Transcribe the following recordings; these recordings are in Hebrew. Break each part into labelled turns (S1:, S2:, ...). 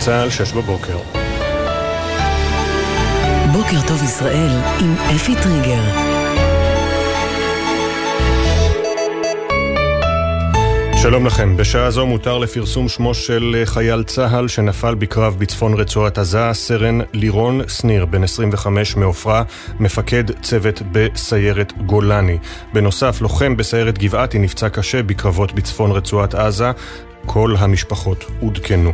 S1: צהל, 6 בבוקר.
S2: בוקר טוב ישראל עם אפי טריגר.
S1: שלום לכם, בשעה זו מותר לפרסום שמו של חייל צהל שנפל בקרב בצפון רצועת עזה, סרן לירון שניר, בן 25 מאופרה, מפקד צוות בסיירת גולני. בנוסף, לוחם בסיירת גבעתי נפצע קשה בקרבות בצפון רצועת עזה. כל המשפחות עודכנו.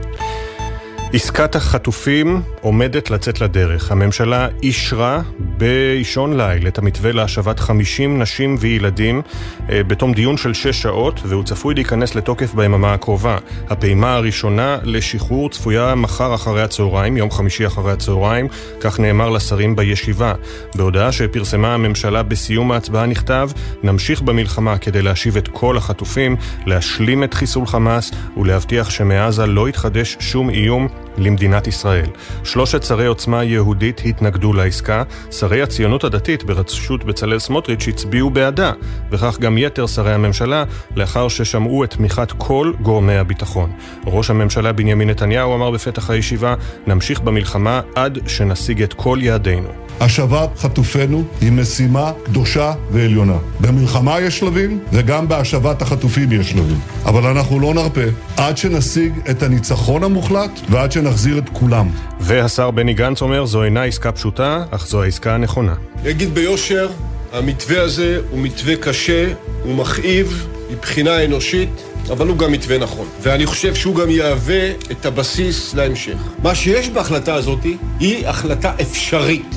S1: עסקת החטופים עומדת לצאת לדרך. הממשלה אישרה באישון ליל את המתווה להשבת 50 נשים וילדים בתום דיון של 6 שעות, והוא צפוי להיכנס לתוקף ביממה הקרובה. הפעימה הראשונה לשחרור צפויה מחר אחרי הצהריים, יום חמישי אחרי הצהריים, כך נאמר לשרים בישיבה. בהודעה שפרסמה הממשלה בסיום ההצבעה נכתב: נמשיך במלחמה כדי להשיב את כל החטופים, להשלים את חיסול חמאס ולהבטיח שמעזה לא יתחדש שום איום למדינת ישראל. 3 שרי עוצמה יהודית התנגדו לעסקה. שרי הציונות הדתית בראשות בצלאל סמוטריץ' הצביעו בעדה, וכך גם יתר שרי הממשלה, לאחר ששמעו את תמיכת כל גורמי הביטחון. ראש הממשלה בנימין נתניהו אמר בפתח הישיבה: נמשיך במלחמה עד שנשיג את כל יעדינו.
S3: השבת חטופינו היא משימה קדושה ועליונה. במלחמה יש שלבים, וגם בהשבת החטופים יש שלבים. אבל אנחנו לא נרפה עד שנשיג את הניצחון המוחלט ועד שנחזיר את כולם.
S1: והשר בני גנץ אומר: זו אינה עסקה פשוטה, אך זו העסקה הנכונה.
S4: יגיד ביושר, המתווה הזה הוא מתווה קשה, הוא מכאיב מבחינה אנושית, אבל הוא גם מתווה נכון. ואני חושב שהוא גם יהווה את הבסיס להמשך. מה שיש בהחלטה הזאת היא החלטה אפשרית.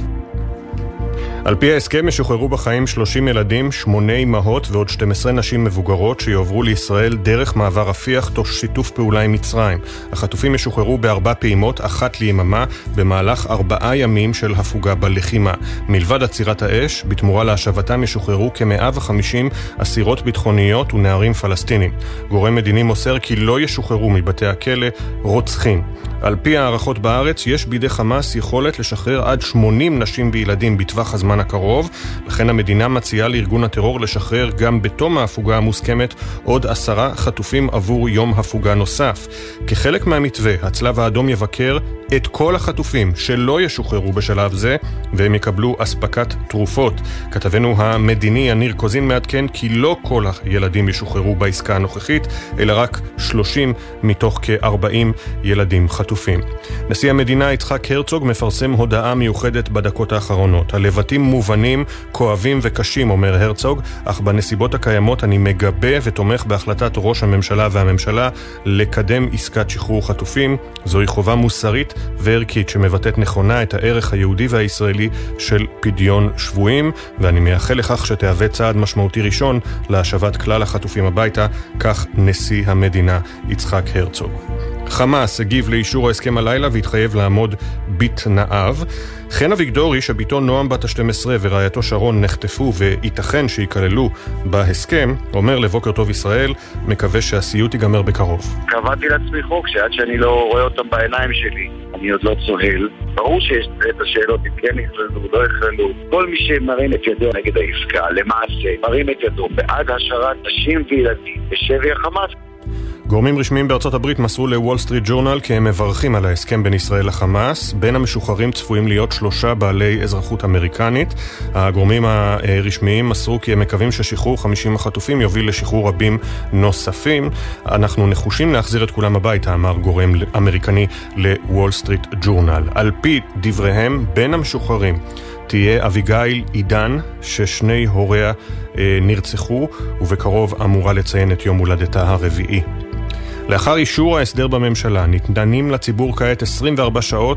S1: על פי ההסכם משוחררו בחיים 30 ילדים, 8 אמהות ועוד 12 נשים מבוגרות שיועברו לישראל דרך מעבר רפיח תוך שיתוף פעולה עם מצרים. החטופים משוחררו ב4 פעימות, 1 ליממה, במהלך 4 ימים של הפוגה בלחימה. מלבד עצירת האש, בתמורה להשבתם משוחררו כ-150 אסירות ביטחוניות ונערים פלסטינים. גורם מדיני מוסר כי לא ישוחררו מבתי הכלא רוצחים. על פי הערכות בארץ, יש בידי חמאס יכולת לשחרר עד 80 נשים וילדים בטווח הזמן הקרוב, לכן המדינה מציעה לארגון הטרור לשחרר גם בתום ההפוגה המוסכמת עוד 10 חטופים עבור יום הפוגה נוסף. כחלק מהמתווה, הצלב האדום יבקר את כל החטופים שלא ישוחררו בשלב זה, והם יקבלו אספקת תרופות. כתבנו המדיני יניר קוזין מעדכן כי לא כל הילדים ישוחררו בעסקה הנוכחית, אלא רק 30 מתוך כ-40 ילדים חטופים. נשיא המדינה יצחק הרצוג מפרסם הודעה מיוחדת בדקות האחרונות. הלבטים מובנים, כואבים וקשים, אומר הרצוג, אך בנסיבות הקיימות אני מגבה ותומך בהחלטת ראש הממשלה והממשלה לקדם עסקת שחרור חטופים. זוהי חובה מוסרית וערכית שמבטאת נכונה את הערך היהודי והישראלי של פדיון שבויים, ואני מייחל לכך שתהווה צעד משמעותי ראשון להשבת כלל החטופים הביתה, כך נשיא המדינה יצחק הרצוג. חמאס הגיב לאישור ההסכם הלילה והתחייב לעמוד בתנאיו. חן אביגדורי, שביתו נועם בת ה-12 ורעייתו שרון נחטפו וייתכן שייכללו בהסכם, אומר לבוקר טוב ישראל, מקווה שהסיוט ייגמר בקרוב.
S5: קבעתי לעצמי חוק שעד שאני לא רואה אותם בעיניים שלי, אני עוד לא צוהל. ברור שיש את השאלות אם כן יכללו, לא יכללו. כל מי שמרים את ידו נגד העסקה, למעשה, מרים את ידו בעד השארת נשים וילדים בשבי החמאס.
S1: גורמים רשמיים בארצות הברית מסרו לוול סטריט ג'ורנל כי הם מברכים על ההסכם בין ישראל לחמאס. בין המשוחררים צפויים להיות 3 בעלי אזרחות אמריקנית. הגורמים הרשמיים מסרו כי הם מקווים ששחרור 50 החטופים יוביל לשחרור רבים נוספים. אנחנו נחושים להחזיר את כולם הביתה, אמר גורם אמריקני לוול סטריט ג'ורנל. על פי דבריהם, בין המשוחררים תהיה אביגיל עידן, ששני הוריה נרצחו, ובקרוב אמורה לציין את יום הולדתה הרביעי. לאחר אישור ההסדר בממשלה, ניתנות לציבור 24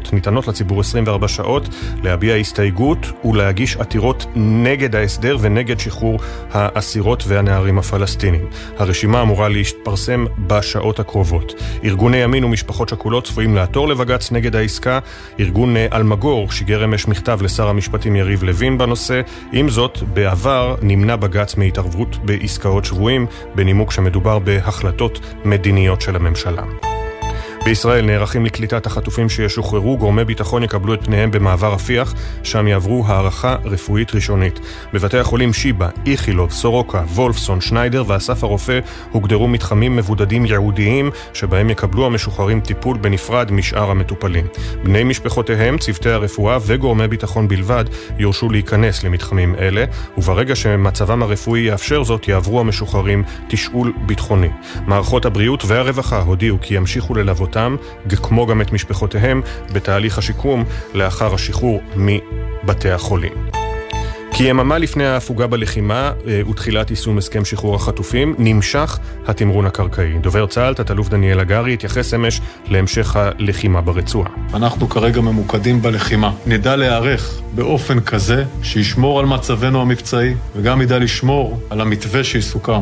S1: שעות להביע הסתייגות ולהגיש עתירות נגד ההסדר ונגד שחרור האסירות והנערים הפלסטינים. הרשימה אמורה להתפרסם בשעות הקרובות. ארגוני ימין ומשפחות שכולות צפויים לעתור לבג"ץ נגד העסקה. ארגון אלמגור שיגר אמש מכתב לשר המשפטים יריב לוין בנושא. עם זאת, בעבר נמנע בג"ץ מהתערבות בעסקאות שבויים, בנימוק שמדובר בהחלטות מדיניות של הממשלה. בישראל נערכים לקליטת החטופים שישוחררו, גורמי ביטחון יקבלו את פניהם במעבר רפיח, שם יעברו הערכה רפואית ראשונית. בבתי החולים שיבא, איכילוב, סורוקה, וולפסון, שניידר ואסף הרופא הוגדרו מתחמים מבודדים ייעודיים שבהם יקבלו המשוחררים טיפול בנפרד משאר המטופלים. בני משפחותיהם, צוותי הרפואה וגורמי ביטחון בלבד יורשו להיכנס למתחמים אלה, וברגע שמצבם הרפואי יאפשר זאת יעברו המשוחררים תשאול ביטחוני. מערכות הבריאות והרווחה הודיעו כי ימשיכו ללוות כמו גם את משפחותיהם בתהליך השיקום לאחר השחרור מבתי החולים. כי יממה לפני ההפוגה בלחימה ותחילת יישום הסכם שחרור החטופים נמשך התמרון הקרקעי. דובר צה"ל תת-אלוף דניאל הגרי התייחס אמש להמשך הלחימה ברצועה.
S6: אנחנו כרגע ממוקדים בלחימה. נדע להיערך באופן כזה שישמור על מצבנו המבצעי וגם ידע לשמור על המתווה שיסוכם.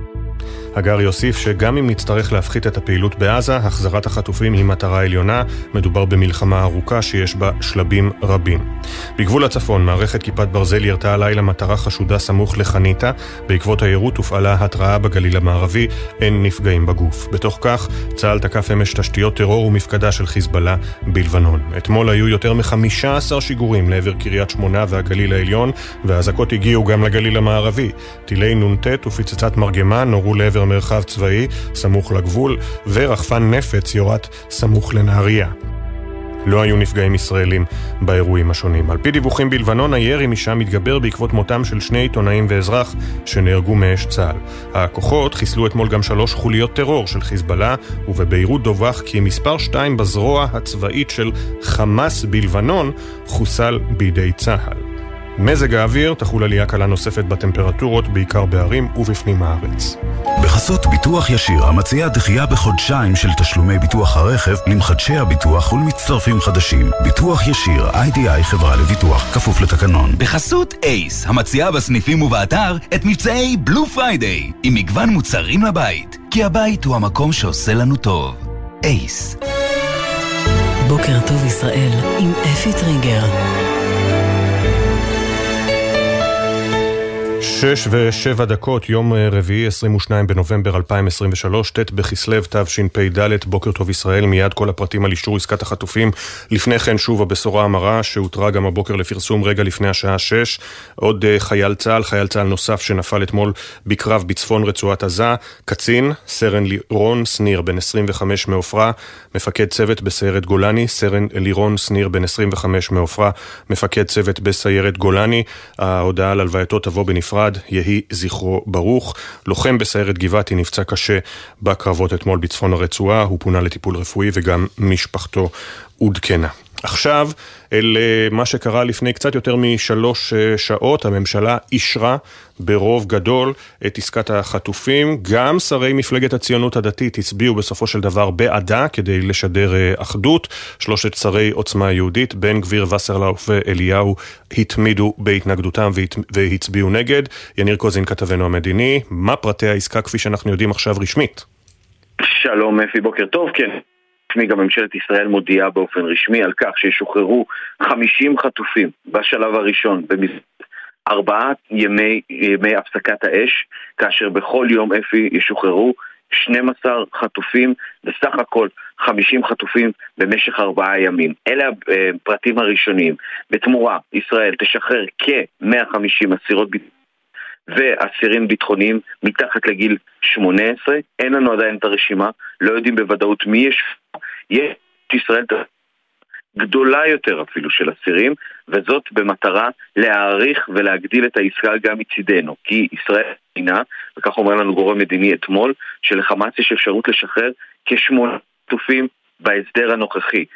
S1: הגר יוסיף שגם אם נצטרך להפחית את הפעילות בעזה, החזרת החטופים היא מטרה עליונה, מדובר במלחמה ארוכה שיש בה שלבים רבים. בגבול הצפון, מערכת כיפת ברזל ירתה הלילה מטרה חשודה סמוך לחניתה, בעקבות היירוט הופעלה התראה בגליל המערבי, אין נפגעים בגוף. בתוך כך, צה"ל תקף אמש תשתיות טרור ומפקדה של חיזבאללה בלבנון. אתמול היו יותר מ-15 שיגורים לעבר קריית שמונה והגליל העליון, והאזעקות הגיעו גם לגליל המערבי. טילי נונטט ופצצת מרגמה נורו לעבר מרחב צבאי סמוך לגבול, ורחפן נפץ יורת סמוך לנהריה. לא היו נפגעים ישראלים באירועים השונים. על פי דיווחים בלבנון, הירי משם מתגבר בעקבות מותם של 2 עיתונאים ואזרח שנהרגו מאש צה"ל. הכוחות חיסלו אתמול גם 3 חוליות טרור של חיזבאללה, ובביירות דווח כי מספר 2 בזרוע הצבאית של חמאס בלבנון חוסל בידי צה"ל. מזג האוויר, תחול עלייה קלה נוספת בטמפרטורות, בעיקר בערים ובפנים הארץ.
S7: בחסות ביטוח ישיר, המציע דחייה בחודשיים של תשלומי ביטוח הרכב למחדשי הביטוח ולמצטרפים חדשים. ביטוח ישיר, IDI חברה לביטוח, כפוף לתקנון.
S8: בחסות אייס, המציעה בסניפים ובאתר את מבצעי בלו פריידיי, עם מגוון מוצרים לבית. כי הבית הוא המקום שעושה לנו טוב. אייס.
S2: בוקר טוב ישראל עם אפי טריגר.
S1: 6:07, יום רביעי 22 בנובמבר 2023, ט' בכסלו תשפ"ד. בוקר טוב ישראל, מיד כל הפרטים על אישור עסקת החטופים. לפני כן שוב הבשורה המרה שהותרה גם הבוקר לפרסום רגע לפני השעה 6. עוד חייל צה"ל נוסף שנפל אתמול בקרב בצפון רצועת עזה, קצין, סרן לירון סניר בן 25 מעופרה, מפקד צוות בסיירת גולני, סרן לירון סניר בן 25 מעופרה, מפקד צוות בסיירת גולני. ההודעה על הלווייתו תבוא בנפרד, יהי זכרו ברוך. לוחם בסיירת גבעתי נפצע קשה בקרבות אתמול בצפון הרצועה, הוא פונה לטיפול רפואי וגם משפחתו עודכנה. עכשיו, אל מה שקרה לפני קצת יותר מ3 שעות, הממשלה אישרה ברוב גדול את עסקת החטופים. גם שרי מפלגת הציונות הדתית הצביעו בסופו של דבר בעדה כדי לשדר אחדות. 3 שרי עוצמה יהודית, בן גביר, וסרלאוף ואליהו, התמידו בהתנגדותם והצביעו נגד. יניר קוזין כתבנו המדיני, מה פרטי העסקה כפי שאנחנו יודעים עכשיו רשמית?
S5: שלום אפי, בוקר טוב. כן, גם ממשלת ישראל מודיעה באופן רשמי על כך שישוחררו 50 חטופים בשלב הראשון במסגרת 4 ימי הפסקת האש, כאשר בכל יום אפי ישוחררו 12 חטופים, בסך הכל 50 חטופים במשך 4 ימים. אלה הפרטים הראשונים. בתמורה ישראל תשחרר כ-150 אסירות ואסירים ביטחוניים מתחת לגיל 18. אין לנו עדיין את הרשימה, לא יודעים בוודאות מי יש ישראל גדולה יותר אפילו של אסירים, וזאת במטרה להאריך ולהגדיל את העסקה גם מצידנו, כי ישראל אינה, וכך אומר לנו גורם מדיני אתמול, שלחמאס יש אפשרות לשחרר כ8 חטופים בהסדר הנוכחי.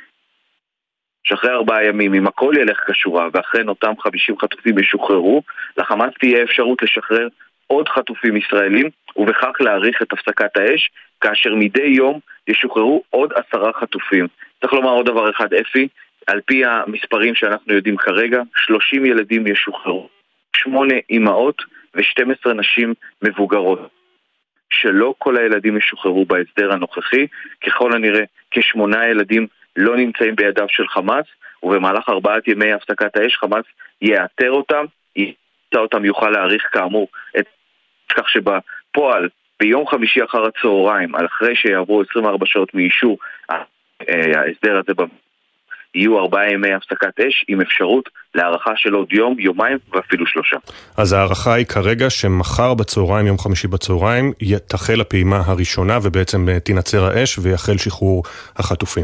S5: שאחרי 4 ימים, אם הכל ילך כשורה ואחרי אותם 50 חטופים ישוחררו, לחמאס תהיה אפשרות לשחרר עוד חטופים ישראלים, ובכך להאריך את הפסקת האש, כאשר מדי יום ישוחררו עוד 10 חטופים. צריך לומר עוד דבר אחד אפי, על פי המספרים שאנחנו יודעים כרגע, 30 ילדים ישוחררו, 8 אימהות ו12 נשים מבוגרות. שלא כל הילדים ישוחררו בהסדר הנוכחי, ככל הנראה כ8 ילדים לא נמצאים בידיו של חמאס, ובמהלך 4 ימי הפסקת האש חמאס יאתר אותם, יוכל להאריך כאמור את כך שבפועל ביום חמישי אחר הצהריים, אחרי שיעברו 24 שעות מאישור ההסדר הזה יהיו 4 ימי הפסקת אש עם אפשרות להארכה של עוד יום, יומיים ואפילו 3.
S1: אז ההארכה היא כרגע שמחר בצהריים, יום חמישי בצהריים, תחל הפעימה הראשונה ובעצם תינצר האש ויחל שחרור החטופים.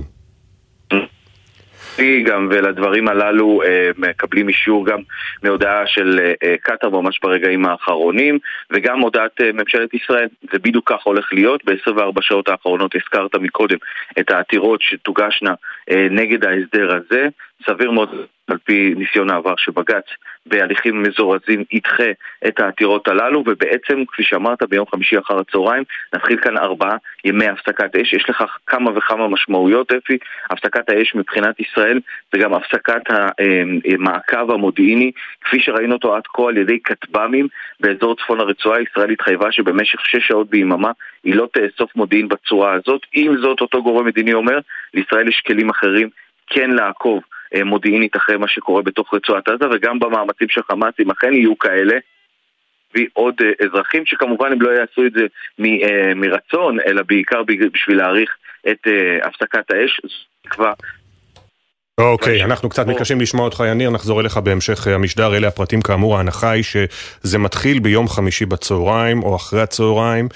S5: גם ולדברים הללו מקבלים אישור גם מהודעה של קטר ממש ברגעים האחרונים, וגם הודעת ממשלת ישראל. זה בדיוק כך הולך להיות. ב-24 שעות האחרונות הזכרת מקודם את העתירות שתוגשנה נגד ההסדר הזה. סביר מאוד על פי ניסיון העבר שבג"ץ בהליכים מזורזים ידחה את העתירות הללו, ובעצם כפי שאמרת ביום חמישי אחר הצהריים נתחיל כאן 4 ימי הפסקת אש. יש לך כמה וכמה משמעויות אפי. הפסקת האש מבחינת ישראל זה גם הפסקת המעקב המודיעיני כפי שראינו אותו עד כה על ידי כטב"מים באזור צפון הרצועה. ישראל התחייבה שבמשך 6 שעות ביממה היא לא תאסוף מודיעין בצורה הזאת. עם זאת, אותו גורם מדיני אומר לישראל יש כלים אחרים כן לעקוב מודיעינית אחרי מה שקורה בתוך רצועת עזה, וגם במאמצים של חמאס אם אכן יהיו כאלה ועוד אזרחים שכמובן הם לא יעשו את זה מרצון, אלא בעיקר בשביל להאריך את הפסקת האש. זו תקווה.
S1: אוקיי, אנחנו קצת מתקשים לשמוע אותך יניר, נחזור אליך בהמשך המשדר. אלה הפרטים כאמור. ההנחה היא שזה מתחיל ביום חמישי בצהריים או אחרי הצהריים,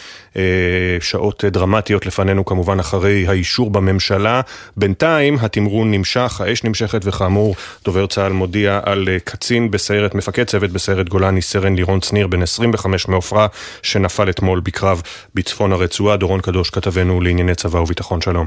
S1: שעות דרמטיות לפנינו כמובן אחרי האישור בממשלה. בינתיים התמרון נמשך, האש נמשכת, וכאמור דובר צה"ל מודיע על קצין בסיירת, מפקד צוות בסיירת גולני, סרן לירון שניר בן 25 מעופרה, שנפל אתמול בקרב בצפון הרצועה. דורון קדוש כתבנו לענייני צבא וביטחון, שלום.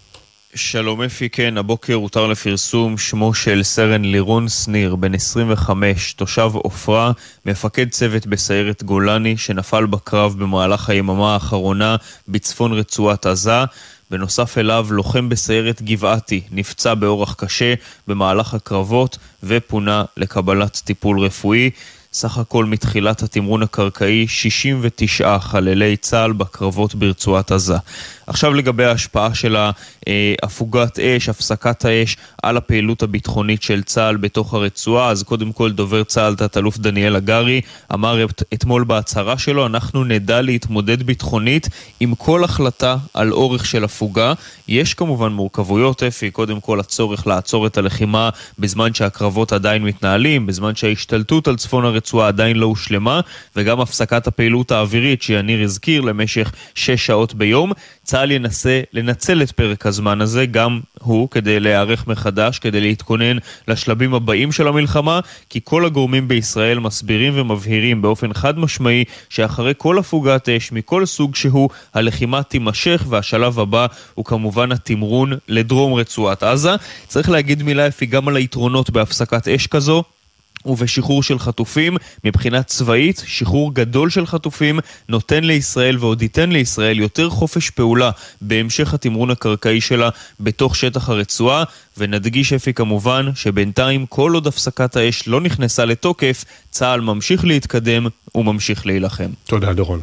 S9: שלום אפי, כן, הבוקר הותר לפרסום שמו של סרן לירון שניר, בן 25, תושב עופרה, מפקד צוות בסיירת גולני, שנפל בקרב במהלך היממה האחרונה בצפון רצועת עזה. בנוסף אליו, לוחם בסיירת גבעתי, נפצע באורח קשה במהלך הקרבות ופונה לקבלת טיפול רפואי. סך הכל מתחילת התמרון הקרקעי 69 חללי צה"ל בקרבות ברצועת עזה. עכשיו לגבי ההשפעה של הפוגת אש, הפסקת האש על הפעילות הביטחונית של צה"ל בתוך הרצועה. אז קודם כל דובר צה"ל תת-אלוף דניאל הגרי אמר אתמול בהצהרה שלו, אנחנו נדע להתמודד ביטחונית עם כל החלטה על אורך של הפוגה. יש כמובן מורכבויות אפי, קודם כל הצורך לעצור את הלחימה בזמן שהקרבות עדיין מתנהלים, בזמן שההשתלטות על צפון הרצועה עדיין לא הושלמה, וגם הפסקת הפעילות האווירית שיניר הזכיר למשך 6 שעות ביום. צה"ל ינסה לנצל את פרק הזמן הזה גם הוא כדי להיערך מחדש, כדי להתכונן לשלבים הבאים של המלחמה, כי כל הגורמים בישראל מסבירים ומבהירים באופן חד משמעי שאחרי כל הפוגת אש מכל סוג שהוא, הלחימה תימשך, והשלב הבא הוא כמובן התמרון לדרום רצועת עזה. צריך להגיד מילה אפי גם על היתרונות בהפסקת אש כזו ובשחרור של חטופים. מבחינה צבאית, שחרור גדול של חטופים נותן לישראל ועוד ייתן לישראל יותר חופש פעולה בהמשך התמרון הקרקעי שלה בתוך שטח הרצועה. ונדגיש אפי כמובן שבינתיים כל עוד הפסקת האש לא נכנסה לתוקף, צה"ל ממשיך להתקדם וממשיך להילחם.
S1: תודה דורון.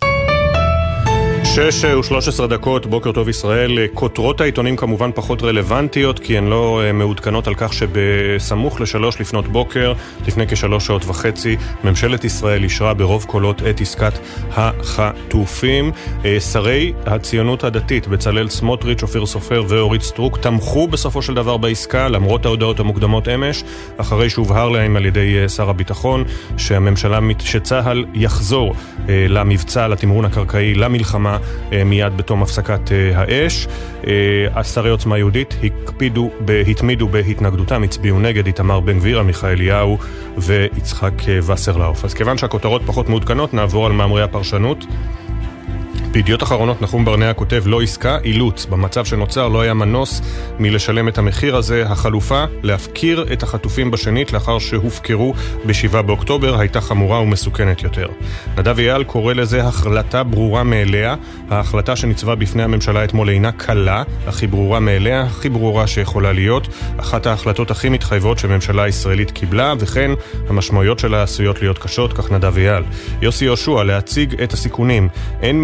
S1: 6:13, בוקר טוב ישראל. כותרות העיתונים כמובן פחות רלוונטיות, כי הן לא מעודכנות על כך שבסמוך ל3 לפנות בוקר, לפני כ3 שעות וחצי, ממשלת ישראל אישרה ברוב קולות את עסקת החטופים. שרי הציונות הדתית, בצלאל סמוטריץ', אופיר סופר ואורית סטרוק, תמכו בסופו של דבר בעסקה, למרות ההודעות המוקדמות אמש, אחרי שהובהר להם על ידי שר הביטחון שצה"ל יחזור למבצע, לתמרון הקרקעי, למלחמה, מיד בתום הפסקת האש. שרי עוצמה יהודית התמידו בהתנגדותם, הצביעו נגד, איתמר בן גביר, עמיחי אליהו ויצחק וסרלאוף. אז כיוון שהכותרות פחות מעודכנות, נעבור על מאמרי הפרשנות. בידיעות אחרונות נחום ברנע כותב, לא עסקה, אילוץ. במצב שנוצר לא היה מנוס מלשלם את המחיר הזה. החלופה, להפקיר את החטופים בשנית לאחר שהופקרו ב7 באוקטובר, הייתה חמורה ומסוכנת יותר. נדב אייל קורא לזה החלטה ברורה מאליה. ההחלטה שניצבה בפני הממשלה אתמול אינה קלה, אך היא ברורה מאליה, הכי ברורה שיכולה להיות. אחת ההחלטות הכי מתחייבות שממשלה ישראלית קיבלה, וכן המשמעויות שלה עשויות להיות קשות, כך נדב אייל. יוסי יהושע, להציג את הסיכונים. אין מי שלא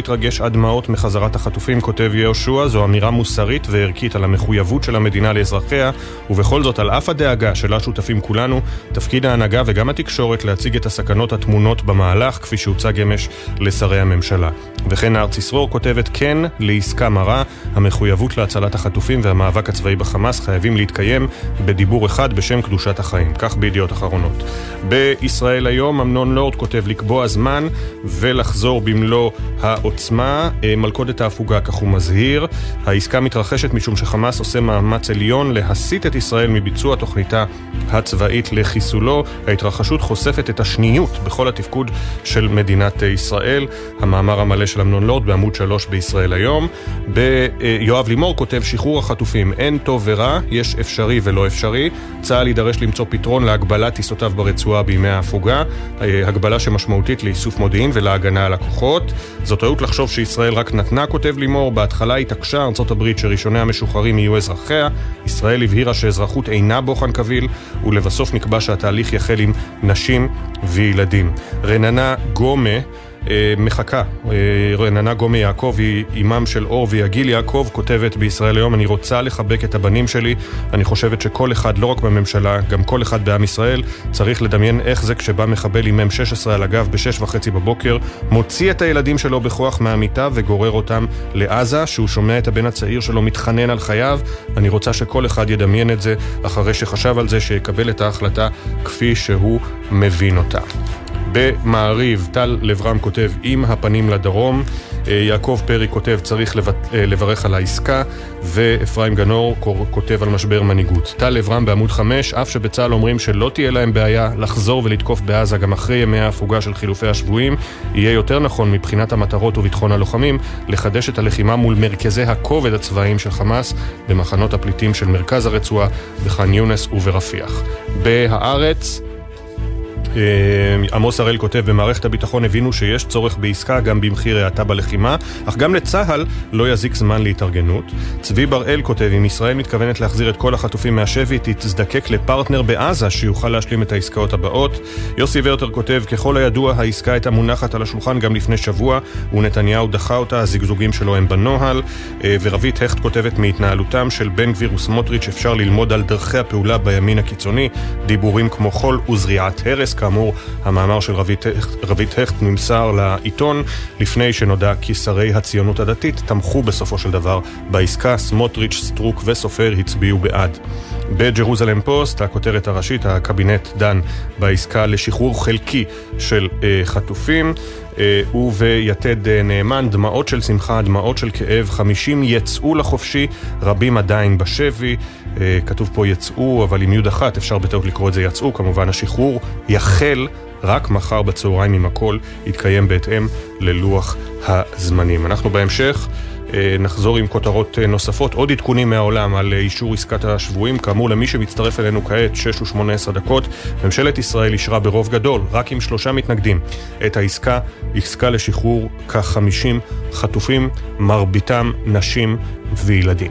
S1: להתרגש עד דמעות מחזרת החטופים, כותב יהושע, זו אמירה מוסרית וערכית על המחויבות של המדינה לאזרחיה, ובכל זאת על אף הדאגה שלה שותפים כולנו, תפקיד ההנהגה וגם התקשורת להציג את הסכנות התמונות במהלך כפי שהוצג אמש לשרי הממשלה. וכן הארץ ישרור כותבת, כן לעסקה מרה, המחויבות להצלת החטופים והמאבק הצבאי בחמאס חייבים להתקיים בדיבור אחד בשם קדושת החיים. כך בידיעות אחרונות. בישראל היום אמנון לורד כותב לקבוע זמן ולחזור במלוא העוצמה. מלכודת ההפוגה, כך הוא מזהיר. העסקה מתרחשת משום שחמאס עושה מאמץ עליון להסיט את ישראל מביצוע תוכניתה הצבאית לחיסולו. ההתרחשות חושפת את השניות בכל התפקוד של מדינת ישראל. המאמר המלא של אמנון לורד בעמוד 3 בישראל היום. יואב לימור כותב שחרור החטופים, אין טוב ורע, יש אפשרי ולא אפשרי. צה"ל יידרש למצוא פתרון להגבלת טיסותיו ברצועה בימי ההפוגה, הגבלה שמשמעותית לאיסוף מודיעין ולהגנה על הכוחות. זאת טעות לחשוב שישראל רק נתנה, כותב לימור. בהתחלה התעקשה ארצות הברית שראשוני המשוחררים יהיו אזרחיה. ישראל הבהירה שאזרחות אינה בוחן קביל, ולבסוף נקבע שהתהליך יחל עם נשים וילדים. רננה גומה מחכה, רננה גומי יעקב היא אימם של אור ויגיל יעקב, כותבת בישראל היום, אני רוצה לחבק את הבנים שלי. אני חושבת שכל אחד, לא רק בממשלה, גם כל אחד בעם ישראל, צריך לדמיין איך זה כשבא מחבל עם M16 על הגב ב6:30 בבוקר, מוציא את הילדים שלו בכוח מהמיטה וגורר אותם לעזה, שהוא שומע את הבן הצעיר שלו מתחנן על חייו. אני רוצה שכל אחד ידמיין את זה אחרי שחשב על זה, שיקבל את ההחלטה כפי שהוא מבין אותה. במעריב, טל לברם כותב עם הפנים לדרום, יעקב פרי כותב צריך לברך על העסקה, ואפרים גנור כותב על משבר מנהיגות. טל לברם בעמוד 5, אף שבצה"ל אומרים שלא תהיה להם בעיה לחזור ולתקוף בעזה גם אחרי ימי ההפוגה של חילופי השבויים, יהיה יותר נכון מבחינת המטרות וביטחון הלוחמים לחדש את הלחימה מול מרכזי הכובד הצבאיים של חמאס במחנות הפליטים של מרכז הרצועה בח'אן יונס וברפיח. בהארץ עמוס הראל כותב, במערכת הביטחון הבינו שיש צורך בעסקה גם במחיר האטה בלחימה, אך גם לצה"ל לא יזיק זמן להתארגנות. צבי בראל כותב, אם ישראל מתכוונת להחזיר את כל החטופים מהשבי, תזדקק לפרטנר בעזה שיוכל להשלים את העסקאות הבאות. יוסי ורטר כותב, ככל הידוע העסקה הייתה מונחת על השולחן גם לפני שבוע, ונתניהו דחה אותה, הזגזוגים שלו הם בנוהל. ורבית הכט כותבת, מהתנהלותם של בן גביר וסמוטריץ' אפשר ללמוד על דרכי הפעולה בימין הקיצוני, דיבורים כמו חול וזריעת הרס. כאמור, המאמר של רבית הכט נמסר לעיתון לפני שנודע כי שרי הציונות הדתית תמכו בסופו של דבר בעסקה. סמוטריץ', סטרוק וסופר הצביעו בעד. בג'רוזלם פוסט, הכותרת הראשית, הקבינט דן בעסקה לשחרור חלקי של חטופים, וביתד נאמן, דמעות של שמחה, דמעות של כאב, 50 יצאו לחופשי, רבים עדיין בשבי. כתוב פה יצאו, אבל עם יוד אחת, אפשר בטעות לקרוא את זה יצאו. כמובן השחרור יחל רק מחר בצהריים, עם הכל יתקיים בהתאם ללוח הזמנים. אנחנו בהמשך נחזור עם כותרות נוספות, עוד עדכונים מהעולם על אישור עסקת השבויים. כאמור, למי שמצטרף אלינו כעת, 6:18, ממשלת ישראל אישרה ברוב גדול, רק עם 3 מתנגדים, את העסקה לשחרור כ-50 חטופים, מרביתם נשים וילדים.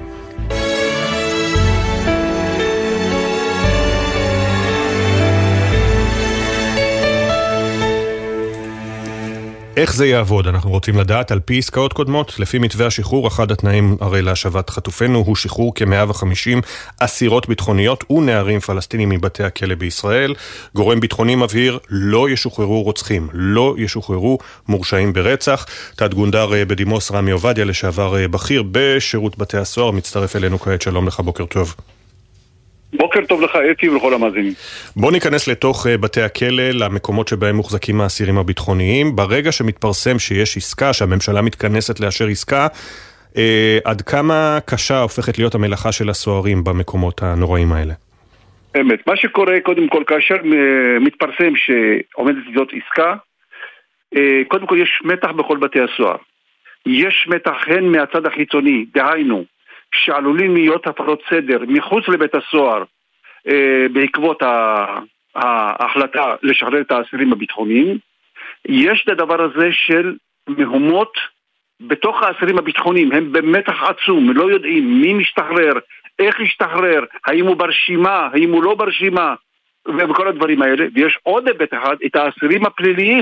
S1: איך זה יעבוד? אנחנו רוצים לדעת על פי עסקאות קודמות. לפי מתווה השחרור, אחד התנאים הרי להשבת חטופינו הוא שחרור כ-150 אסירות ביטחוניות ונערים פלסטינים מבתי הכלא בישראל. גורם ביטחוני מבהיר, לא ישוחררו רוצחים, לא ישוחררו מורשעים ברצח. תת גונדר בדימוס רמי עובדיה, לשעבר בכיר בשירות בתי הסוהר, מצטרף אלינו כעת. שלום לך, בוקר טוב.
S10: בוקר טוב לך, אתי, ולכל המאזינים.
S1: בוא ניכנס לתוך בתי הכלא, למקומות שבהם מוחזקים האסירים הביטחוניים. ברגע שמתפרסם שיש עסקה, שהממשלה מתכנסת לאשר עסקה, עד כמה קשה הופכת להיות המלאכה של הסוהרים במקומות הנוראים האלה?
S10: אמת. מה שקורה, קודם כל, כאשר מתפרסם שעומדת להיות עסקה, קודם כל יש מתח בכל בתי הסוהר. יש מתח הן מהצד החיצוני, דהיינו, שעלולים להיות הפרות סדר מחוץ לבית הסוהר בעקבות ההחלטה לשחרר את האסירים הביטחוניים. יש את הדבר הזה של מהומות בתוך האסירים הביטחוניים, הם במתח עצום, לא יודעים מי משתחרר, איך ישתחרר, האם הוא ברשימה, האם הוא לא ברשימה, וכל הדברים האלה. ויש עוד היבט אחד, את האסירים הפליליים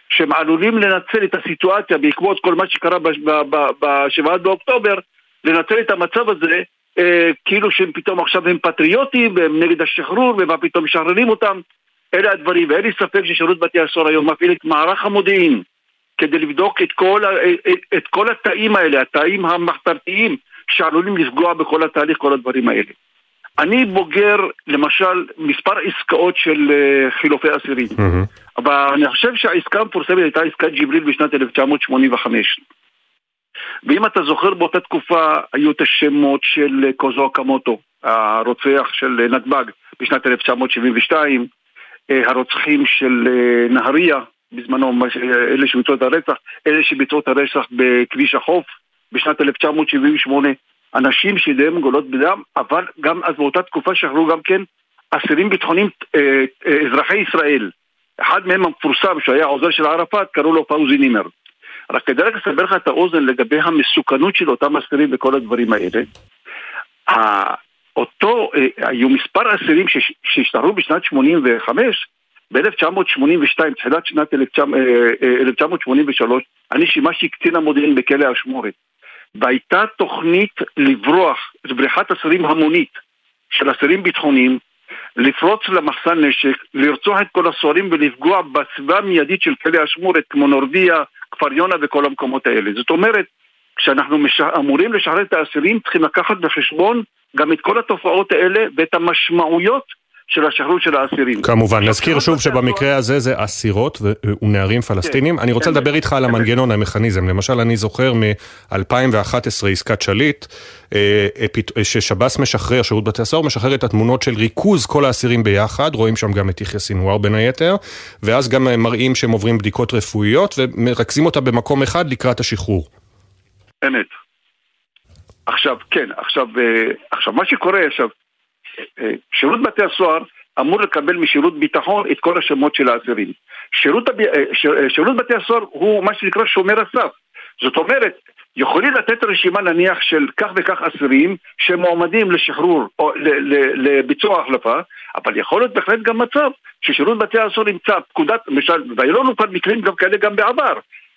S10: שהם עלולים לנצל את הסיטואציה בעקבות כל מה שקרה ב-7 באוקטובר, לנצל את המצב הזה, כאילו שהם פתאום עכשיו הם פטריוטים, והם נגד השחרור, ומה פתאום משחררים אותם. אלה הדברים, ואין לי ספק ששירות בתי הסוהר היום מפעיל את מערך המודיעין, כדי לבדוק את כל התאים האלה, התאים המחתרתיים, שעלולים לפגוע בכל התהליך, כל הדברים האלה. אני בוגר, למשל, מספר עסקאות של חילופי אסירים. אבל אני חושב שהעסקה המפורסמת הייתה עסקת ג'יבריל בשנת 1985. ואם אתה זוכר באותה תקופה, היו את השמות של קוזו אקמוטו, הרוצח של נתב"ג בשנת 1972, הרוצחים של נהריה, בזמנו, אלה שביצעו את הרצח, אלה שביצעו את הרצח בכביש החוף בשנת 1978, אנשים שידיהם גולות בדם, אבל גם אז באותה תקופה שחררו גם כן אסירים ביטחוניים אזרחי ישראל. אחד מהם המפורסם שהיה עוזר של ערפאת, קראו לו פאוזי נימר. רק כדי רק לסבר לך את האוזן לגבי המסוכנות של אותם אסירים וכל הדברים האלה, היו מספר אסירים שהשתחררו בשנת 85, ב-1982, תחילת שנת 1983, אני שימשתי קצין המודיעין בכלא האשמורת. והייתה תוכנית לבריחת אסירים המונית של אסירים ביטחוניים, לפרוץ למחסן נשק, לרצוח את כל הסוהרים ולפגוע בסביבה מיידית של כלא האשמורת, כמו נורדיה, כפר יונה וכל המקומות האלה. זאת אומרת, כשאנחנו אמורים לשחרר את האסירים, צריכים לקחת בחשבון גם את כל התופעות האלה ואת המשמעויות של השחרור של האסירים.
S1: כמובן, נזכיר שוב שבמקרה הזה זה אסירות ונערים פלסטינים. אני רוצה לדבר איתך על המנגנון, המכניזם. למשל, אני זוכר מ-2011 עסקת שליט, ששב"ס משחרר, שירות בתי הסוהר משחרר את התמונות של ריכוז כל האסירים ביחד, רואים שם גם את יחיא סינואר בין היתר, ואז גם מראים שהם עוברים בדיקות רפואיות, ומרכזים אותה במקום אחד לקראת השחרור.
S10: אמת. עכשיו, מה שקורה עכשיו, שירות בתי הסוהר אמור לקבל משירות ביטחון את כל השמות של האסירים. שירות בתי הסוהר הוא מה שנקרא שומר הסף. זאת אומרת, יכולים לתת רשימה נניח של כך וכך אסירים שמועמדים לשחרור או לביצוע החלפה, אבל יכול להיות בהחלט גם מצב ששירות בתי הסוהר ימצא פקודת, והיו לנו כבר מקרים גם כאלה גם בעבר,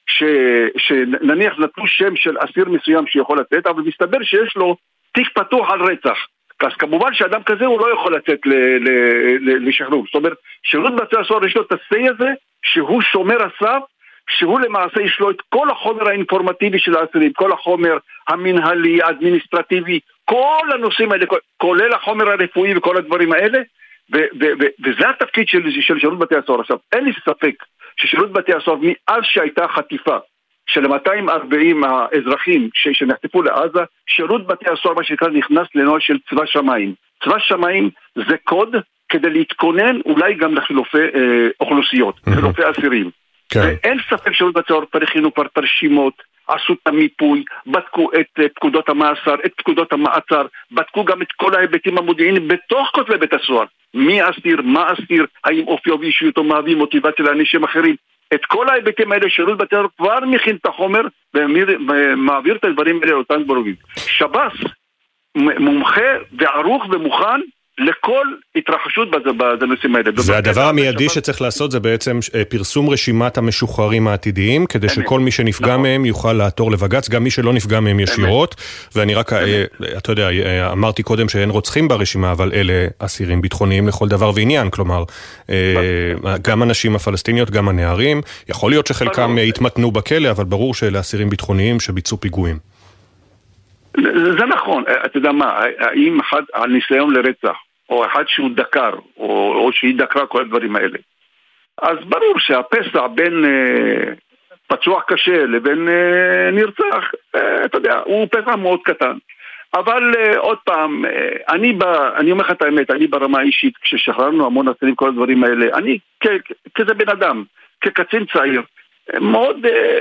S10: שנניח נתנו שם של אסיר מסוים שיכול לתת, אבל מסתבר שיש לו תיק פתוח על רצח. אז כמובן שאדם כזה הוא לא יכול לצאת לשחרור. זאת אומרת, שירות בתי הסוהר יש לו את הסי הזה, שהוא שומר הסף, שהוא למעשה יש לו את כל החומר האינפורמטיבי של האסירים, כל החומר המנהלי, האדמיניסטרטיבי, כל הנושאים האלה, כולל החומר הרפואי וכל הדברים האלה, וזה התפקיד של שירות בתי הסוהר. עכשיו, אין לי ספק ששירות בתי הסוהר, מאז שהייתה חטיפה של 240 האזרחים שנחטפו לעזה, שירות בתי הסוהר, מה שנקרא, נכנס לנוהל של צבא שמיים. צבא שמיים זה קוד כדי להתכונן אולי גם לחילופי אוכלוסיות, חילופי אסירים. ואין ספק שירות בתי הסוהר הכינו כבר רשימות, עשו את המיפוי, בדקו את פקודות המאסר, את פקודות המעצר, בדקו גם את כל ההיבטים המודיעיניים בתוך כותלי בית הסוהר. מי אסיר, מה אסיר, האם אופיו ואישיותו מהווים מוטיבציה לאנשים אחרים. את כל ההיבטים האלה שירות בתי הסוהר כבר מכין את החומר ומעביר את הדברים האלה לאותן ברורים. שב"ס מומחה וערוך ומוכן לכל התרחשות בנושאים האלה.
S1: והדבר המיידי שצריך לעשות זה בעצם פרסום רשימת המשוחררים העתידיים, כדי שכל מי שנפגע מהם יוכל לעתור לבג"ץ, גם מי שלא נפגע מהם ישירות, ואני רק, אתה יודע, אמרתי קודם שאין רוצחים ברשימה, אבל אלה אסירים ביטחוניים לכל דבר ועניין, כלומר, גם הנשים הפלסטיניות, גם הנערים, יכול להיות שחלקם יתמתנו בכלא, אבל ברור שאלה אסירים ביטחוניים שביצעו פיגועים.
S10: זה נכון, אתה יודע מה, האם אחד על ניסיון לרצח, או אחד שהוא דקר, או שהיא דקרה, כל הדברים האלה. אז ברור שהפסע בין פצוע קשה לבין נרצח, אתה יודע, הוא פסע מאוד קטן. אבל עוד פעם, אני אומר לך את האמת, אני ברמה האישית, כששחררנו המון אסירים, כל הדברים האלה, אני כזה בן אדם, כקצין צעיר, מאוד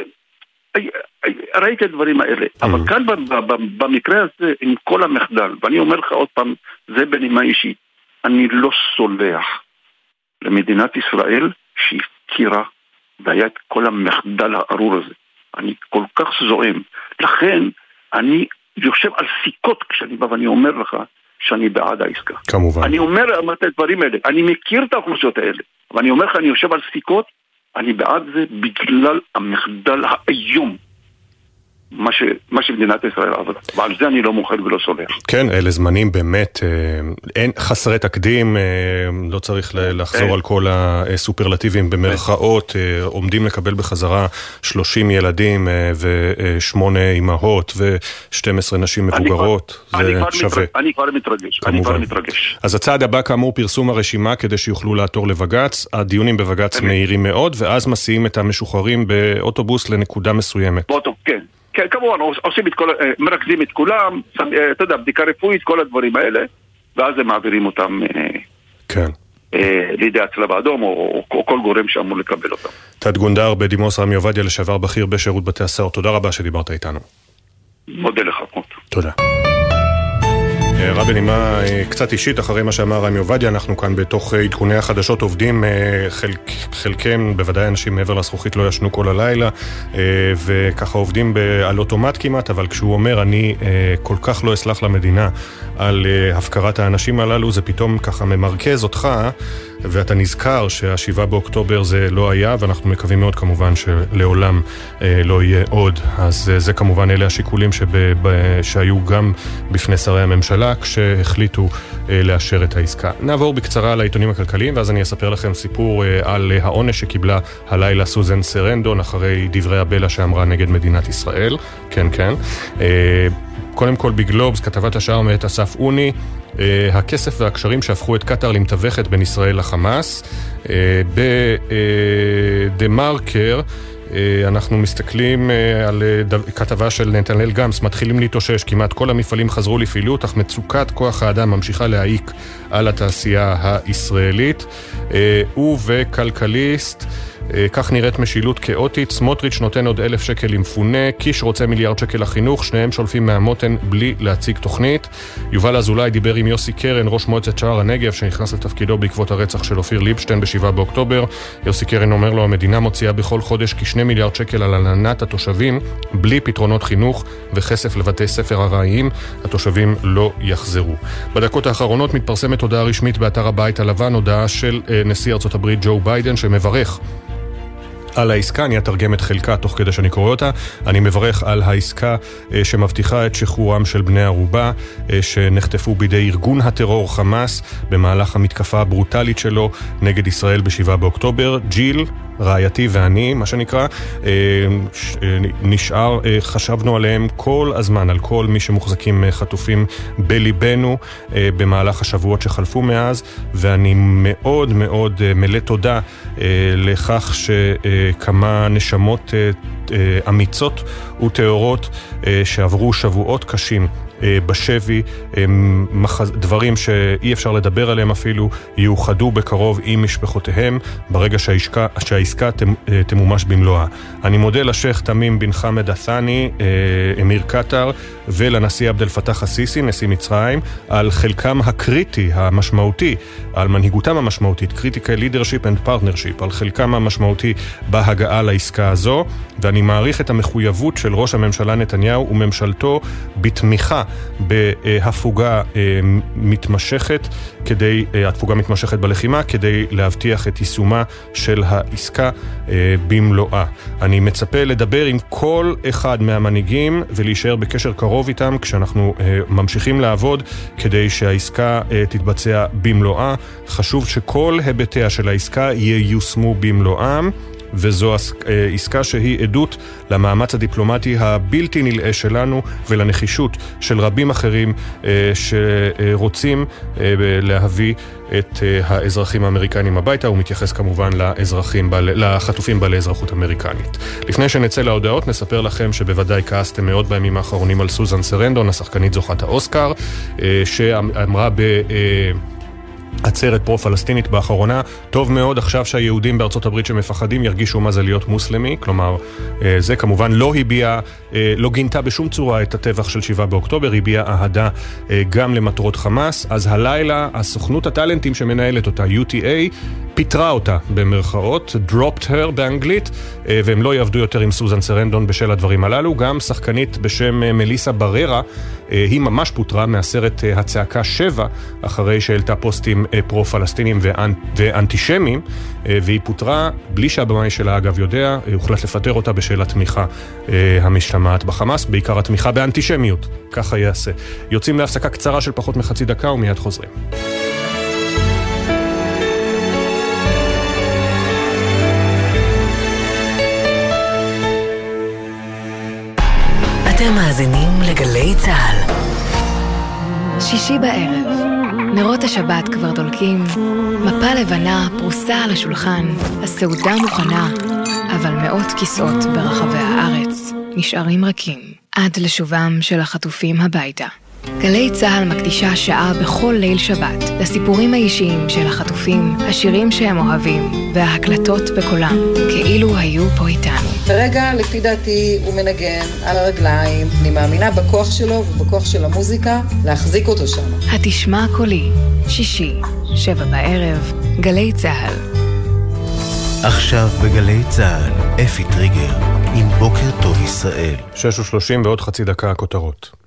S10: ראיתי את הדברים האלה. אבל כאן במקרה הזה, עם כל המחדל, ואני אומר לך עוד פעם, זה בנימה אישית, אני לא סולח למדינת ישראל שהפקירה והיה את כל המחדל הארור הזה. אני כל כך זועם. לכן אני יושב על סיכות כשאני בא ואני אומר לך שאני בעד העסקה.
S1: כמובן.
S10: אני אומר את הדברים האלה, אני מכיר את האוכלוסיות האלה, אבל אני אומר לך, אני יושב על סיכות אני בעד זה בגלל המחדל האיום מה שמדינת ישראל עבדה. ועל זה אני לא מוכן ולא סולח.
S1: כן, אלה זמנים באמת, אין חסרי תקדים, לא צריך לחזור על כל הסופרלטיבים במרכאות, עומדים לקבל בחזרה 30 ילדים ו8 אימהות ו12 נשים מבוגרות, זה שווה.
S10: אני כבר מתרגש.
S1: אז הצעד הבא כאמור פרסום הרשימה כדי שיוכלו לעתור לבגץ, הדיונים בבגץ מהירים מאוד, ואז מסיעים את המשוחררים באוטובוס לנקודה מסוימת.
S10: כן. כן, כמובן, עושים את כל, מרכזים את כולם, אתה יודע, בדיקה רפואית, כל הדברים האלה, ואז הם מעבירים אותם לידי הצלב האדום, או כל גורם שאמור לקבל אותם.
S1: תת גונדר בדימוס רמי עובדיה, לשעבר בכיר בשירות בתי הסוהר, תודה רבה שדיברת איתנו.
S10: מודה לך.
S1: תודה. רבי נימה קצת אישית אחרי מה שאמר רמי עובדיה, אנחנו כאן בתוך עדכוני החדשות עובדים, חלקם בוודאי אנשים מעבר לזכוכית לא ישנו כל הלילה, וככה עובדים על אוטומט כמעט, אבל כשהוא אומר אני כל כך לא אסלח למדינה על הפקרת האנשים הללו, זה פתאום ככה ממרכז אותך, ואתה נזכר שה7 באוקטובר זה לא היה, ואנחנו מקווים מאוד כמובן שלעולם לא יהיה עוד. אז זה כמובן אלה השיקולים שהיו גם בפני שרי הממשלה כשהחליטו לאשר את העסקה. נעבור בקצרה לעיתונים הכלכליים, ואז אני אספר לכם סיפור על העונש שקיבלה הלילה סוזן סרנדון אחרי דברי הבלע שאמרה נגד מדינת ישראל. כן. קודם כל בגלובס, כתבת השער מאת אסף אוני, הכסף והקשרים שהפכו את קטר למתווכת בין ישראל לחמאס. בדה מרקר אנחנו מסתכלים על כתבה של נתנאל גמס, מתחילים להתאושש, כמעט כל המפעלים חזרו לפעילות, אך מצוקת כוח האדם ממשיכה להעיק על התעשייה הישראלית. ובכלכליסט, כך נראית משילות כאוטית, סמוטריץ' נותן עוד 1,000 שקל למפונה, קיש רוצה מיליארד שקל לחינוך, שניהם שולפים מהמותן בלי להציג תוכנית. יובל אזולאי דיבר עם יוסי קרן, ראש מועצת שער הנגב, שנכנס לתפקידו בעקבות הרצח של אופיר ליבשטיין ב7 באוקטובר. יוסי קרן אומר לו, המדינה מוציאה בכל חודש כ2 מיליארד שקל על הלנת התושבים, בלי פתרונות חינוך וכסף לבתי ספר הרעיים, התושבים לא יחזרו. בדקות האחרונות מתפרסמת הודעה רשמית באתר הבית הלבן, הודעה של נשיא ארצות הברית ג'ו ביידן שמברך על העסקה, אני אתרגם את חלקה תוך כדי שאני קורא אותה. אני מברך על העסקה שמבטיחה את שחרורם של בני ערובה שנחטפו בידי ארגון הטרור חמאס במהלך המתקפה הברוטלית שלו נגד ישראל ב7 באוקטובר. ג'יל, רעייתי ואני, מה שנקרא, נשאר, חשבנו עליהם כל הזמן, על כל מי שמוחזקים חטופים בליבנו במהלך השבועות שחלפו מאז, ואני מאוד מאוד מלא תודה לכך שכמה נשמות אמיצות וטהורות שעברו שבועות קשים בשבי, דברים שאי אפשר לדבר עליהם אפילו, יאוחדו בקרוב עם משפחותיהם ברגע שהעסקה תמומש במלואה. אני מודה לשייך תמים בן חמד את'אני, אמיר קטר, ולנשיא עבד אל פתח א-סיסי, נשיא מצרים, על חלקם הקריטי, המשמעותי, על מנהיגותם המשמעותית, critical leadership and partnership, על חלקם המשמעותי בהגעה לעסקה הזו, ואני מעריך את המחויבות של ראש הממשלה נתניהו וממשלתו בתמיכה בהפוגה מתמשכת, התפוגה מתמשכת בלחימה, כדי להבטיח את יישומה של העסקה במלואה. אני מצפה לדבר עם כל אחד מהמנהיגים ולהישאר בקשר קרוב איתם כשאנחנו ממשיכים לעבוד כדי שהעסקה תתבצע במלואה. חשוב שכל היבטיה של העסקה ייושמו במלואם, וזו עסקה שהיא עדות למאמץ הדיפלומטי הבלתי נלאה שלנו ולנחישות של רבים אחרים שרוצים להביא את האזרחים האמריקנים הביתה, ומתייחס כמובן לחטופים בעלי אזרחות אמריקנית. לפני שנצא להודעות, נספר לכם שבוודאי כעסתם מאוד בימים האחרונים על סוזן סרנדון, השחקנית זוכת האוסקר, שאמרה עצרת פרו-פלסטינית באחרונה, טוב מאוד עכשיו שהיהודים בארצות הברית שמפחדים ירגישו מה זה להיות מוסלמי, כלומר, זה כמובן לא גינתה בשום צורה את הטבח של 7 באוקטובר, הביעה אהדה גם למטרות חמאס. אז הלילה הסוכנות הטלנטים שמנהלת אותה, UTA, פיטרה אותה במרכאות, dropped her באנגלית, והם לא יעבדו יותר עם סוזן סרנדון בשל הדברים הללו. גם שחקנית בשם מליסה בררה היא ממש פוטרה מהסרט הצעקה 7, אחרי שהעלתה פוסטים פרו-פלסטינים ואנטישמים, והיא פוטרה בלי שהבמאי שלה אגב יודע, הוחלט לפטר אותה בשל התמיכה המשתמעת בחמאס, בעיקר התמיכה באנטישמיות, ככה יעשה. יוצאים להפסקה קצרה של פחות מחצי דקה ומיד חוזרים.
S2: אתם מאזינים לגלי צהל.
S11: שישי בערב, נרות השבת כבר דולקים, מפה לבנה פרוסה על השולחן, הסעודה מוכנה, אבל מאות כיסאות ברחבי הארץ נשארים רכים עד לשובם של החטופים הביתה. גלי צהל מקדישה שעה בכל ליל שבת לסיפורים האישיים של החטופים, השירים שהם אוהבים וההקלטות בקולם, כאילו היו פה איתנו.
S12: ברגע, לפי דעתי, הוא מנגן על הרגליים. אני מאמינה בכוח שלו ובכוח של המוזיקה להחזיק אותו שם.
S11: התשמע קולי, שישי, 7 בערב, גלי צהל.
S13: עכשיו בגלי צהל, אפי טריגר, עם בוקר טוב ישראל.
S1: 6:30 ועוד חצי דקה הכותרות.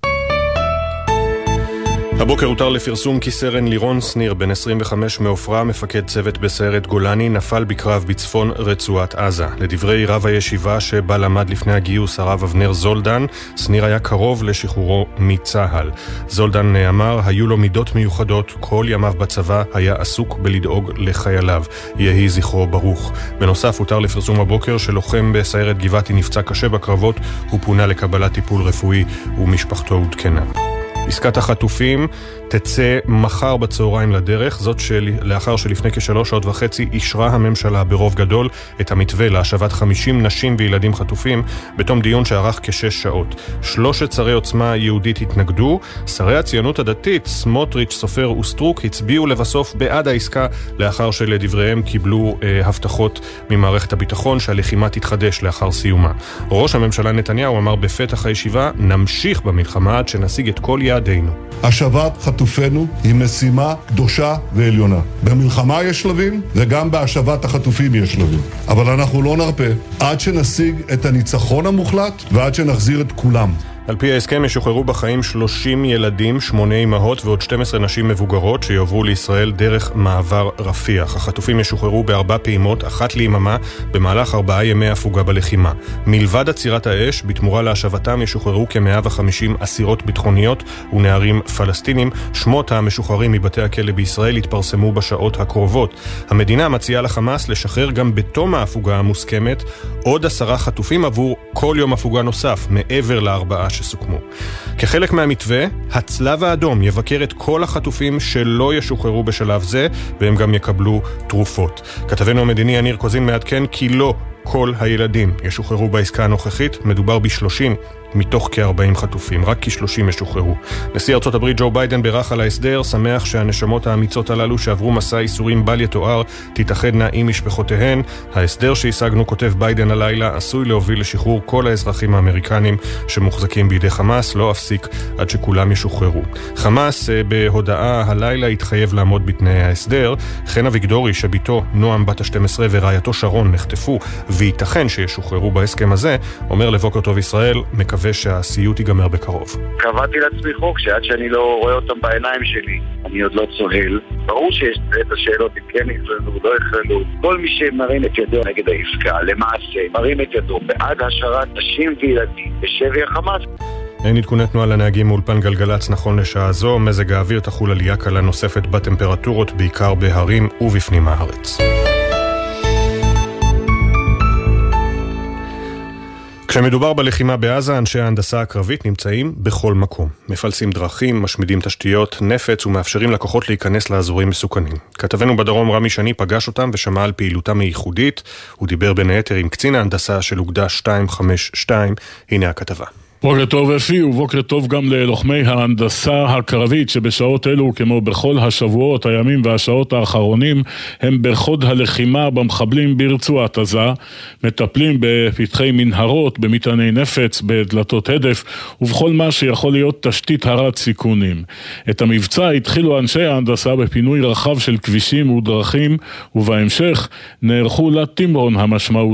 S1: הבוקר הותר לפרסום כי סרן לירון סניר, בן 25 מעופרה, מפקד צוות בסיירת גולני, נפל בקרב בצפון רצועת עזה. לדברי רב הישיבה שבה למד לפני הגיוס, הרב אבנר זולדן, סניר היה קרוב לשחרורו מצה"ל. זולדן אמר, היו לו מידות מיוחדות, כל ימיו בצבא היה עסוק בלדאוג לחייליו. יהי זכרו ברוך. בנוסף הותר לפרסום הבוקר שלוחם בסיירת גבעתי נפצע קשה בקרבות, הוא פונה לקבלת טיפול רפואי ומשפחתו עודכנה. עסקת החטופים תצא מחר בצהריים לדרך, זאת לאחר שלפני כ3.5 שעות אישרה הממשלה ברוב גדול את המתווה להשבת 50 נשים וילדים חטופים, בתום דיון שערך כ6 שעות. 3 שרי עוצמה יהודית התנגדו, שרי הציונות הדתית, סמוטריץ', סופר וסטרוק, הצביעו לבסוף בעד העסקה, לאחר שלדבריהם קיבלו הבטחות ממערכת הביטחון שהלחימה תתחדש לאחר סיומה. ראש הממשלה נתניהו אמר בפתח הישיבה, נמשיך במלחמה עד שנשיג את כל יעדינו.
S3: השבת חטופינו היא משימה קדושה ועליונה. במלחמה יש שלבים, וגם בהשבת החטופים יש שלבים. אבל אנחנו לא נרפה עד שנשיג את הניצחון המוחלט, ועד שנחזיר את כולם.
S1: על פי ההסכם ישוחררו בחיים 30 ילדים, 8 אמהות ועוד 12 נשים מבוגרות שיועברו לישראל דרך מעבר רפיח. החטופים ישוחררו ב4 פעימות, אחת ליממה, במהלך 4 ימי הפוגה בלחימה. מלבד עצירת האש, בתמורה להשבתם ישוחררו כ150 אסירות ביטחוניות ונערים פלסטינים. שמות המשוחררים מבתי הכלא בישראל יתפרסמו בשעות הקרובות. המדינה מציעה לחמאס לשחרר גם בתום ההפוגה המוסכמת עוד 10 חטופים עבור כל יום הפוגה נוסף, מעבר ל4 שסוכמו. כחלק מהמתווה, הצלב האדום יבקר את כל החטופים שלא ישוחררו בשלב זה, והם גם יקבלו תרופות. כתבנו המדיני יניר קוזין מעדכן כי לא כל הילדים ישוחררו בעסקה הנוכחית, מדובר ב30 מתוך כ40 חטופים, רק כ30 ישוחררו. נשיא ארצות הברית ג'ו ביידן בירך על ההסדר, שמח שהנשמות האמיצות הללו שעברו מסע איסורים בל יתואר תתאחדנה עם משפחותיהן. ההסדר שהשגנו, כותב ביידן הלילה, עשוי להוביל לשחרור כל האזרחים האמריקנים שמוחזקים בידי חמאס, לא אפסיק עד שכולם ישוחררו. חמאס בהודעה הלילה התחייב לעמוד בתנאי ההסדר. חן אביגדורי שביתו נועם בת ה-12 ורעייתו שרון נחטפו וייתכן שישוחררו בהסכם הזה, אומר לבוקר טוב ישראל, מקווה שהסיוט ייגמר בקרוב.
S5: קבעתי לעצמי חוק שעד שאני לא רואה אותם בעיניים שלי, אני עוד לא צוהל. ברור שיש את השאלות אם כן יכללו, לא יכללו. כל מי שמרים את ידו נגד העסקה, למעשה, מרים את ידו בעד השארת נשים וילדים בשבי החמאס.
S1: אין עדכוני תנועה לנהגים מאולפן גלגלץ נכון לשעה זו. מזג האוויר תחול עלייה קלה נוספת בטמפרטורות, בעיקר בהרים ובפנים הארץ. כשמדובר בלחימה בעזה, אנשי ההנדסה הקרבית נמצאים בכל מקום. מפלסים דרכים, משמידים תשתיות, נפץ ומאפשרים לקוחות להיכנס לאזורים מסוכנים. כתבנו בדרום רמי שני פגש אותם ושמע על פעילותם הייחודית. הוא דיבר בין היתר עם קצין ההנדסה של אוגדה 252. הנה הכתבה.
S14: בוקר טוב אפי, ובוקר טוב גם ללוחמי ההנדסה הקרבית שבשעות אלו, כמו בכל השבועות, הימים והשעות האחרונים, הם בחוד הלחימה במחבלים ברצועת עזה, מטפלים בפתחי מנהרות, במטעני נפץ, בדלתות הדף, ובכל מה שיכול להיות תשתית הרת סיכונים. את המבצע התחילו אנשי ההנדסה בפינוי רחב של כבישים ודרכים, ובהמשך נערכו לתמרון המשמעותי.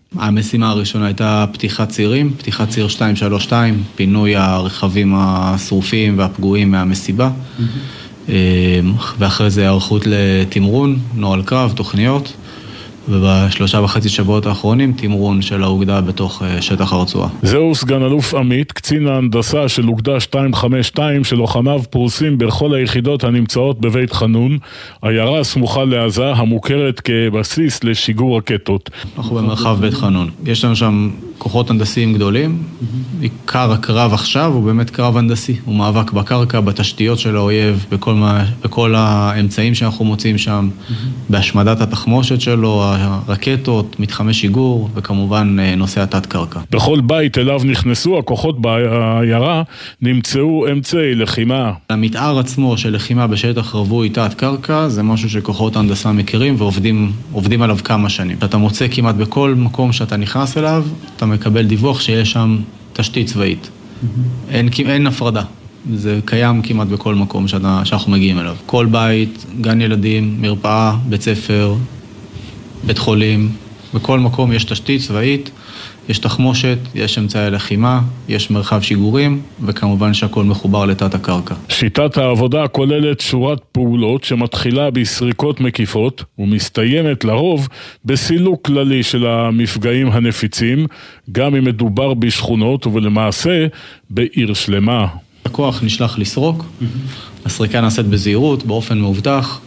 S15: המשימה הראשונה הייתה פתיחת צירים, פתיחת ציר 232, פינוי הרכבים השרופים והפגועים מהמסיבה, ואחרי זה הערכות לתמרון, נוהל קרב, תוכניות, וב3.5 שבועות האחרונים תמרון של האוגדה בתוך שטח הרצועה.
S14: זהו סגן אלוף עמית, קצין ההנדסה של אוגדה 252 שלוחמיו פרוסים בכל היחידות הנמצאות בבית חנון, עיירה סמוכה לעזה המוכרת כבסיס לשיגור רקטות.
S15: אנחנו במרחב בית חנון. יש לנו שם כוחות הנדסיים גדולים. עיקר הקרב עכשיו הוא באמת קרב הנדסי. הוא מאבק בקרקע, בתשתיות של האויב, בכל האמצעים שאנחנו מוצאים שם, בהשמדת התחמושת שלו, הרקטות, מתחמי שיגור, וכמובן נושא התת קרקע.
S14: בכל בית אליו נכנסו הכוחות בעיירה, נמצאו אמצעי לחימה.
S15: המתאר עצמו של לחימה בשטח רווי תת קרקע, זה משהו שכוחות ההנדסה מכירים ועובדים עליו כמה שנים. אתה מוצא כמעט בכל מקום שאתה נכנס אליו, אתה מקבל דיווח שיש שם תשתית צבאית. אין הפרדה. זה קיים כמעט בכל מקום שאנחנו מגיעים אליו. כל בית, גן ילדים, מרפאה, בית ספר, בית חולים, בכל מקום יש תשתית צבאית, יש תחמושת, יש אמצעי לחימה, יש מרחב שיגורים, וכמובן שהכל מחובר לתת הקרקע.
S14: שיטת העבודה כוללת שורת פעולות שמתחילה בסריקות מקיפות, ומסתיימת לרוב בסילוק כללי של המפגעים הנפיצים, גם אם מדובר בשכונות ולמעשה בעיר שלמה.
S15: הכוח נשלח לסרוק, הסריקה נעשית בזהירות, באופן מאובטח,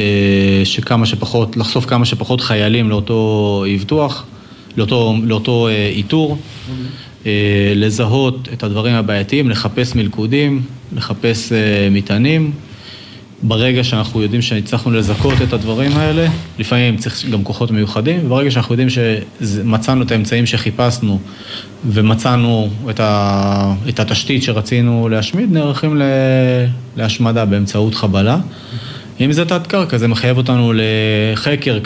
S15: לחשוף כמה שפחות חיילים לאותו יבטוח, לאותו איתור, לזהות את הדברים הבעייתיים, לחפש מלכודים, לחפש מטענים. ברגע שאנחנו יודעים שהצלחנו לזכות את הדברים האלה, לפעמים צריך גם כוחות מיוחדים, וברגע שאנחנו יודעים שמצאנו את האמצעים שחיפשנו, ומצאנו את התשתית שרצינו להשמיד, נערכים להשמדה באמצעות חבלה. אם זה תת קרקע, זה מחייב אותנו לחקר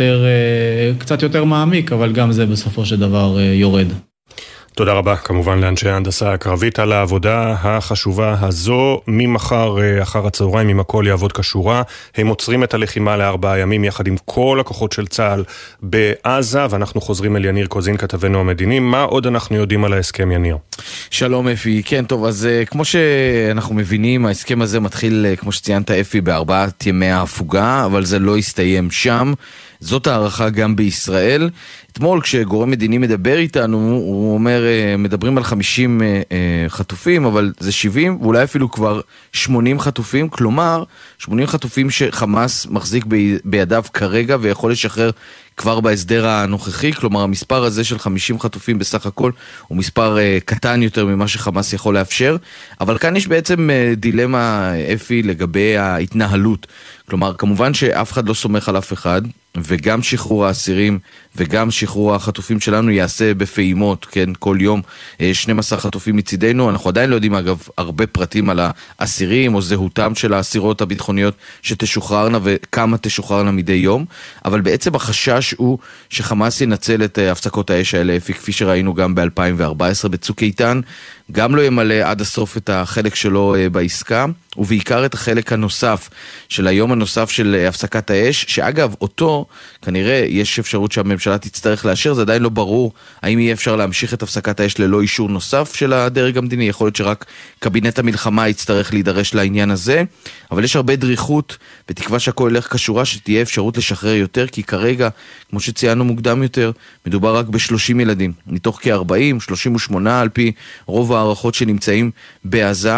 S15: קצת יותר מעמיק, אבל גם זה בסופו של דבר יורד.
S1: תודה רבה, כמובן לאנשי ההנדסה הקרבית על העבודה החשובה הזו. ממחר אחר הצהריים, אם הכל יעבוד כשורה, הם עוצרים את הלחימה ל4 ימים יחד עם כל הכוחות של צה"ל בעזה, ואנחנו חוזרים אל יניר קוזין, כתבנו המדיני. מה עוד אנחנו יודעים על ההסכם, יניר?
S16: שלום אפי, כן טוב, אז כמו שאנחנו מבינים, ההסכם הזה מתחיל, כמו שציינת אפי, ב4 ימי ההפוגה, אבל זה לא יסתיים שם. זאת הערכה גם בישראל. אתמול כשגורם מדיני מדבר איתנו, הוא אומר, מדברים על 50 חטופים, אבל זה 70, ואולי אפילו כבר 80 חטופים, כלומר, 80 חטופים שחמאס מחזיק בידיו כרגע, ויכול לשחרר כבר בהסדר הנוכחי, כלומר המספר הזה של 50 חטופים בסך הכל, הוא מספר קטן יותר ממה שחמאס יכול לאפשר, אבל כאן יש בעצם דילמה אפי לגבי ההתנהלות, כלומר כמובן שאף אחד לא סומך על אף אחד, וגם שחרור האסירים וגם שחרור החטופים שלנו יעשה בפעימות, כן, כל יום 12 חטופים מצידנו. אנחנו עדיין לא יודעים אגב הרבה פרטים על האסירים או זהותם של האסירות הביטחוניות שתשוחררנה וכמה תשוחררנה מדי יום, אבל בעצם החשש הוא שחמאס ינצל את הפסקות האש האלה, כפי שראינו גם ב-2014 בצוק איתן, גם לא ימלא עד הסוף את החלק שלו בעסקה, ובעיקר את החלק הנוסף של היום הנוסף של הפסקת האש, שאגב אותו כנראה יש אפשרות שהממשלה תצטרך לאשר, זה עדיין לא ברור האם יהיה אפשר להמשיך את הפסקת האש ללא אישור נוסף של הדרג המדיני, יכול להיות שרק קבינט המלחמה יצטרך להידרש לעניין הזה, אבל יש הרבה דריכות, בתקווה שהכל ילך כשורה, שתהיה אפשרות לשחרר יותר, כי כרגע, כמו שציינו מוקדם יותר, מדובר רק ב30 ילדים, מתוך כ-40, 38 על פי רוב הערכות שנמצאים בעזה,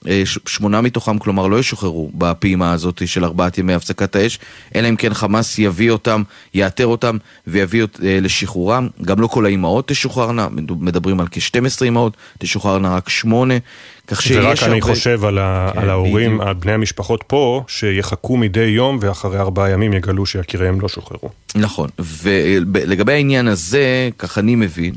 S16: 8 מתוכם כלומר לא ישוחררו בפעימה הזאת של 4 ימי הפסקת האש, אלא אם כן חמאס יביא אותם, יאתר אותם ויביא לשחרורם. גם לא כל האימהות תשוחררנה, מדברים על כ-12 אימהות, תשוחררנה רק 8.
S1: ורק אני חושב על ההורים, על בני המשפחות פה, שיחכו מדי יום ואחרי 4 ימים יגלו שיקיריהם לא שוחררו.
S16: נכון, ולגבי העניין הזה, כך אני מבין,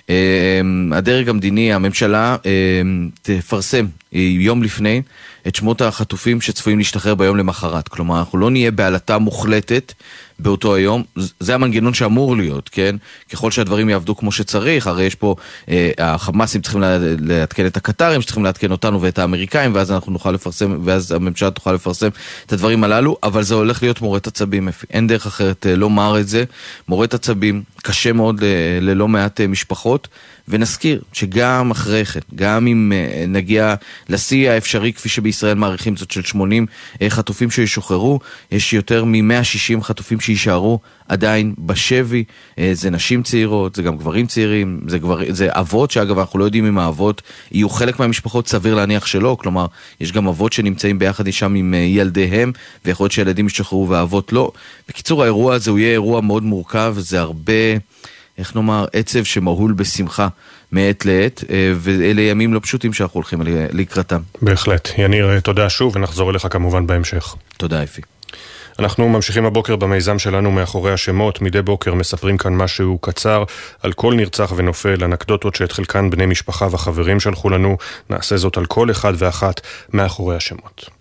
S16: הדרג המדיני, הממשלה תפרסם יום לפני את שמות החטופים שצפויים להשתחרר ביום למחרת. כלומר, אנחנו לא נהיה בעלתה מוחלטת באותו היום. זה המנגנון שאמור להיות, כן? ככל שהדברים יעבדו כמו שצריך, הרי יש פה, החמאסים צריכים להתקן את הקטרים, שצריכים להתקן אותנו ואת האמריקאים, ואז אנחנו נוכל לפרסם, ואז הממשלה תוכל לפרסם את הדברים הללו, אבל זה הולך להיות מורת עצבים. אין דרך אחרת לומר את זה. מורת עצבים, קשה מאוד ללא מעט משפחות, ונזכיר שגם אחרי כן, גם אם נגיע לשיא האפשרי כפי שבישראל מעריכים זאת של 80 חטופים שישוחררו, יש יותר מ-160 חטופים שישארו עדיין בשבי, זה נשים צעירות, זה גם גברים צעירים, זה אבות שאגב אנחנו לא יודעים אם האבות יהיו חלק מהמשפחות, סביר להניח שלא, כלומר יש גם אבות שנמצאים ביחד שם עם ילדיהם, ויכול להיות שילדים ישוחררו והאבות לא. בקיצור האירוע הזה הוא יהיה אירוע מאוד מורכב, זה הרבה, איך נאמר, עצב שמהול בשמחה מעת לעת, ואלה ימים לא פשוטים שאנחנו הולכים לקראתם.
S1: בהחלט. יניר, תודה שוב, ונחזור אליך כמובן בהמשך.
S16: תודה אפי.
S1: אנחנו ממשיכים הבוקר במיזם שלנו מאחורי השמות. מדי בוקר מספרים כאן משהו קצר על כל נרצח ונופל, אנקדוטות שאת חלקן בני משפחה וחברים שלחו לנו. נעשה זאת על כל אחד ואחת מאחורי השמות.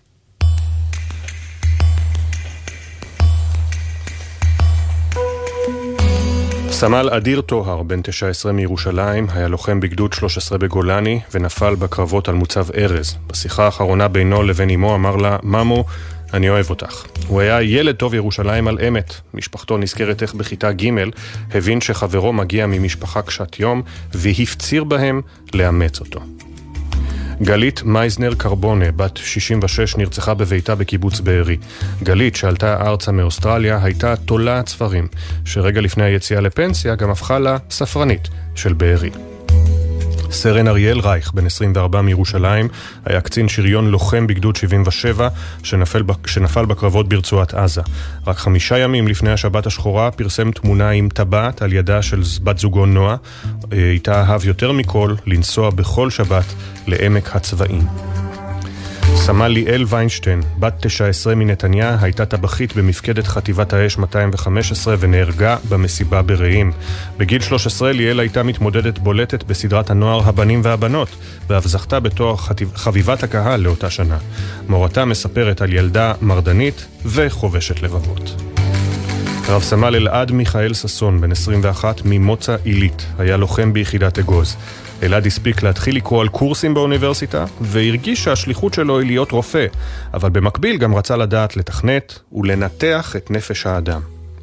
S1: סמל אדיר טוהר, בן 19 מירושלים, היה לוחם בגדוד 13 בגולני ונפל בקרבות על מוצב ארז. בשיחה האחרונה בינו לבין אמו אמר לה, ממו, אני אוהב אותך. הוא היה ילד טוב ירושלים על אמת. משפחתו נזכרת איך בכיתה ג' הבין שחברו מגיע ממשפחה קשת יום והפציר בהם לאמץ אותו. גלית מייזנר קרבונה, בת 66, נרצחה בביתה בקיבוץ בארי. גלית, שעלתה ארצה מאוסטרליה, הייתה תולעת ספרים, שרגע לפני היציאה לפנסיה גם הפכה לה ספרנית של בארי. סרן אריאל רייך, בן 24 מירושלים, היה קצין שריון לוחם בגדוד 77 שנפל בקרבות ברצועת עזה. רק 5 ימים לפני השבת השחורה פרסם תמונה עם טבעת על ידה של בת זוגו נועה. איתה אהב יותר מכל לנסוע בכל שבת לעמק הצבאים. סמל ליאל ויינשטיין, בת 19 מנתניה, הייתה טבחית במפקדת חטיבת האש 215 ונהרגה במסיבה ברעים. בגיל 13 ליאל הייתה מתמודדת בולטת בסדרת הנוער הבנים והבנות, ואף זכתה בתואר חביבת הקהל לאותה שנה. מורתה מספרת על ילדה מרדנית וחובשת לבבות. רב סמל אלעד מיכאל ססון, בן 21 ממוצא עילית, היה לוחם ביחידת אגוז. אלעד הספיק להתחיל לקרוא על קורסים באוניברסיטה, והרגיש שהשליחות שלו היא להיות רופא, אבל במקביל גם רצה לדעת לתכנת ולנתח את נפש האדם.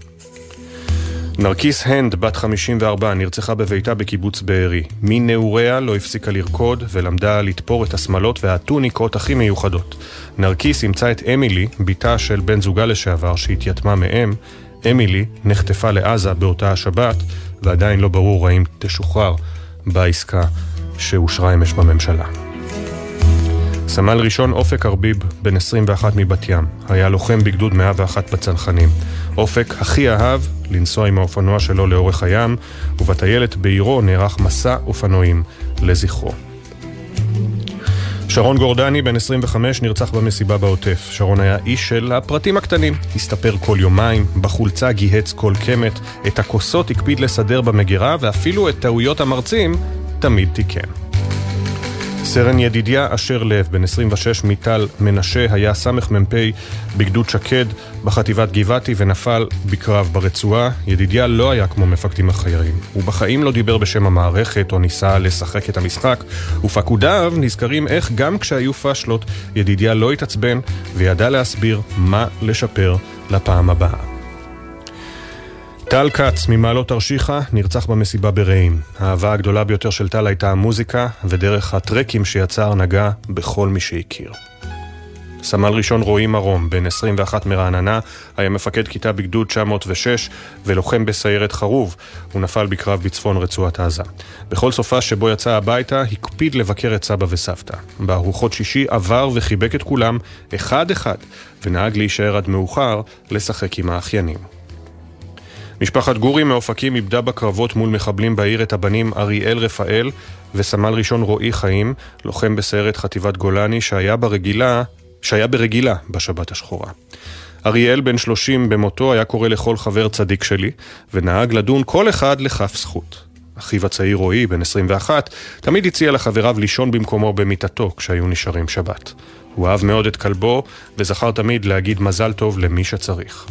S1: נרקיס הנד, בת 54, נרצחה בביתה בקיבוץ בארי. מנעוריה לא הפסיקה לרקוד ולמדה לתפור את השמלות והטוניקות הכי מיוחדות. נרקיס ימצא את אמילי, ביתה של בן זוגה לשעבר שהתייתמה מהם. אמילי נחטפה לעזה באותה השבת, ועדיין לא ברור האם תשוחרר בעסקה שאושרה אמש בממשלה. סמל ראשון אופק ארביב, בן 21 מבת ים, היה לוחם בגדוד 101 בצנחנים. אופק הכי אהב לנסוע עם האופנוע שלו לאורך הים, ובטיילת בעירו נערך מסע אופנועים לזכרו. שרון גורדני, בן 25, נרצח במסיבה בעוטף. שרון היה איש של הפרטים הקטנים. הסתפר כל יומיים, בחולצה גיהץ כל קמת, את הכוסות הקפיד לסדר במגירה, ואפילו את טעויות המרצים תמיד תיקן. סרן ידידיה אשר לב, בן 26 מתל מנשה, היה סמך מ"פ בגדוד שקד בחטיבת גבעתי ונפל בקרב ברצועה. ידידיה לא היה כמו מפקדים אחרים. הוא בחיים לא דיבר בשם המערכת או ניסה לשחק את המשחק, ופקודיו נזכרים איך גם כשהיו פשלות ידידיה לא התעצבן וידע להסביר מה לשפר לפעם הבאה. טל קץ ממעלות תרשיחא נרצח במסיבה ברעים. האהבה הגדולה ביותר של טל הייתה המוזיקה, ודרך הטרקים שיצר נגע בכל מי שהכיר. סמל ראשון רועי מרום, בן 21 מרעננה, היה מפקד כיתה בגדוד 906 ולוחם בסיירת חרוב. הוא נפל בקרב בצפון רצועת עזה. בכל סופה שבו יצא הביתה, הקפיד לבקר את סבא וסבתא. בארוחות שישי עבר וחיבק את כולם אחד אחד, ונהג להישאר עד מאוחר לשחק עם האחיינים. משפחת גורי מאופקים איבדה בקרבות מול מחבלים בעיר את הבנים אריאל רפאל וסמל ראשון רועי חיים, לוחם בסיירת חטיבת גולני שהיה ברגילה בשבת השחורה. אריאל בן 30 במותו היה קורא לכל חבר צדיק שלי, ונהג לדון כל אחד לכף זכות. אחיו הצעיר רועי, בן 21, תמיד הציע לחבריו לישון במקומו במיטתו כשהיו נשארים שבת. הוא אהב מאוד את כלבו וזכר תמיד להגיד מזל טוב למי שצריך.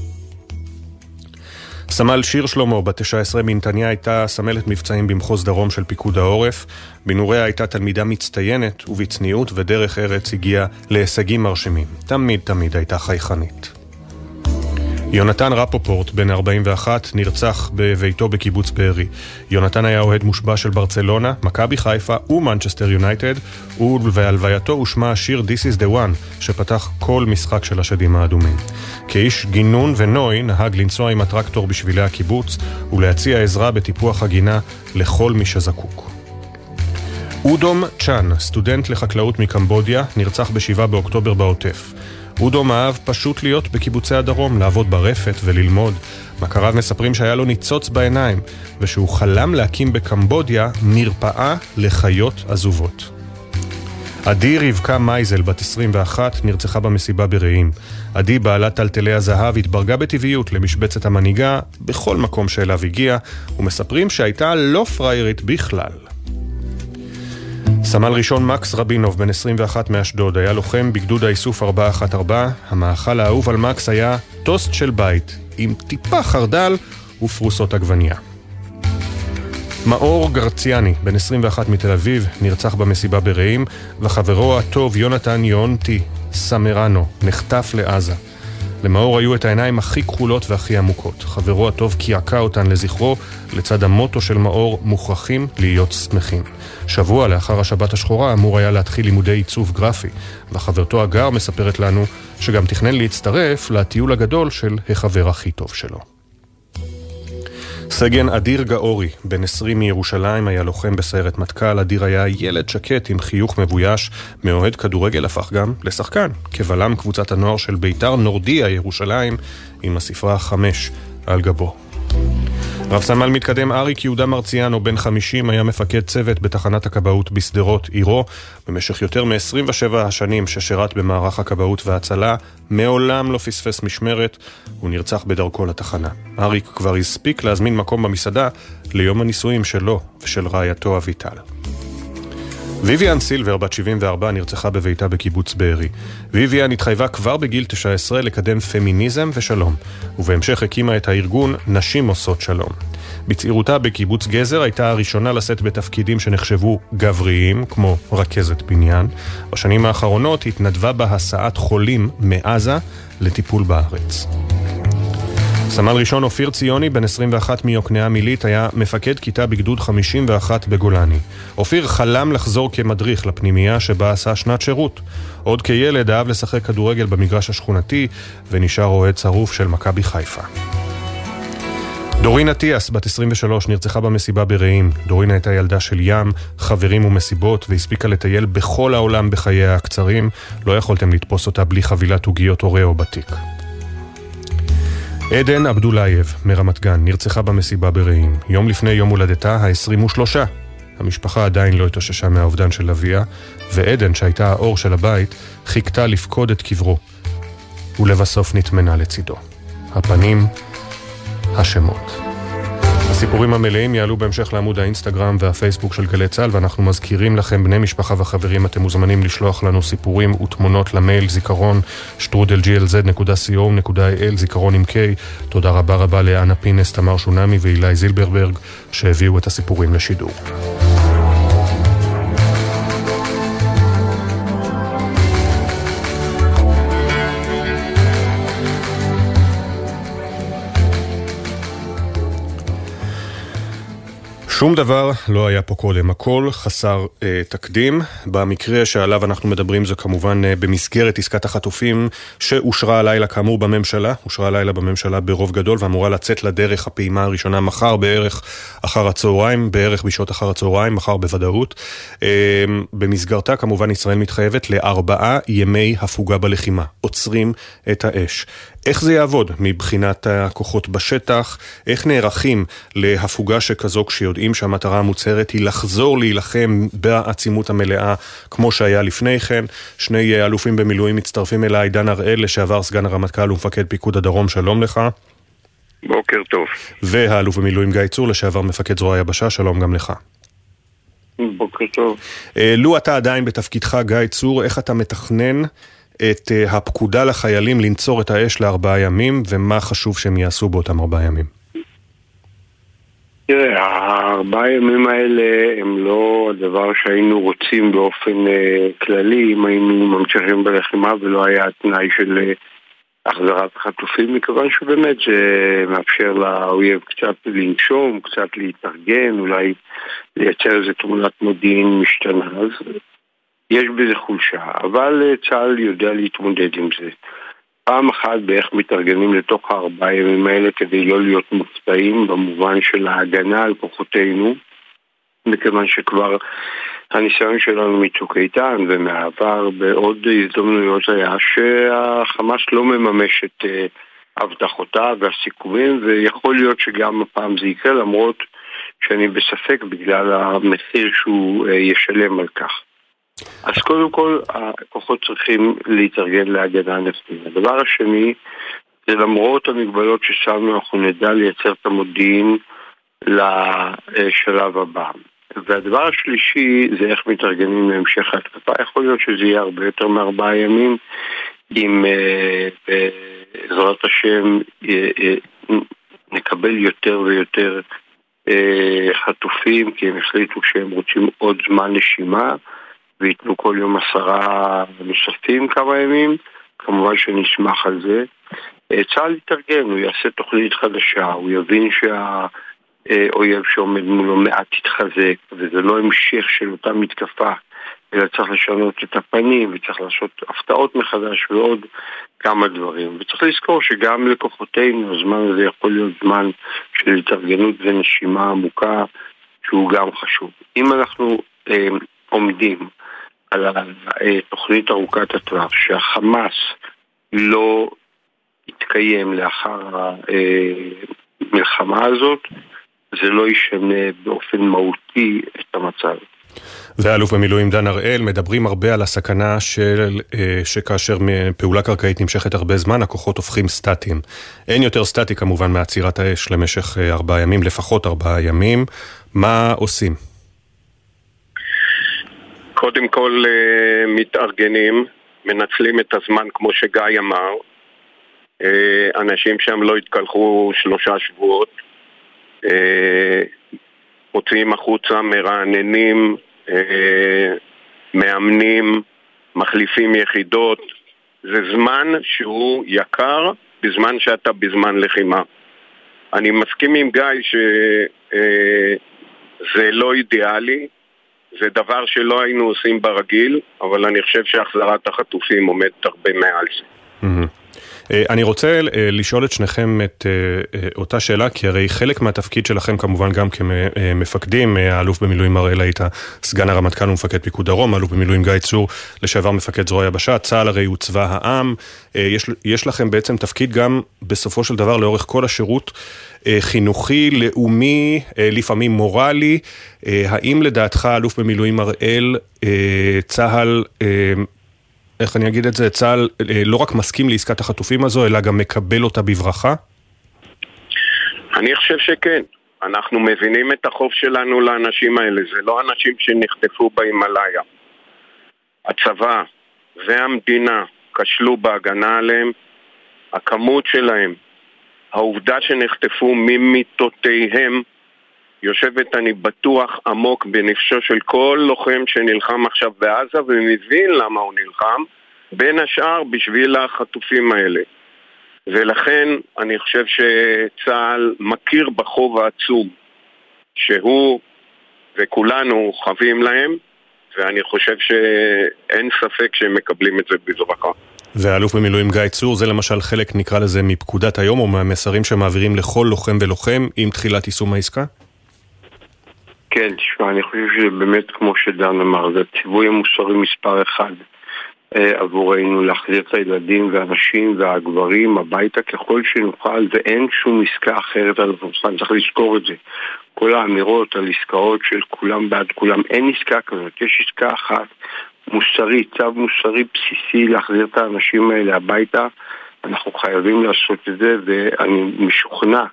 S1: סמל שיר שלמה, בת 19 מנתניה, הייתה סמלת מבצעים במחוז דרום של פיקוד העורף. בנוריה הייתה תלמידה מצטיינת, ובצניעות ודרך ארץ הגיעה להישגים מרשימים. תמיד הייתה חייכנית. יונתן רפופורט, בן 41, נרצח בביתו בקיבוץ בארי. יונתן היה אוהד מושבע של ברצלונה, מכבי חיפה ומנצ'סטר יונייטד, ובהלווייתו הושמע השיר This is the one, שפתח כל משחק של השדים האדומים. כאיש גינון ונוי נהג לנסוע עם הטרקטור בשבילי הקיבוץ ולהציע עזרה בטיפוח הגינה לכל מי שזקוק. אודום צ'אן, סטודנט לחקלאות מקמבודיה, נרצח ב7 באוקטובר בעוטף. אודום אהב פשוט להיות בקיבוצי הדרום, לעבוד ברפת וללמוד. מכריו מספרים שהיה לו ניצוץ בעיניים, ושהוא חלם להקים בקמבודיה מרפאה לחיות עזובות. עדי רבקה מייזל, בת 21, נרצחה במסיבה ברעים. עדי, בעלת טלטלי הזהב, התברגה בטבעיות למשבצת המנהיגה בכל מקום שאליו הגיע, ומספרים שהייתה לא פריירית בכלל. סמל ראשון מקס רבינוב, בן 21 מאשדוד, היה לוחם בגדוד האיסוף 414. המאכל האהוב על מקס היה טוסט של בית, עם טיפה חרדל ופרוסות עגבניה. מאור גרציאני, בן 21 מתל אביב, נרצח במסיבה ברעים, וחברו הטוב יונתן יונטי סמרנו נחטף לעזה. למאור היו את העיניים הכי כחולות והכי עמוקות. חברו הטוב קעקע אותן לזכרו, לצד המוטו של מאור, מוכרחים להיות שמחים. שבוע לאחר השבת השחורה אמור היה להתחיל לימודי עיצוב גרפי, וחברתו הגר מספרת לנו שגם תכנן להצטרף לטיול הגדול של החבר הכי טוב שלו. סגן אדיר גאורי, בן 20 מירושלים, היה לוחם בסיירת מטכ"ל. אדיר היה ילד שקט עם חיוך מבויש, מאוהד כדורגל הפך גם לשחקן, כבלם קבוצת הנוער של ביתר נורדיה ירושלים, עם הספרה 5 על גבו. רב סמל מתקדם אריק יהודה מרציאנו, בן 50, היה מפקד צוות בתחנת הכבאות בסדרות עירו. במשך יותר מ-27 השנים ששירת במערך הכבאות וההצלה, מעולם לא פספס משמרת. הוא נרצח בדרכו לתחנה. אריק כבר הספיק להזמין מקום במסעדה ליום הנישואים שלו ושל רעייתו אביטל. ויויאן סילבר, בת 74, נרצחה בביתה בקיבוץ בארי. ויויאן התחייבה כבר בגיל 19 לקדם פמיניזם ושלום, ובהמשך הקימה את הארגון נשים עושות שלום. בצעירותה בקיבוץ גזר הייתה הראשונה לשאת בתפקידים שנחשבו גבריים, כמו רכזת בניין. בשנים האחרונות התנדבה בהסעת חולים מעזה לטיפול בארץ. סמל ראשון אופיר ציוני, בן 21 מיוקנעם עילית, היה מפקד כיתה בגדוד 51 בגולני. אופיר חלם לחזור כמדריך לפנימייה שבה עשה שנת שירות. עוד כילד אהב לשחק כדורגל במגרש השכונתי, ונשאר אוהד צרוף של מכבי חיפה. דורין עטיאס, בת 23, נרצחה במסיבה ברעים. דורין הייתה ילדה של ים, חברים ומסיבות, והספיקה לטייל בכל העולם בחייה הקצרים. לא יכולתם לתפוס אותה בלי חבילת עוגיות אוריאו בתיק. עדן אבדולייב מרמת גן נרצחה במסיבה ברעים. יום לפני יום הולדתה ה-23. המשפחה עדיין לא התאוששה מהאובדן של אביה, ועדן, שהייתה האור של הבית, חיכתה לפקוד את קברו, ולבסוף נתמנה לצידו. הפנים, השמות. הסיפורים המלאים יעלו בהמשך לעמוד האינסטגרם והפייסבוק של גלי צה"ל, ואנחנו מזכירים לכם, בני משפחה וחברים, אתם מוזמנים לשלוח לנו סיפורים ותמונות למייל זיכרון@glz.co.il, זיכרון עם K. תודה רבה לאנה פינס, תמר שונמי ואילי זילברברג שהביאו את הסיפורים לשידור. שום דבר לא היה פה קודם, הכל חסר תקדים. במקרה שעליו אנחנו מדברים זה כמובן במסגרת עסקת החטופים שאושרה הלילה כאמור בממשלה, אושרה הלילה בממשלה ברוב גדול, ואמורה לצאת לדרך הפעימה הראשונה מחר בערך אחר הצהריים, בערך בשעות אחר הצהריים, מחר בוודאות. במסגרתה כמובן ישראל מתחייבת ל4 ימי הפוגה בלחימה, עוצרים את האש. איך זה יעבוד מבחינת הכוחות בשטח? איך נערכים להפוגה שכזו כשיודעים שהמטרה המוצהרת היא לחזור להילחם בעצימות המלאה כמו שהיה לפני כן? שני אלופים במילואים מצטרפים אליי, דן הראל, לשעבר סגן הרמטכ"ל ומפקד פיקוד הדרום, שלום לך.
S17: בוקר טוב.
S1: והאלוף במילואים גיא צור, לשעבר מפקד זרוע היבשה, שלום גם לך.
S17: בוקר טוב.
S1: לו אתה עדיין בתפקידך גיא צור, איך אתה מתכנן את הפקודה לחיילים לנצור את האש ל4 ימים, ומה חשוב שהם יעשו באותם 4 ימים?
S17: תראה, 4 ימים האלה הם לא הדבר שהיינו רוצים באופן כללי, אם היינו ממשיכים בלחימה ולא היה תנאי של החזרת החטופים, מכיוון שבאמת זה מאפשר לאויב קצת לנשום, קצת להתארגן, אולי לייצר איזו תמונת מודיעין משתנה. אז יש בזה חולשה, אבל צה"ל יודע להתמודד עם זה. פעם אחת באיך מתארגנים לתוך 4 ימים האלה כדי לא להיות מופתעים במובן של ההגנה על כוחותינו, מכיוון שכבר הניסיון שלנו מצוק איתן ומעבר בעוד הזדמנויות היה שהחמאס לא מממש את הבטחותיו והסיכומים, ויכול להיות שגם הפעם זה יקרה, למרות שאני בספק בגלל המחיר שהוא ישלם על כך. אז קודם כל, הכוחות צריכים להתארגן להגנה נפתית. הדבר השני, זה למרות המגבלות ששמנו, אנחנו נדע לייצר את המודיעין לשלב הבא. והדבר השלישי, זה איך מתארגנים להמשך ההתקפה. יכול להיות שזה יהיה הרבה יותר מ4 ימים, אם בעזרת השם נקבל יותר ויותר חטופים, כי הם החליטו שהם רוצים עוד זמן נשימה, ויתנו כל יום 10 נוספים כמה ימים, כמובן שנשמח על זה. צה"ל יתארגן, הוא יעשה תוכנית חדשה, הוא יבין שהאויב שעומד מולו מעט יתחזק, וזה לא המשך של אותה מתקפה, אלא צריך לשנות את הפנים, וצריך לעשות הפתעות מחדש ועוד כמה דברים. וצריך לזכור שגם לכוחותינו, הזמן הזה יכול להיות זמן של התארגנות ונשימה עמוקה, שהוא גם חשוב. אם אנחנו עומדים על התוכנית ארוכת הטווח, שהחמאס לא יתקיים לאחר המלחמה הזאת, זה לא ישנה באופן מהותי את המצב.
S1: ואלוף במילואים דן הראל, מדברים הרבה על הסכנה שכאשר פעולה קרקעית נמשכת הרבה זמן, הכוחות הופכים סטטיים. אין יותר סטטי כמובן מעצירת האש למשך 4 ימים, לפחות 4 ימים. מה עושים?
S18: קודם כל מתארגנים, מנצלים את הזמן כמו שגיא אמר. אנשים שם לא התקלחו 3 שבועות, מוציאים החוצה, מרעננים, מאמנים, מחליפים יחידות. זה זמן שהוא יקר בזמן שאתה בזמן לחימה. אני מסכים עם גיא שזה לא אידיאלי, זה דבר שלא היינו עושים ברגיל, אבל אני חושב שהחזרת החטופים עומדת הרבה מעל זה.
S1: אני רוצה לשאול את שניכם את אותה שאלה, כי הרי חלק מהתפקיד שלכם כמובן גם כמפקדים, האלוף במילואים הראל היית סגן הרמטכ"ל ומפקד פיקוד דרום, האלוף במילואים גיא צור לשעבר מפקד זרוע יבשה, צה"ל הרי הוא צבא העם, יש לכם בעצם תפקיד גם בסופו של דבר לאורך כל השירות, חינוכי, לאומי, לפעמים מורלי. האם לדעתך האלוף במילואים הראל, צה"ל, איך אני אגיד את זה, צה"ל לא רק מסכים לעסקת החטופים הזו, אלא גם מקבל אותה בברכה?
S18: אני חושב שכן. אנחנו מבינים את החוב שלנו לאנשים האלה. זה לא אנשים שנחטפו בהימאליה. הצבא והמדינה כשלו בהגנה עליהם. הכמות שלהם, העובדה שנחטפו ממיטותיהם, יושבת אני בטוח עמוק בנפשו של כל לוחם שנלחם עכשיו בעזה ומבין למה הוא נלחם, בין השאר בשביל החטופים האלה. ולכן אני חושב שצה"ל מכיר בחוב העצום שהוא וכולנו חווים להם, ואני חושב שאין ספק שהם מקבלים את זה בברכה.
S1: והאלוף במילואים גיא צור, זה למשל חלק נקרא לזה מפקודת היום או מהמסרים שמעבירים לכל לוחם ולוחם עם תחילת יישום העסקה?
S17: כן, תשמע, אני חושב שבאמת כמו שדן אמר, זה הציווי המוסרי מספר 1 עבורנו להחזיר את הילדים והאנשים והגברים הביתה ככל שנוכל, ואין שום עסקה אחרת על הפרסן, צריך לזכור את זה. כל האמירות על עסקאות של כולם בעד כולם, אין עסקה כזאת, יש עסקה אחת מוסרית, צו מוסרי בסיסי להחזיר את האנשים האלה הביתה, אנחנו חייבים לעשות את זה, ואני משוכנע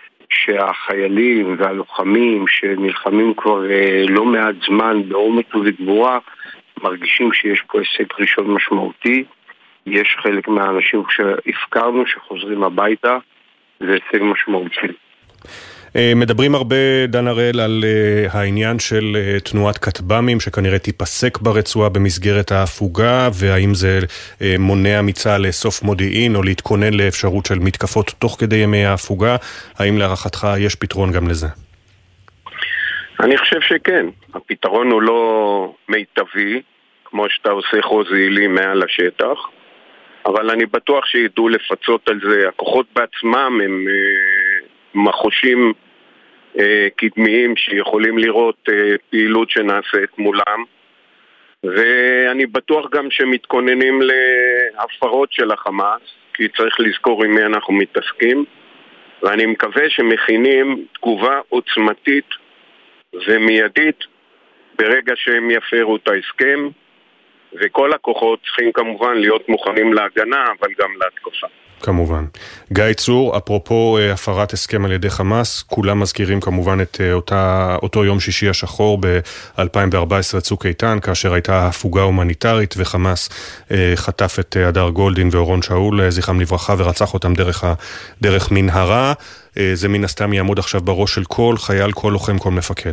S17: שהחיילים והלוחמים שנלחמים כבר לא מעט זמן בעומק ובגבורה מרגישים שיש פה הישג ראשון משמעותי. יש חלק מהאנשים שהפקרנו שחוזרים הביתה, זה הישג משמעותי.
S1: מדברים הרבה, דן הראל, על העניין של תנועת כטב"מים שכנראה תיפסק ברצועה במסגרת ההפוגה, והאם זה מונע מצה"ל לאסוף מודיעין או להתכונן לאפשרות של מתקפות תוך כדי ימי ההפוגה. האם להערכתך יש פתרון גם לזה?
S18: אני חושב שכן. הפתרון הוא לא מיטבי, כמו שאתה עושה חוזילי מעל השטח, אבל אני בטוח שידעו לפצות על זה. הכוחות בעצמם הם מחושים קדמיים שיכולים לראות פעילות שנעשית מולם, ואני בטוח גם שמתכוננים להפרות של החמאס, כי צריך לזכור עם מי אנחנו מתעסקים, ואני מקווה שמכינים תגובה עוצמתית ומיידית ברגע שהם יפרו את ההסכם, וכל הכוחות צריכים כמובן להיות מוכנים להגנה, אבל גם להתקפה.
S1: כמובן. גיא צור, אפרופו הפרת הסכם על ידי חמאס, כולם מזכירים כמובן את אותו יום שישי השחור ב-2014 צוק איתן, כאשר הייתה הפוגה הומניטרית וחמאס חטף את הדר גולדין ואורון שאול, זכרם לברכה, ורצח אותם דרך מנהרה. זה מן הסתם יעמוד עכשיו בראש של כל חייל, כל לוחם, כל מפקד.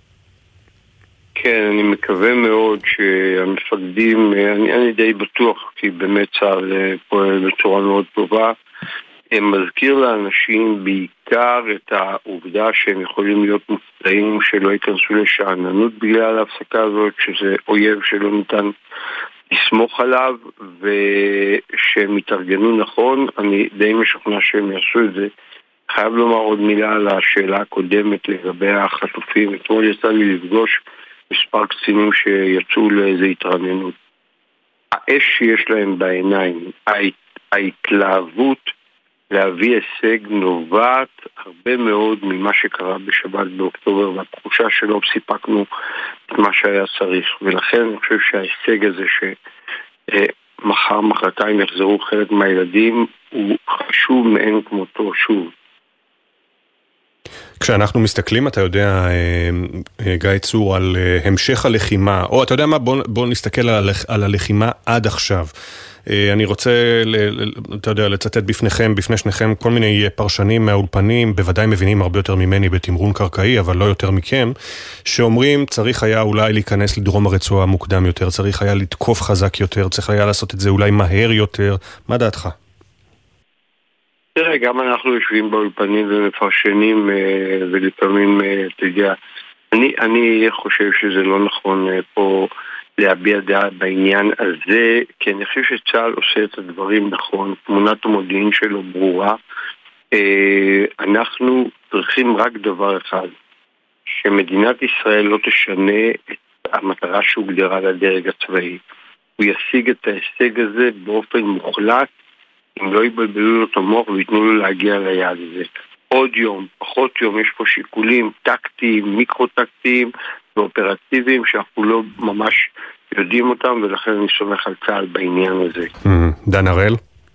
S17: כן, אני מקווה מאוד שהמפקדים, אני די בטוח, כי באמת צה"ל פועל בצורה מאוד טובה, הם מזכיר לאנשים בעיקר את העובדה שהם יכולים להיות מופתעים שלא ייכנסו לשעננות בגלל ההפסקה הזאת, שזה אויב שלא ניתן לסמוך עליו, ושהם יתארגנו נכון. אני די משוכנע שהם יעשו את זה. חייב לומר עוד מילה על השאלה הקודמת לגבי החטופים. אתמול יצא לי לפגוש מספר קצינים שיצאו לאיזו התרעננות. האש שיש להם בעיניים, ההתלהבות להביא הישג נובעת הרבה מאוד ממה שקרה בשבת באוקטובר, והתחושה שלא סיפקנו את מה שהיה צריך. ולכן אני חושב שההישג הזה שמחר מחרתיים יחזרו חלק מהילדים הוא חשוב מאין כמותו שוב.
S1: כשאנחנו מסתכלים, אתה יודע, גיא צור, על המשך הלחימה, או אתה יודע מה, בוא נסתכל על הלחימה עד עכשיו. אני רוצה, אתה יודע, לצטט בפני שניכם כל מיני פרשנים מהאולפנים, בוודאי מבינים הרבה יותר ממני בתמרון קרקעי, אבל לא יותר מכם, שאומרים צריך היה אולי להיכנס לדרום הרצועה מוקדם יותר, צריך היה לתקוף חזק יותר, צריך היה לעשות את זה אולי מהר יותר. מה דעתך?
S17: תראה, גם אנחנו יושבים באולפנים ומפרשנים ולפעמים, אתה יודע, אני חושב שזה לא נכון פה להביע דעה בעניין הזה, כי אני חושב שצה"ל עושה את הדברים נכון, תמונת המודיעין שלו ברורה. אנחנו צריכים רק דבר אחד, שמדינת ישראל לא תשנה את המטרה שהוגדרה לדרג הצבאי. הוא ישיג את ההישג הזה באופן מוחלט, אם לא יבלבלו לו את המוח ויתנו לו להגיע ליעד הזה. עוד יום, פחות יום, יש פה שיקולים טקטיים, מיקרו-טקטיים ואופרטיביים שאנחנו לא ממש יודעים אותם, ולכן אני סומך על צה"ל בעניין הזה.
S1: דן הראל?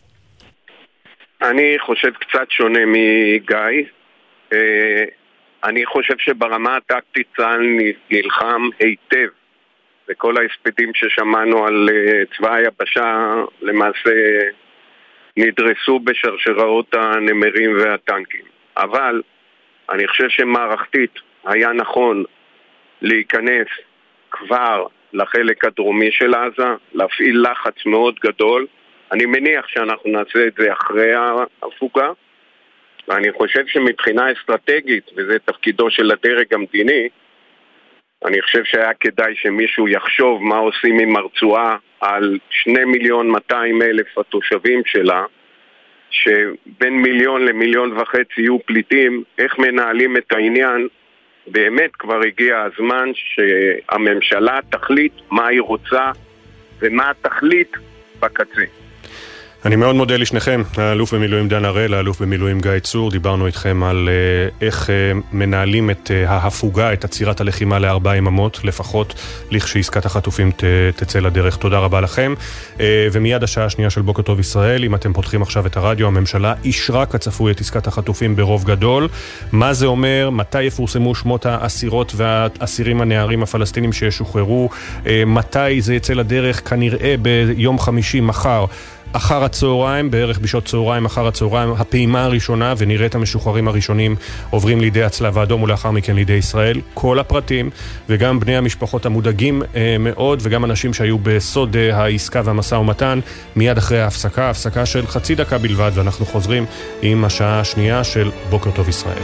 S18: אני חושב קצת שונה מגיא. אני חושב שברמה הטקטית צה"ל נלחם היטב, וכל ההספדים ששמענו על צבא היבשה למעשה נדרסו בשרשראות הנמרים והטנקים. אבל אני חושב שמערכתית היה נכון להיכנס כבר לחלק הדרומי של עזה, להפעיל לחץ מאוד גדול. אני מניח שאנחנו נעשה את זה אחרי ההפוגה, ואני חושב שמבחינה אסטרטגית, וזה תפקידו של הדרג המדיני, אני חושב שהיה כדאי שמישהו יחשוב מה עושים עם הרצועה על 2,200,000 התושבים שלה, שבין 1,000,000 ל1,500,000 יהיו פליטים, איך מנהלים את העניין. באמת כבר הגיע הזמן שהממשלה תחליט מה היא רוצה ומה התכלית בקצה.
S1: אני מאוד מודה לשניכם, האלוף במילואים דן הראל, האלוף במילואים גיא צור. דיברנו איתכם על איך מנהלים את ההפוגה, את עצירת הלחימה ל4 יממות, לפחות לכשעסקת החטופים תצא לדרך. תודה רבה לכם. ומיד השעה השנייה של בוקר טוב ישראל, אם אתם פותחים עכשיו את הרדיו, הממשלה אישרה כצפוי את עסקת החטופים ברוב גדול. מה זה אומר? מתי יפורסמו שמות האסירות והאסירים הנערים הפלסטינים שישוחררו? מתי זה יצא לדרך? כנראה ביום חמישי מחר. אחר הצהריים, בערך בשעות צהריים אחר הצהריים, הפעימה הראשונה, ונראה את המשוחררים הראשונים עוברים לידי הצלב האדום ולאחר מכן לידי ישראל. כל הפרטים וגם בני המשפחות המודאגים מאוד וגם אנשים שהיו בסוד העסקה והמשא ומתן מיד אחרי ההפסקה, הפסקה של חצי דקה בלבד, ואנחנו חוזרים עם השעה השנייה של בוקר טוב ישראל.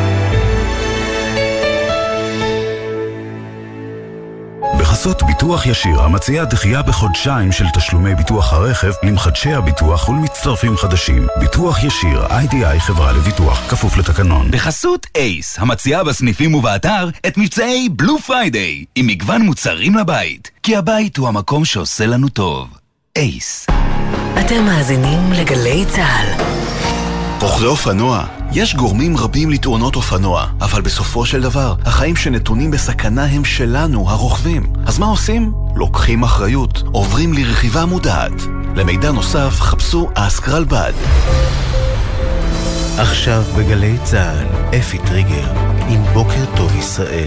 S7: בחסות ביטוח ישיר, המציע דחייה בחודשיים של תשלומי ביטוח הרכב למחדשי הביטוח ולמצטרפים חדשים. ביטוח ישיר, IDI חברה לביטוח, כפוף לתקנון.
S8: בחסות אייס, המציעה בסניפים ובאתר את מבצעי בלו פריידיי, עם מגוון מוצרים לבית, כי הבית הוא המקום שעושה לנו טוב. אייס.
S2: אתם מאזינים לגלי צהל.
S19: רוכבי אופנוע. יש גורמים רבים לתאונות אופנוע, אבל בסופו של דבר, החיים שנתונים בסכנה הם שלנו, הרוכבים. אז מה עושים? לוקחים אחריות, עוברים לרכיבה מודעת. למידע נוסף, חפשו אסקרלבד.
S13: עכשיו בגלי צהל, אפי טריגר, עם בוקר טוב ישראל.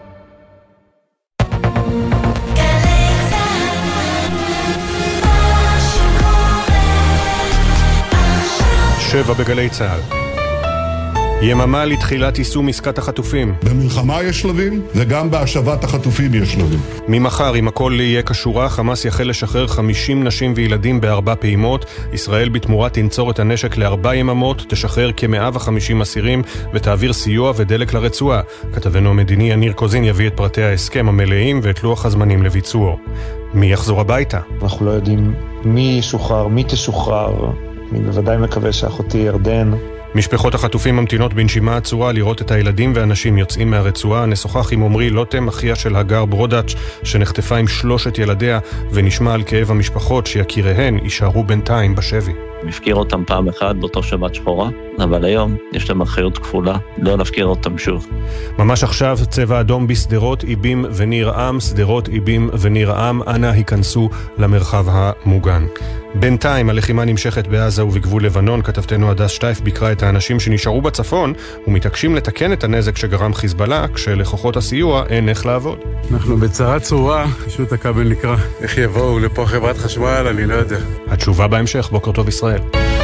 S1: שבע בגלי צהל. יממה לתחילת יישום עסקת החטופים.
S3: במלחמה יש שלבים, וגם בהשבת החטופים יש שלבים.
S1: ממחר, אם הכל יהיה כשורה, חמאס יחל לשחרר 50 נשים וילדים ב4 פעימות. ישראל בתמורה תנצור את הנשק ל4 יממות, תשחרר כ150 אסירים ותעביר סיוע ודלק לרצועה. כתבנו המדיני יניר קוזין יביא את פרטי ההסכם המלאים ואת לוח הזמנים לביצועו. מי יחזור הביתה?
S20: אנחנו לא יודעים מי ישוחרר, מי תשוחרר. אני בוודאי מקווה שאחותי ירדן.
S1: משפחות החטופים ממתינות בנשימה עצורה לראות את הילדים והאנשים יוצאים מהרצועה. נשוחח עם עומרי לוטם, אחיה של הגר ברודאץ' שנחטפה עם 3 ילדיה, ונשמע על כאב המשפחות שיקיריהן יישארו בינתיים בשבי.
S21: מפקיר אותם פעם אחת באותו שבת שחורה, אבל היום יש להם אחריות כפולה לא להפקיר אותם שוב.
S1: ממש עכשיו צבע אדום בסדרות, איבים וניר עם, סדרות, איבים וניר עם, אנא היכנסו למרחב המוגן. בינתיים הלחימה נמשכת בעזה ובגבול לבנון. כתבתנו הדס שטייף ביקרה את האנשים שנשארו בצפון ומתעקשים לתקן את הנזק שגרם חיזבאללה, כשלכוחות הסיוע אין איך לעבוד.
S22: אנחנו בצרה צורה, פשוט הכבל נקרא. איך יבואו לפה חברת חשמל, אני לא יודע.
S1: התשובה בהמשך. בוקר טוב ישראל.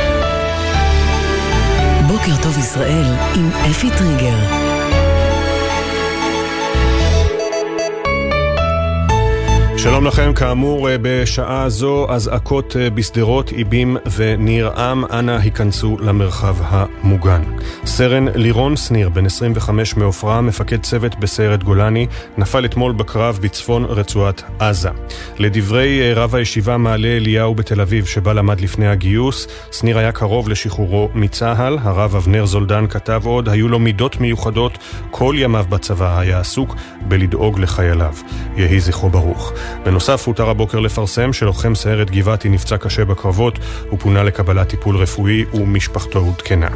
S2: בוקר טוב ישראל עם אפי טריגר.
S1: שלום לכם, כאמור בשעה זו אזעקות בסדרות, איבים וניר עם, אנא היכנסו למרחב המוגן. סרן לירון סניר, בן 25 מעופרה, מפקד צוות בסיירת גולני, נפל אתמול בקרב בצפון רצועת עזה. לדברי רב הישיבה מעלה אליהו בתל אביב שבה למד לפני הגיוס, סניר היה קרוב לשחרורו מצה"ל. הרב אבנר זולדן כתב עוד, היו לו מידות מיוחדות, כל ימיו בצבא היה עסוק בלדאוג לחייליו. יהי זכרו ברוך. בנוסף, הותר הבוקר לפרסם שלוחם סיירת גבעתי נפצע קשה בקרבות ופונה לקבלת טיפול רפואי ומשפחתו עודכנה.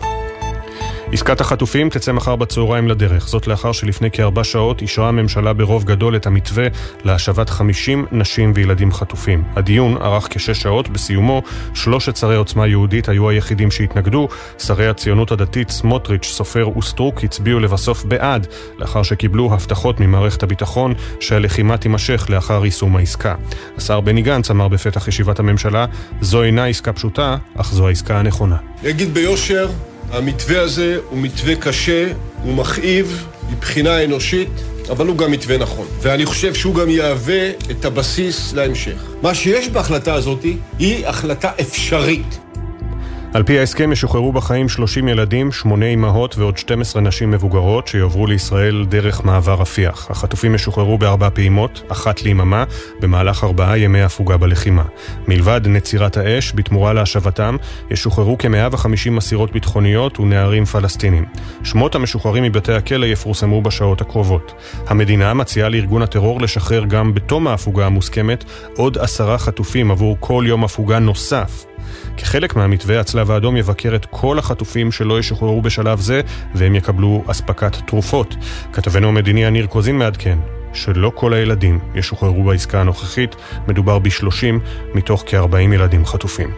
S1: עסקת החטופים תצא מחר בצהריים לדרך, זאת לאחר שלפני כ4 שעות אישרה הממשלה ברוב גדול את המתווה להשבת 50 נשים וילדים חטופים. הדיון ארך כ6 שעות, בסיומו 3 שרי עוצמה יהודית היו היחידים שהתנגדו. שרי הציונות הדתית סמוטריץ', סופר וסטרוק הצביעו לבסוף בעד, לאחר שקיבלו הבטחות ממערכת הביטחון שהלחימה תימשך לאחר יישום העסקה. השר בני גנץ אמר בפתח ישיבת הממשלה, זו אינה עסקה פשוטה, אך זו העסקה הנכונה.
S4: יגיד ביושר, המתווה הזה הוא מתווה קשה, הוא מכאיב מבחינה אנושית, אבל הוא גם מתווה נכון. ואני חושב שהוא גם יהווה את הבסיס להמשך. מה שיש בהחלטה הזאת היא החלטה אפשרית.
S1: על פי ההסכם ישוחררו בחיים 30 ילדים, 8 אמהות ועוד 12 נשים מבוגרות שיועברו לישראל דרך מעבר רפיח. החטופים ישוחררו ב4 פעימות, 1 ליממה, במהלך 4 ימי הפוגה בלחימה. מלבד נצירת האש, בתמורה להשבתם, ישוחררו כ150 אסירות ביטחוניות ונערים פלסטינים. שמות המשוחררים מבתי הכלא יפורסמו בשעות הקרובות. המדינה מציעה לארגון הטרור לשחרר גם בתום ההפוגה המוסכמת עוד 10 חטופים עבור כל יום הפוגה נוסף. כחלק מהמתווה, הצלב האדום יבקר את כל החטופים שלא ישוחררו בשלב זה, והם יקבלו אספקת תרופות. כתבנו המדיני יניר קוזין מעדכן שלא כל הילדים ישוחררו בעסקה הנוכחית, מדובר ב30 מתוך כ40 ילדים חטופים.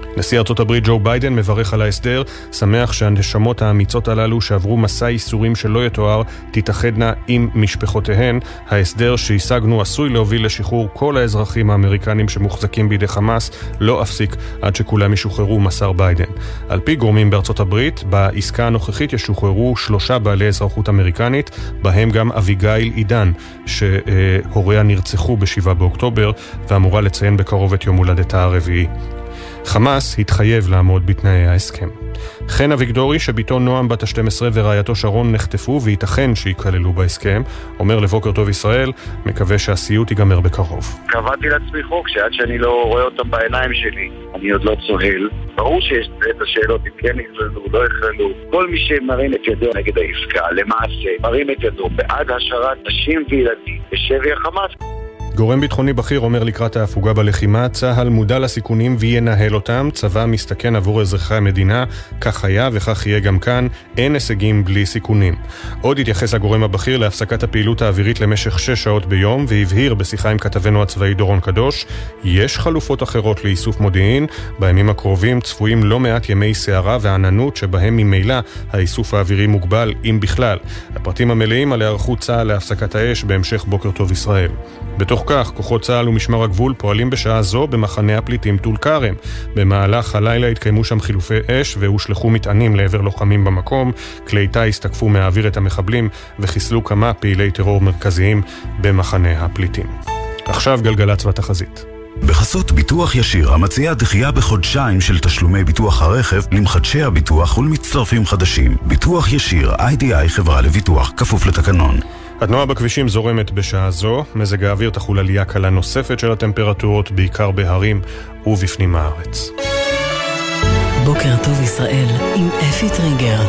S1: נשיא ארצות הברית ג'ו ביידן מברך על ההסדר, שמח שהנשמות האמיצות הללו שעברו מסע ייסורים שלא יתואר תתאחדנה עם משפחותיהן. ההסדר שהשגנו עשוי להוביל לשחרור כל האזרחים האמריקנים שמוחזקים בידי חמאס, לא אפסיק עד שכולם ישוחררו, מסר ביידן. על פי גורמים בארצות הברית, בעסקה הנוכחית ישוחררו 3 בעלי אזרחות אמריקנית, בהם גם אביגיל עידן, שהוריה נרצחו ב7 באוקטובר ואמורה לציין בקרוב את יום הולדתה הרביעי. חמאס התחייב לעמוד בתנאי ההסכם. חן אביגדורי, שביתו נועם בת ה-12 ורעייתו שרון נחטפו וייתכן שייכללו בהסכם, אומר לבוקר טוב ישראל, מקווה שהסיוט ייגמר בקרוב.
S5: קבעתי לעצמי חוק שעד שאני לא רואה אותם בעיניים שלי, אני עוד לא צוהל. ברור שיש את השאלות אם כן יכללו, לא יכללו. כל מי שמרים את ידו נגד העסקה, למעשה, מרים את ידו בעד השארת נשים וילדים בשבי החמאס.
S1: גורם ביטחוני בכיר אומר לקראת ההפוגה בלחימה, צה"ל מודע לסיכונים וינהל אותם, צבא מסתכן עבור אזרחי המדינה, כך היה וכך יהיה גם כאן, אין הישגים בלי סיכונים. עוד התייחס הגורם הבכיר להפסקת הפעילות האווירית למשך 6 שעות ביום, והבהיר בשיחה עם כתבנו הצבאי דורון קדוש, יש חלופות אחרות לאיסוף מודיעין, בימים הקרובים צפויים לא מעט ימי סערה ועננות שבהם ממילא האיסוף האווירי מוגבל, אם בכלל. הפרטים המלאים על היערכות צה"ל להפסקת האש בהמשך בוקר טוב ישראל. בתוך כך, כוחות צה"ל ומשמר הגבול פועלים בשעה זו במחנה הפליטים טול כרם. במהלך הלילה התקיימו שם חילופי אש והושלחו מטענים לעבר לוחמים במקום. כלי טיס תקפו מהאוויר את המחבלים וחיסלו כמה פעילי טרור מרכזיים במחנה הפליטים. עכשיו גלגלצ והתחזית.
S7: בחסות ביטוח ישיר, המציעה דחייה בחודשיים של תשלומי ביטוח הרכב למחדשי הביטוח ולמצטרפים חדשים. ביטוח ישיר, IDI חברה לביטוח, כפוף לתקנון.
S1: התנועה בכבישים זורמת בשעה זו, מזג האוויר תחול עלייה קלה נוספת של הטמפרטורות, בעיקר בהרים ובפנים הארץ.
S2: בוקר טוב ישראל עם אפי טריגר.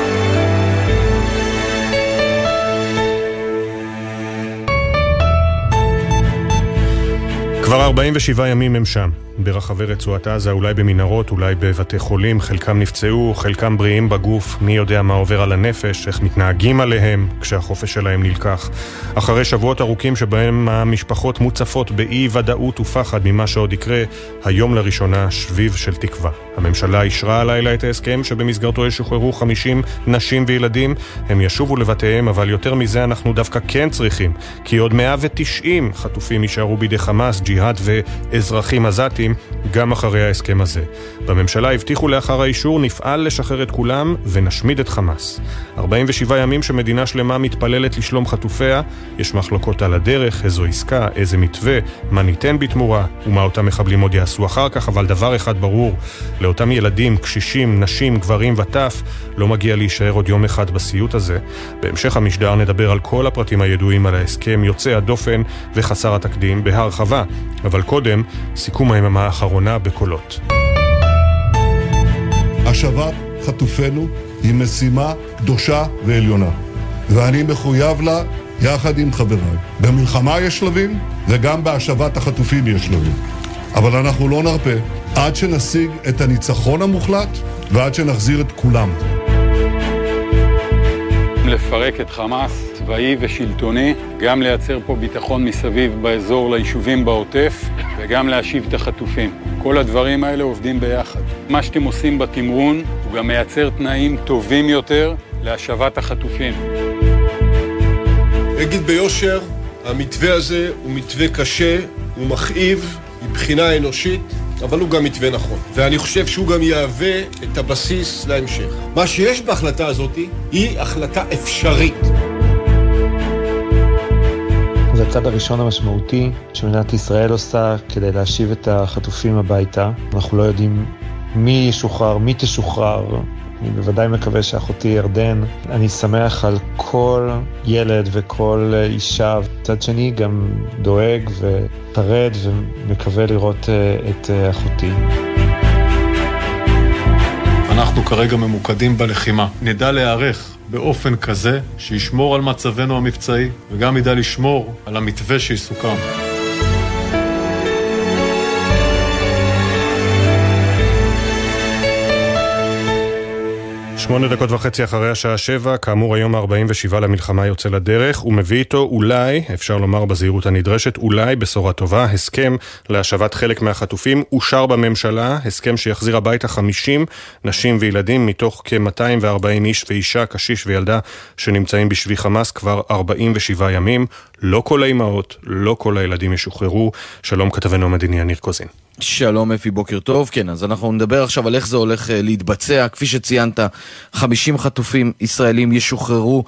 S1: כבר 47 ימים הם שם, ברחבי רצועת עזה, אולי במנהרות, אולי בבתי חולים, חלקם נפצעו, חלקם בריאים בגוף, מי יודע מה עובר על הנפש, איך מתנהגים עליהם כשהחופש שלהם נלקח. אחרי שבועות ארוכים שבהם המשפחות מוצפות באי ודאות ופחד ממה שעוד יקרה, היום לראשונה שביב של תקווה. הממשלה אישרה הלילה את ההסכם שבמסגרתו ישוחררו 50 נשים וילדים, הם ישובו לבתיהם, אבל יותר מזה אנחנו דווקא כן צריכים, כי עוד 190 חטופים יישארו בידי חמאס, ג'יהאד ואזרחים עזתים, גם אחרי ההסכם הזה. בממשלה הבטיחו לאחר האישור נפעל לשחרר את כולם ונשמיד את חמאס. 47 ימים שמדינה שלמה מתפללת לשלום חטופיה, יש מחלוקות על הדרך, איזו עסקה, איזה מתווה, מה ניתן בתמורה ומה אותם מחבלים עוד יעשו אחר כך, אבל דבר אחד ברור, לאותם ילדים, קשישים, נשים, גברים וטף, לא מגיע להישאר עוד יום אחד בסיוט הזה. בהמשך המשדר נדבר על כל הפרטים הידועים על ההסכם יוצא הדופן וחסר התקדים בהרחבה, אבל קודם סיכום היממה האחרונה בקולות.
S3: השבת חטופינו היא משימה קדושה ועליונה, ואני מחויב לה יחד עם חבריי. במלחמה יש שלבים וגם בהשבת החטופים יש שלבים, אבל אנחנו לא נרפה עד שנשיג את הניצחון המוחלט ועד שנחזיר את כולם.
S22: לפרק את חמאס צבאי ושלטוני, גם לייצר פה ביטחון מסביב באזור ליישובים בעוטף וגם להשיב את החטופים. כל הדברים האלה עובדים ביחד. מה שאתם עושים בתמרון הוא גם מייצר תנאים טובים יותר להשבת החטופים.
S4: אגיד ביושר, המתווה הזה הוא מתווה קשה, הוא מכאיב מבחינה אנושית, אבל הוא גם מתווה נכון. ואני חושב שהוא גם יהווה את הבסיס להמשך. מה שיש בהחלטה הזאת היא החלטה אפשרית.
S20: זה הצד הראשון המשמעותי שמדינת ישראל עושה כדי להשיב את החטופים הביתה. אנחנו לא יודעים מי ישוחרר, מי תשוחרר. אני בוודאי מקווה שאחותי ירדן. אני שמח על כל ילד וכל אישה. מצד שני גם דואג ותרד ומקווה לראות את אחותי.
S6: אנחנו כרגע ממוקדים בלחימה. נדע להיערך באופן כזה שישמור על מצבנו המבצעי וגם ידע לשמור על המתווה שיסוכם.
S1: 8:30 אחרי השעה 7, כאמור היום 47 למלחמה יוצא לדרך, ומביא איתו אולי, אפשר לומר בזהירות הנדרשת, אולי בשורה טובה, הסכם להשבת חלק מהחטופים, אושר בממשלה, הסכם שיחזיר הביתה 50 נשים וילדים, מתוך כ-240 איש ואישה, קשיש וילדה, שנמצאים בשבי חמאס כבר 47 ימים, לא כל האימהות, לא כל הילדים ישוחררו. שלום כתבנו המדיני יניר קוזין.
S16: שלום אפי, בוקר טוב. כן, אז אנחנו נדבר עכשיו על איך זה הולך להתבצע. כפי שציינת, 50 חטופים ישראלים ישוחררו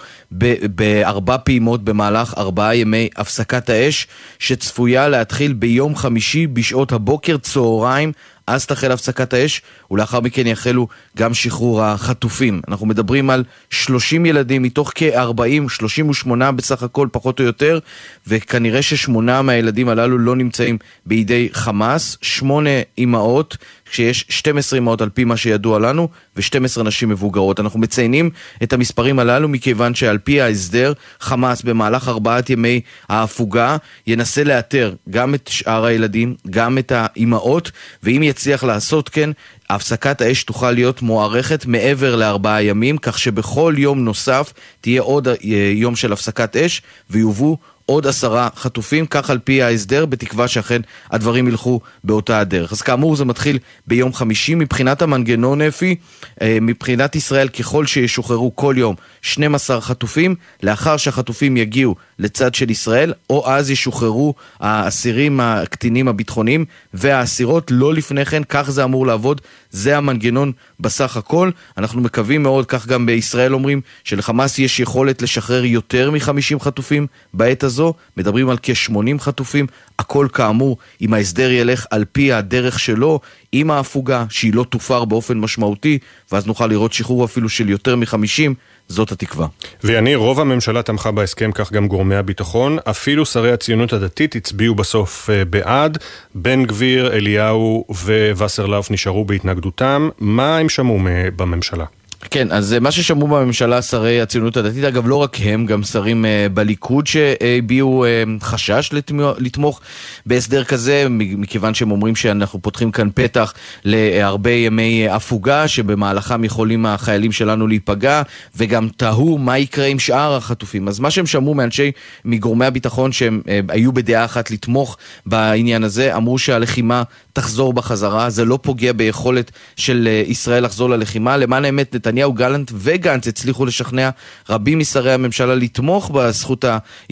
S16: בארבע פעימות במהלך 4 ימי הפסקת האש, שצפויה להתחיל ביום חמישי בשעות הבוקר צהריים, אז תחל הפסקת האש, ולאחר מכן יחלו גם שחרור החטופים. אנחנו מדברים על 30 ילדים מתוך כ-40, 38 בסך הכל פחות או יותר, וכנראה ש8 מהילדים הללו לא נמצאים בידי חמאס, 8 אימהות, כשיש 12 אימהות על פי מה שידוע לנו, ו12 נשים מבוגרות. אנחנו מציינים את המספרים הללו מכיוון שעל פי ההסדר, חמאס במהלך 4 ימי ההפוגה ינסה לאתר גם את שאר הילדים, גם את האימהות, ואם יצליח לעשות כן, הפסקת האש תוכל להיות מוארכת מעבר ל4 ימים, כך שבכל יום נוסף תהיה עוד יום של הפסקת אש, ויובאו עוד 10 חטופים, כך על פי ההסדר, בתקווה שאכן הדברים ילכו באותה הדרך. אז כאמור זה מתחיל ביום חמישי. מבחינת המנגנון אפי, מבחינת ישראל, ככל שישוחררו כל יום 12 חטופים, לאחר שהחטופים יגיעו לצד של ישראל, או אז ישוחררו האסירים הקטינים הביטחוניים והאסירות, לא לפני כן. כך זה אמור לעבוד, זה המנגנון בסך הכל. אנחנו מקווים מאוד, כך גם בישראל אומרים, שלחמאס יש יכולת לשחרר יותר מ-50 חטופים בעת הזו, מדברים על כ-80 חטופים, הכל כאמור, אם ההסדר ילך על פי הדרך שלו, עם ההפוגה, שהיא לא תופר באופן משמעותי, ואז נוכל לראות שחרור אפילו של יותר מ-50, זאת התקווה.
S1: ויני, רוב הממשלה תמכה בהסכם, כך גם גורמי הביטחון, אפילו שרי הציונות הדתית הצביעו בסוף בעד, בן גביר, אליהו ווסרלאוף נשארו בהתנגדותם. מה הם שמעו בממשלה?
S16: כן, אז מה ששמעו בממשלה שרי הציונות הדתית, אגב לא רק הם, גם שרים בליכוד שהביעו חשש לתמוך בהסדר כזה, מכיוון שהם אומרים שאנחנו פותחים כאן פתח להרבה ימי הפוגה, שבמהלכם יכולים החיילים שלנו להיפגע, וגם תהו מה יקרה עם שאר החטופים. אז מה שהם שמעו מגורמי הביטחון שהם היו בדעה אחת לתמוך בעניין הזה, אמרו שהלחימה תחזור בחזרה, זה לא פוגע ביכולת של ישראל לחזור ללחימה. למען האמת, נתניהו, גלנט וגנץ הצליחו לשכנע רבים משרי הממשלה לתמוך בזכות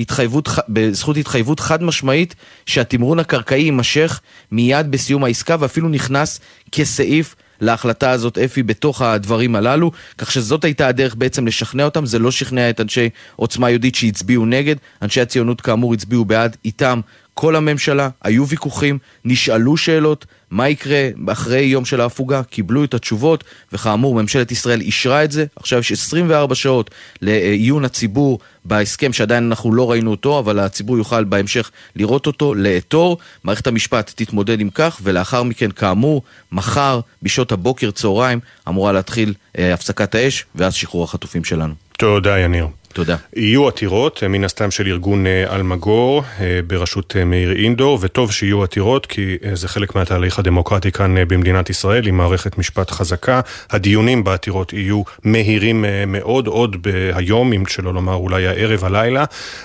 S16: התחייבות חד משמעית שהתמרון הקרקעי יימשך מיד בסיום העסקה, ואפילו נכנס כסעיף להחלטה הזאת אפי בתוך הדברים הללו, כך שזאת הייתה הדרך בעצם לשכנע אותם. זה לא שכנע את אנשי עוצמה יהודית שהצביעו נגד, אנשי הציונות כאמור הצביעו בעד, איתם כל הממשלה, היו ויכוחים, נשאלו שאלות, מה יקרה אחרי יום של ההפוגה, קיבלו את התשובות, וכאמור ממשלת ישראל אישרה את זה. עכשיו יש 24 שעות לעיון הציבור בהסכם שעדיין אנחנו לא ראינו אותו, אבל הציבור יוכל בהמשך לראות אותו, לאתור, מערכת המשפט תתמודד עם כך, ולאחר מכן כאמור, מחר בשעות הבוקר צהריים אמורה להתחיל הפסקת האש, ואז שחרור החטופים שלנו.
S1: תודה יניר.
S16: תודה.
S1: יהיו עתירות, מן הסתם של ארגון אלמגור, בראשות מאיר אינדור, וטוב שיהיו עתירות, כי זה חלק מהתהליך הדמוקרטי כאן במדינת ישראל, עם מערכת משפט חזקה. הדיונים בעתירות יהיו מהירים מאוד, עוד בהיום, אם שלא לומר אולי הערב, הלילה,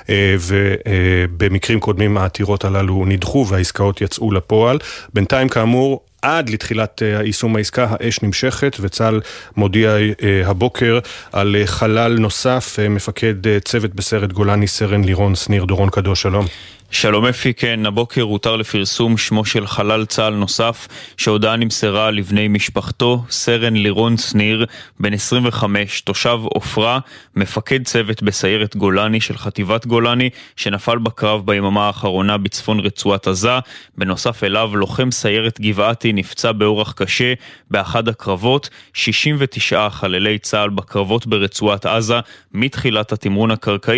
S1: ובמקרים קודמים העתירות הללו נדחו, והעסקאות יצאו לפועל. בינתיים כאמור, עד לתחילת יישום העסקה, האש נמשכת, וצה"ל מודיע הבוקר על חלל נוסף, מפקד צוות בסיירת גולני, סרן לירון שניר. דורון קדוש, שלום.
S9: שלום אפי, כן, הבוקר הותר לפרסום שמו של חלל צה"ל נוסף, שהודעה נמסרה לבני משפחתו. סרן לירון שניר, בן 25, תושב אופרה, מפקד צוות בסיירת גולני של חטיבת גולני, שנפל בקרב ביממה האחרונה בצפון רצועת עזה. בנוסף אליו, לוחם סיירת גבעתי נפצע באורח קשה באחד הקרבות. 69 חללי צה"ל בקרבות ברצועת עזה מתחילת התמרון הקרקעי,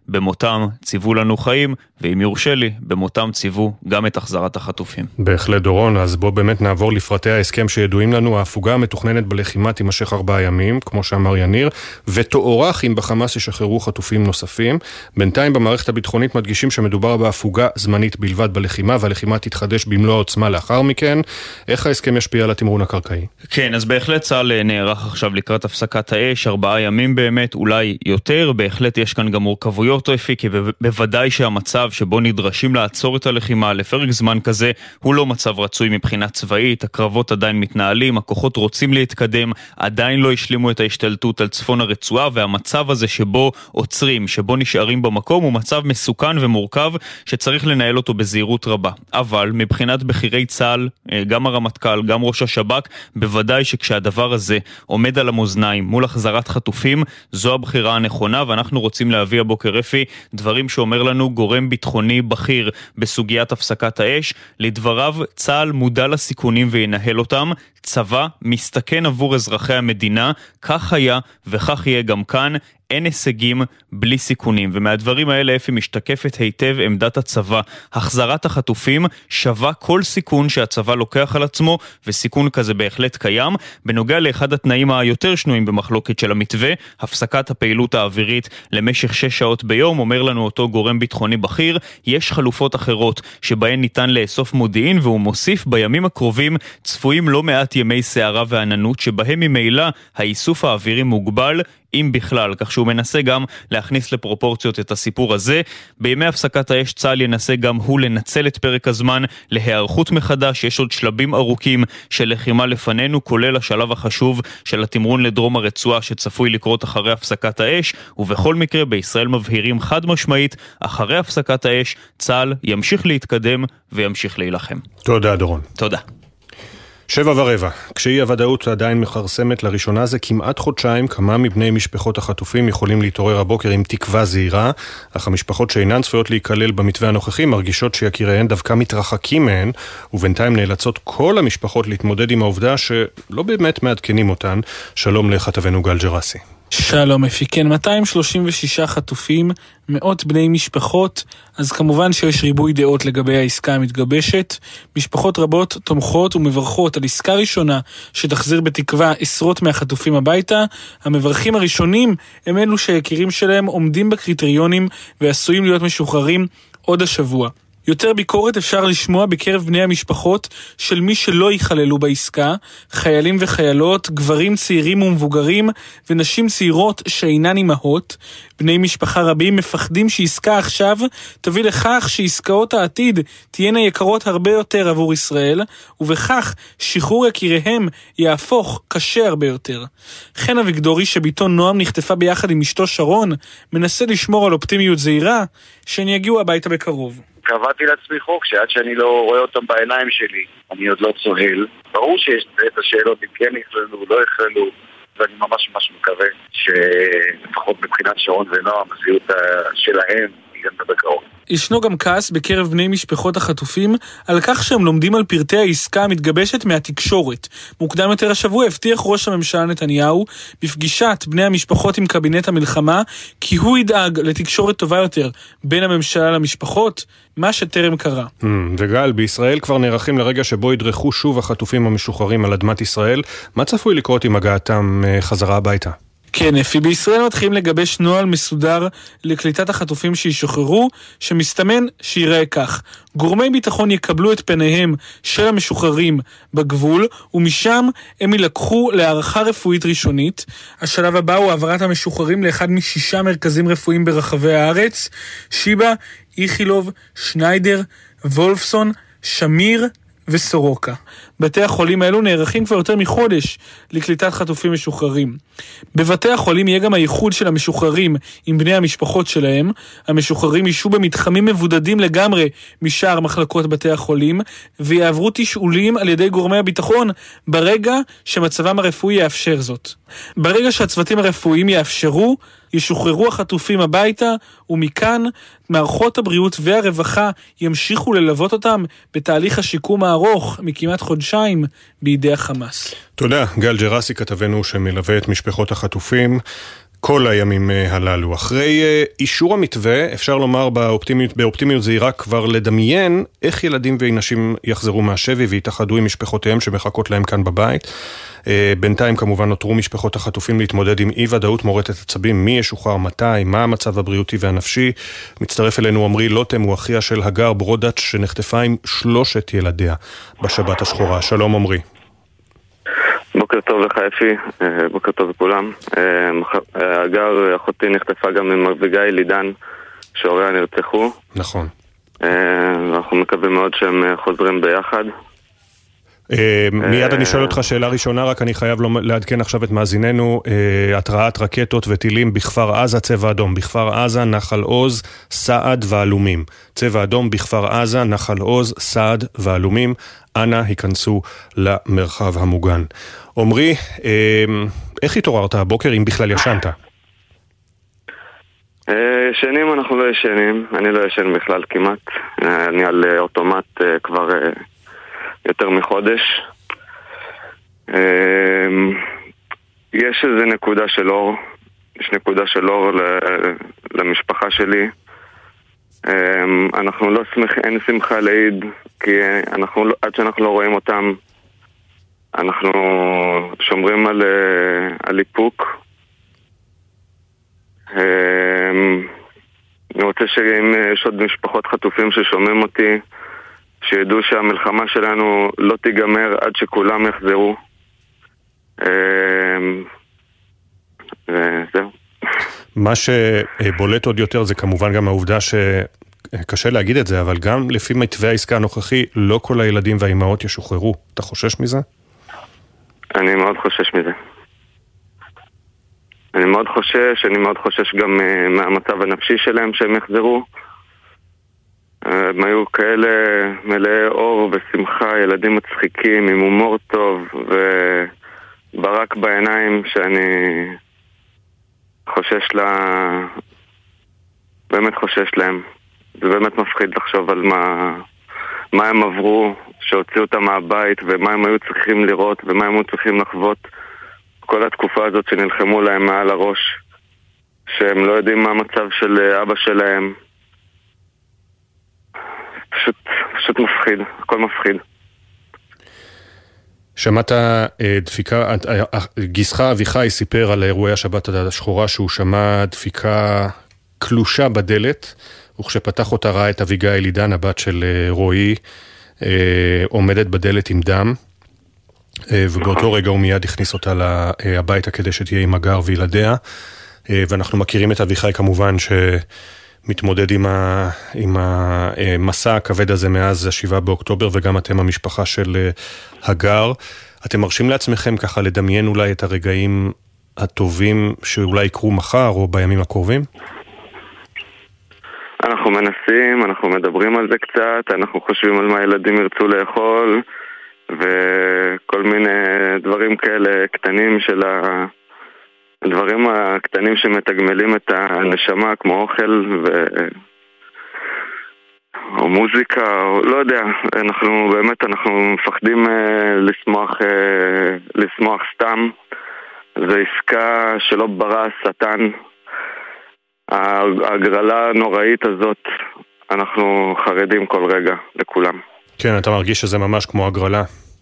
S9: במותם ציוו לנו חיים, ואם יורשה לי, במותם ציוו גם את החזרת החטופים.
S1: בהחלט דורון, אז בוא באמת נעבור לפרטי ההסכם שידועים לנו. ההפוגה המתוכננת בלחימה תימשך 4 ימים, כמו שאמר יניר, ותוארך אם בחמאס ישחררו חטופים נוספים. בינתיים במערכת הביטחונית מדגישים שמדובר בהפוגה זמנית בלבד בלחימה, והלחימה תתחדש במלוא העוצמה לאחר מכן. איך ההסכם ישפיע על התמרון הקרקעי?
S9: כן, אז בהחלט צה"ל נערך עכשיו לקראת הפסקת האש, 4 ימים באמת, אולי יותר. בהחלט יש כאן גם מורכבויות אפי, כי בוודאי שהמצב שבו נדרשים לעצור את הלחימה לפרק זמן כזה, הוא לא מצב רצוי מבחינה צבאית. הקרבות עדיין מתנהלים, הכוחות רוצים להתקדם, עדיין לא השלימו את ההשתלטות על צפון הרצועה, והמצב הזה שבו עוצרים, שבו נשארים במקום, הוא מצב מסוכן ומורכב שצריך לנהל אותו בזהירות רבה. אבל מבחינת בחירי צה"ל, גם הרמטכ"ל, גם ראש השב"כ, בוודאי שכשהדבר הזה עומד על המאזניים מול החזרת חטופים, זו הבחירה הנכונה, ואנחנו רוצים להביא הבוקר אפי דברים שאומר לנו גורם ביטחוני בכיר בסוגיית הפסקת האש. לדבריו, צה"ל מודע לסיכונים וינהל אותם, צבא מסתכן עבור אזרחי המדינה, כך היה וכך יהיה גם כאן, אין הישגים בלי סיכונים. ומהדברים האלה אפי משתקפת היטב עמדת הצבא. החזרת החטופים שווה כל סיכון שהצבא לוקח על עצמו, וסיכון כזה בהחלט קיים. בנוגע לאחד התנאים היותר שנויים במחלוקת של המתווה, הפסקת הפעילות האווירית למשך 6 שעות ביום, אומר לנו אותו גורם ביטחוני בכיר, יש חלופות אחרות שבהן ניתן לאסוף מודיעין, והוא מוסיף בימים הקרובים צפויים לא מעט ימי סערה ועננות, שבהם ממילא האיסוף האווירי מוגבל, אם בכלל, כך שהוא מנסה גם להכניס לפרופורציות את הסיפור הזה. בימי הפסקת האש צה"ל ינסה גם הוא לנצל את פרק הזמן להיערכות מחדש. יש עוד שלבים ארוכים של לחימה לפנינו, כולל השלב החשוב של התמרון לדרום הרצועה שצפוי לקרות אחרי הפסקת האש, ובכל מקרה בישראל מבהירים חד משמעית, אחרי הפסקת האש צה"ל ימשיך להתקדם וימשיך להילחם.
S1: תודה דורון.
S9: תודה.
S1: 7:15, כשהיא הוודאות עדיין מחרסמת לראשונה זה כמעט חודשיים, כמה מבני משפחות החטופים יכולים להתעורר הבוקר עם תקווה זהירה, אך המשפחות שאינן צפויות להיכלל במתווה הנוכחי מרגישות שיקיריהן דווקא מתרחקים מהן, ובינתיים נאלצות כל המשפחות להתמודד עם העובדה שלא באמת מעדכנים אותן. שלום לכתבנו גל ג'רסי.
S10: שלום אפיקן, 236 חטופים, מאות בני משפחות, אז כמובן שיש ריבוי דעות לגבי העסקה המתגבשת. משפחות רבות תומכות ומברכות על עסקה ראשונה שתחזיר בתקווה עשרות מהחטופים הביתה. המברכים הראשונים הם אלו שהיקירים שלהם עומדים בקריטריונים ועשויים להיות משוחררים עוד השבוע. יותר ביקורת אפשר לשמוע בקרב בני המשפחות של מי שלא ייכללו בעסקה, חיילים וחיילות, גברים צעירים ומבוגרים ונשים צעירות שאינן אימהות. בני משפחה רבים מפחדים שעסקה עכשיו תביא לכך שעסקאות העתיד תהיינה יקרות הרבה יותר עבור ישראל, ובכך שחרור יקיריהם יהפוך קשה הרבה יותר. חן אביגדורי שביתו נועם נחטפה ביחד עם אשתו שרון, מנסה לשמור על אופטימיות זהירה שהן יגיעו הביתה בקרוב.
S5: קבעתי לעצמי חוק שעד שאני לא רואה אותם בעיניים שלי, אני עוד לא צוהל. ברור שיש את השאלות אם כן יכללו, לא יכללו, ואני ממש מקווה שלפחות מבחינת שרון ונועם, הזהות שלהם היא גם בקרוב.
S10: ישנו גם כעס בקרב בני משפחות החטופים על כך שהם לומדים על פרטי העסקה המתגבשת מהתקשורת. מוקדם יותר השבוע הבטיח ראש הממשלה נתניהו בפגישת בני המשפחות עם קבינט המלחמה כי הוא ידאג לתקשורת טובה יותר בין הממשלה למשפחות, מה שטרם קרה.
S1: וגל, בישראל כבר נערכים לרגע שבו ידרכו שוב החטופים המשוחררים על אדמת ישראל. מה צפוי לקרות עם הגעתם חזרה הביתה?
S10: כן, אפי, בישראל מתחילים לגבש נוהל מסודר לקליטת החטופים שישוחררו, שמסתמן שיראה כך. גורמי ביטחון יקבלו את פניהם של המשוחררים בגבול, ומשם הם ילקחו להערכה רפואית ראשונית. השלב הבא הוא העברת המשוחררים לאחד מ6 מרכזים רפואיים ברחבי הארץ, שיבא, איכילוב, שניידר, וולפסון, שמיר וסורוקה. בתי החולים האלו נערכים כבר יותר מחודש לקליטת חטופים משוחררים. בבתי החולים יהיה גם הייחוד של המשוחררים עם בני המשפחות שלהם. המשוחררים ישו במתחמים מבודדים לגמרי משאר מחלקות בתי החולים, ויעברו תשאולים על ידי גורמי הביטחון ברגע שמצבם הרפואי יאפשר זאת. ברגע שהצוותים הרפואיים יאפשרו, ישוחררו החטופים הביתה, ומכאן מערכות הבריאות והרווחה ימשיכו ללוות אותם בתהליך השיקום הארוך מכמעט חודשיים בידי החמאס.
S1: תודה, גל ג'רסי כתבנו שמלווה את משפחות החטופים. כל הימים הללו. אחרי אישור המתווה, אפשר לומר באופטימיות זהירה כבר לדמיין איך ילדים ונשים יחזרו מהשבי והתאחדו עם משפחותיהם שמחכות להם כאן בבית. בינתיים כמובן נותרו משפחות החטופים להתמודד עם אי-ודאות מורטת עצבים, מי ישוחרר מתי, מה המצב הבריאותי והנפשי. מצטרף אלינו עמרי לוטם, הוא אחיה של הגר ברודץ' שנחטפה עם 3 ילדיה בשבת השחורה. שלום עמרי.
S11: בוקר טוב לך אפי, בוקר טוב לכולם. הגר אחותי נחטפה גם עם אביגיל לידן שהוריה נרצחו.
S1: נכון.
S11: אנחנו מקווים מאוד שהם חוזרים ביחד.
S1: מיד אני שואל אותך שאלה ראשונה, רק אני חייב לעדכן עכשיו את מאזיננו. התרעת רקטות וטילים בכפר עזה, צבע אדום בכפר עזה, נחל עוז, סעד ועלומים. צבע אדום בכפר עזה, נחל עוז, סעד ועלומים. אנא היכנסו למרחב המוגן. עמרי, איך התעוררת הבוקר אם בכלל ישנת?
S11: ישנים אנחנו לא ישנים, אני לא ישן בכלל כמעט. אני על אוטומט כבר יותר מחודש. יש איזה נקודה של אור, יש נקודה של אור למשפחה שלי. אנחנו לא שמחים, אין שמחה להעיד, כי עד שאנחנו לא רואים אותם, אנחנו שומרים על איפוק. אני רוצה שאם יש עוד משפחות חטופים ששומעים אותי, שידעו שהמלחמה שלנו לא תיגמר עד שכולם יחזרו. זהו.
S1: מה שבולט עוד יותר זה כמובן גם העובדה שקשה להגיד את זה, אבל גם לפי מתווה העסקה הנוכחי, לא כל הילדים והאימהות ישוחררו. אתה חושש מזה?
S11: אני מאוד חושש מזה. אני מאוד חושש גם מהמצב הנפשי שלהם שהם יחזרו. הם היו כאלה מלאי אור ושמחה, ילדים מצחיקים עם הומור טוב וברק בעיניים, שאני חושש באמת חושש להם. זה באמת מפחיד לחשוב על מה הם עברו, שהוציאו אותם מהבית, ומה הם היו צריכים לראות ומה הם היו צריכים לחוות כל התקופה הזאת שנלחמו להם מעל הראש, שהם לא יודעים מה המצב של אבא שלהם. פשוט מפחיד, הכל מפחיד.
S1: שמעת דפיקה, גיסך אביחי סיפר על אירועי השבת השחורה שהוא שמע דפיקה קלושה בדלת, וכשפתח אותה ראה את אביגיל לידן, הבת של רועי, עומדת בדלת עם דם, ובאותו רגע הוא מיד הכניס אותה הביתה כדי שתהיה עם הגר וילדיה, ואנחנו מכירים את אביחי כמובן מתמודד עם המסע הכבד הזה מאז 7 באוקטובר, וגם אתם המשפחה של הגר. אתם מרשים לעצמכם ככה לדמיין אולי את הרגעים הטובים שאולי יקרו מחר או בימים הקרובים?
S11: אנחנו מנסים, אנחנו מדברים על זה קצת, אנחנו חושבים על מה ילדים ירצו לאכול, וכל מיני דברים כאלה קטנים של הדברים הקטנים שמתגמלים את הנשמה, כמו אוכל או מוזיקה, או לא יודע. אנחנו מפחדים לשמוח סתם. זו עסקה שלא ברא השטן. ההגרלה הנוראית הזאת, אנחנו חרדים כל רגע לכולם.
S1: כן, אתה מרגיש שזה ממש כמו הגרלה?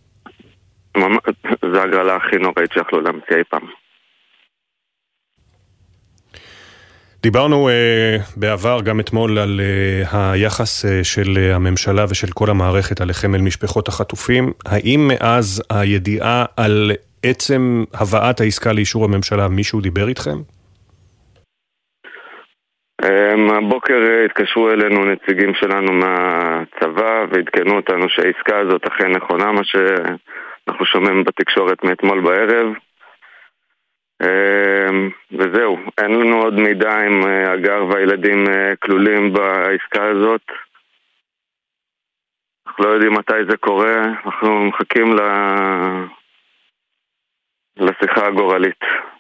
S11: זו הגרלה הכי נוראית שיכלו להמציא אי פעם.
S1: דיברנו בעבר גם אתמול על היחס של הממשלה ושל כל המערכת עליכם אל משפחות החטופים. האם מאז הידיעה על עצם הבאת העסקה לאישור הממשלה מישהו דיבר איתכם?
S11: הבוקר התקשרו אלינו נציגים שלנו מהצבא והתקנו אותנו שהעסקה הזאת אכן נכונה, מה שאנחנו שומעים בתקשורת מאתמול בערב. וזהו, אין לנו עוד מידע אם הגר והילדים כלולים בעסקה הזאת. אנחנו לא יודעים מתי זה קורה, אנחנו מחכים לשיחה הגורלית.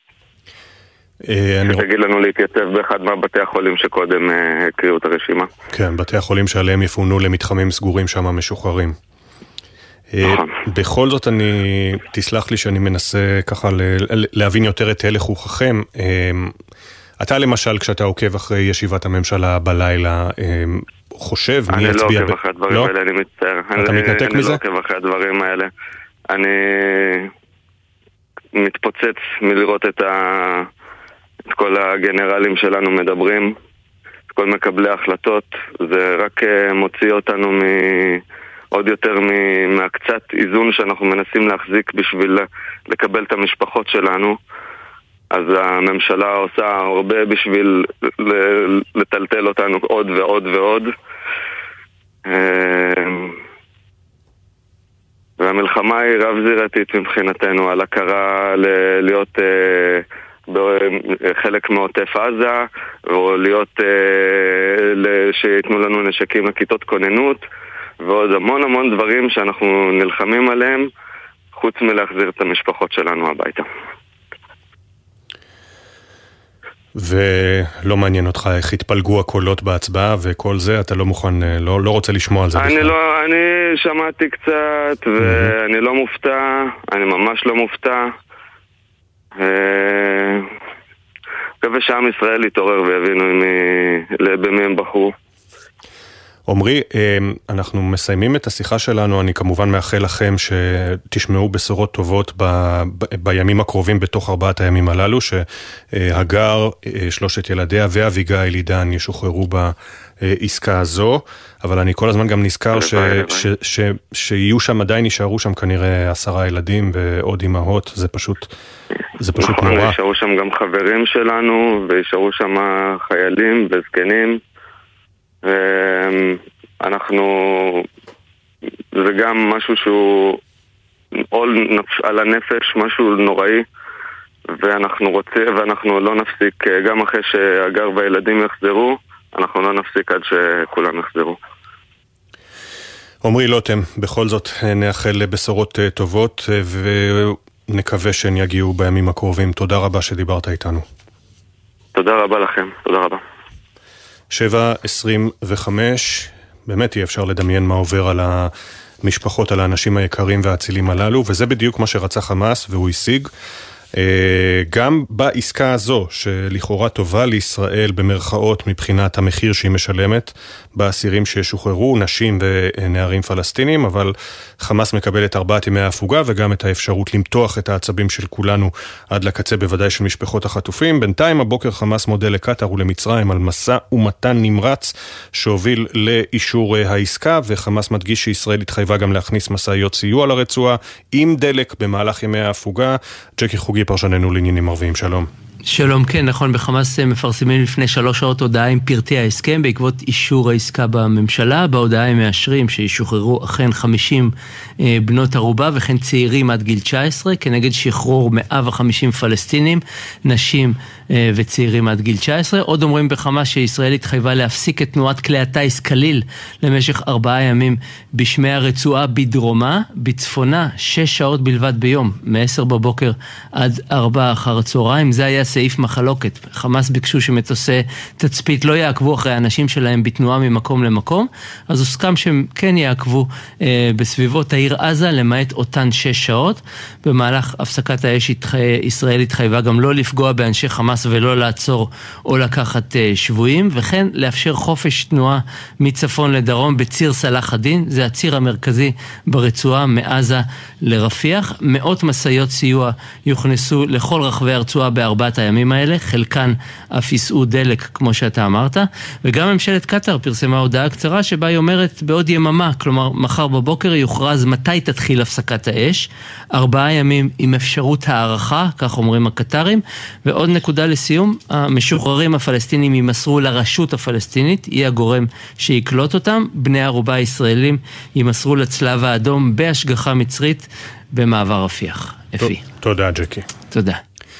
S11: שתגיד לנו להתייצב באחד מהבתי החולים שקודם הקריאו את הרשימה.
S1: כן, בתי החולים שעליהם יפונו למתחמים סגורים שם משוחררים. בכל זאת תסלח לי שאני מנסה ככה להבין יותר את הלך רוחכם. אתה למשל, כשאתה עוקב אחרי ישיבת הממשלה בלילה, חושב מי יצביע...
S11: אני לא עוקב אחרי הדברים האלה, אני מצטער.
S1: אתה מתנתק מזה?
S11: אני לא עוקב אחרי הדברים האלה. אני מתפוצץ מלראות את כל הגנרלים שלנו מדברים, את כל מקבלי ההחלטות. זה רק מוציא אותנו עוד יותר מהקצת איזון שאנחנו מנסים להחזיק בשביל לקבל את המשפחות שלנו. אז הממשלה עושה הרבה בשביל לטלטל אותנו עוד ועוד ועוד. והמלחמה היא רב-זירתית מבחינתנו, על הכרה להיות חלק מעוטף עזה, או להיות שיתנו לנו נשקים לכיתות כוננות, ועוד המון דברים שאנחנו נלחמים עליהם, חוץ מלהחזיר את המשפחות שלנו הביתה.
S1: ולא מעניין אותך איך התפלגו הקולות בהצבעה וכל זה, אתה לא מוכן, לא רוצה לשמוע על זה בכלל.
S11: אני שמעתי קצת ואני לא מופתע, אני ממש לא מופתע. מקווה שעם ישראל יתעורר ויבינו במי הם בחרו.
S1: עומרי, אנחנו מסיימים את השיחה שלנו, אני כמובן מאחל לכם שתשמעו בשורות טובות בימים הקרובים בתוך 4 הימים הללו, שהגר, 3 ילדיה ואביגיל עידן ישוחררו בעסקה הזו, אבל אני כל הזמן גם נזכר שיהיו שם, עדיין יישארו שם כנראה 10 ילדים ועוד אמהות, זה פשוט נורא.
S11: יישארו שם גם חברים שלנו, ויישארו שם חיילים וזקנים, זה גם משהו שהוא עול על הנפש, משהו נוראי, ואנחנו לא נפסיק, גם אחרי שהגר והילדים יחזרו, אנחנו לא נפסיק עד שכולם יחזרו.
S1: עומרי לוטם, בכל זאת נאחל בשורות טובות ונקווה שהן יגיעו בימים הקרובים. תודה רבה שדיברת איתנו.
S11: תודה רבה לכם, תודה רבה.
S1: 7:25, באמת אי אפשר לדמיין מה עובר על המשפחות, על האנשים היקרים והאצילים הללו, וזה בדיוק מה שרצה חמאס והוא השיג. גם בעסקה הזו, שלכאורה טובה לישראל במרכאות מבחינת המחיר שהיא משלמת, באסירים שישוחררו, נשים ונערים פלסטינים, אבל חמאס מקבל את 4 ימי ההפוגה, וגם את האפשרות למתוח את העצבים של כולנו עד לקצה, בוודאי של משפחות החטופים. בינתיים הבוקר חמאס מודה לקטר ולמצרים על מסע ומתן נמרץ שהוביל לאישור העסקה, וחמאס מדגיש שישראל התחייבה גם להכניס מסעיות סיוע לרצועה עם דלק במהלך ימי ההפוגה. ג'קי חוגי, פרשננו לעניינים ערביים, שלום.
S12: שלום, כן, נכון, בחמאס מפרסמים לפני 3 שעות הודעה עם פרטי ההסכם בעקבות אישור העסקה בממשלה. בהודעה הם מאשרים שישוחררו אכן 50 בנות ערובה וכן צעירים עד גיל 19, כנגד שחרור 150 פלסטינים, נשים וצעירים עד גיל 19. עוד אומרים בחמאס שישראל התחייבה להפסיק את תנועת כלי הטייס כליל למשך 4 ימים בשמי הרצועה בדרומה, בצפונה 6 שעות בלבד ביום, מ-10 בבוקר עד 4 אחר הצהריים. זה היה סעיף מחלוקת. חמאס ביקשו שמטוסי תצפית לא יעקבו אחרי האנשים שלהם בתנועה ממקום למקום, אז הוסכם שהם כן יעקבו בסביבות העיר עזה, למעט אותן 6 שעות. במהלך הפסקת האש ישראל התחייבה גם לא לפגוע באנשי חמאס ולא לעצור או לקחת שבויים, וכן לאפשר חופש תנועה מצפון לדרום בציר סלאח א-דין, זה הציר המרכזי ברצועה מעזה לרפיח. 100 מסעיות סיוע יוכנסו לכל רחבי הרצועה ב4 הימים האלה, חלקן אף יישאו דלק כמו שאתה אמרת, וגם ממשלת קטר פרסמה הודעה קצרה שבה היא אומרת בעוד יממה, כלומר מחר בבוקר יוכרז מתי תתחיל הפסקת האש, 4 ימים עם אפשרות הערכה, כך אומרים הקטרים. ועוד נקודה לסיום, המשוחררים הפלסטינים יימסרו לרשות הפלסטינית, היא הגורם שיקלוט אותם, בני ערובה הישראלים יימסרו לצלב האדום בהשגחה מצרית במעבר רפיח. אפי.
S1: תודה ג'קי.
S12: תודה.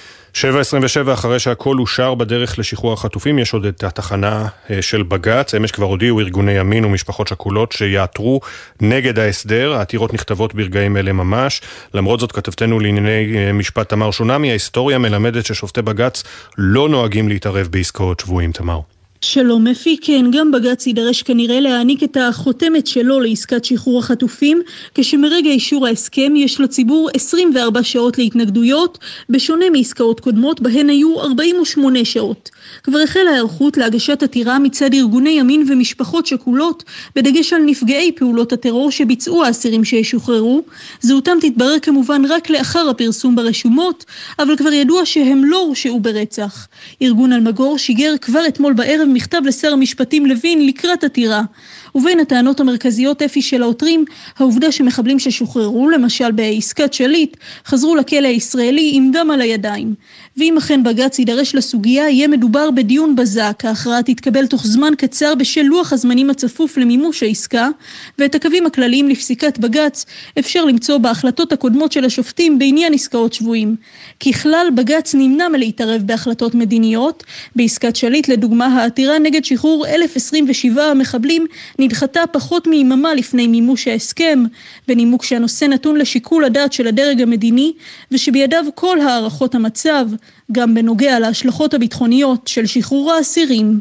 S1: 7:27, אחרי שהכל אושר בדרך לשחרור החטופים, יש עוד את התחנה של בג"ץ. אמש כבר הודיעו ארגוני ימין ומשפחות שכולות שיעתרו נגד ההסדר. העתירות נכתבות ברגעים אלה ממש. למרות זאת, כתבתנו לענייני משפט תמר שונמי, ההיסטוריה מלמדת ששופטי בג"ץ לא נוהגים להתערב בעסקאות שבויים. תמר.
S14: שלום אפי, כן, גם בג"ץ יידרש כנראה להעניק את החותמת שלו לעסקת שחרור החטופים, כשמרגע אישור ההסכם יש לציבור 24 שעות להתנגדויות, בשונה מעסקאות קודמות בהן היו 48 שעות. כבר החלה ההיערכות להגשת עתירה מצד ארגוני ימין ומשפחות שכולות, בדגש על נפגעי פעולות הטרור שביצעו האסירים שישוחררו. זהותם תתברר כמובן רק לאחר הפרסום ברשומות, אבל כבר ידוע שהם לא הורשעו ברצח. ארגון אלמגור שיגר כבר אתמול בערב מכתב לשר המשפטים לוין לקראת עתירה. ובין הטענות המרכזיות אפי של העותרים, העובדה שמחבלים ששוחררו, למשל בעסקת שליט, חזרו לכלא הישראלי עם דם על הידיים. ואם אכן בג"ץ יידרש לסוגיה, יהיה מדובר בדיון בזק. ההכרעה תתקבל תוך זמן קצר בשל לוח הזמנים הצפוף למימוש העסקה, ואת הקווים הכלליים לפסיקת בג"ץ אפשר למצוא בהחלטות הקודמות של השופטים בעניין עסקאות שבויים. ככלל, בג"ץ נמנע מלהתערב בהחלטות מדיניות. בעסקת שליט, לדוגמה, העתירה נגד שחרור 1,027 מחבלים נדחתה פחות מיממה לפני מימוש ההסכם, בנימוק שהנושא נתון לשיקול הדעת של הדרג המדיני, ושבידיו כל הערכות המצב, גם בנוגע להשלכות הביטחוניות של שחרור האסירים.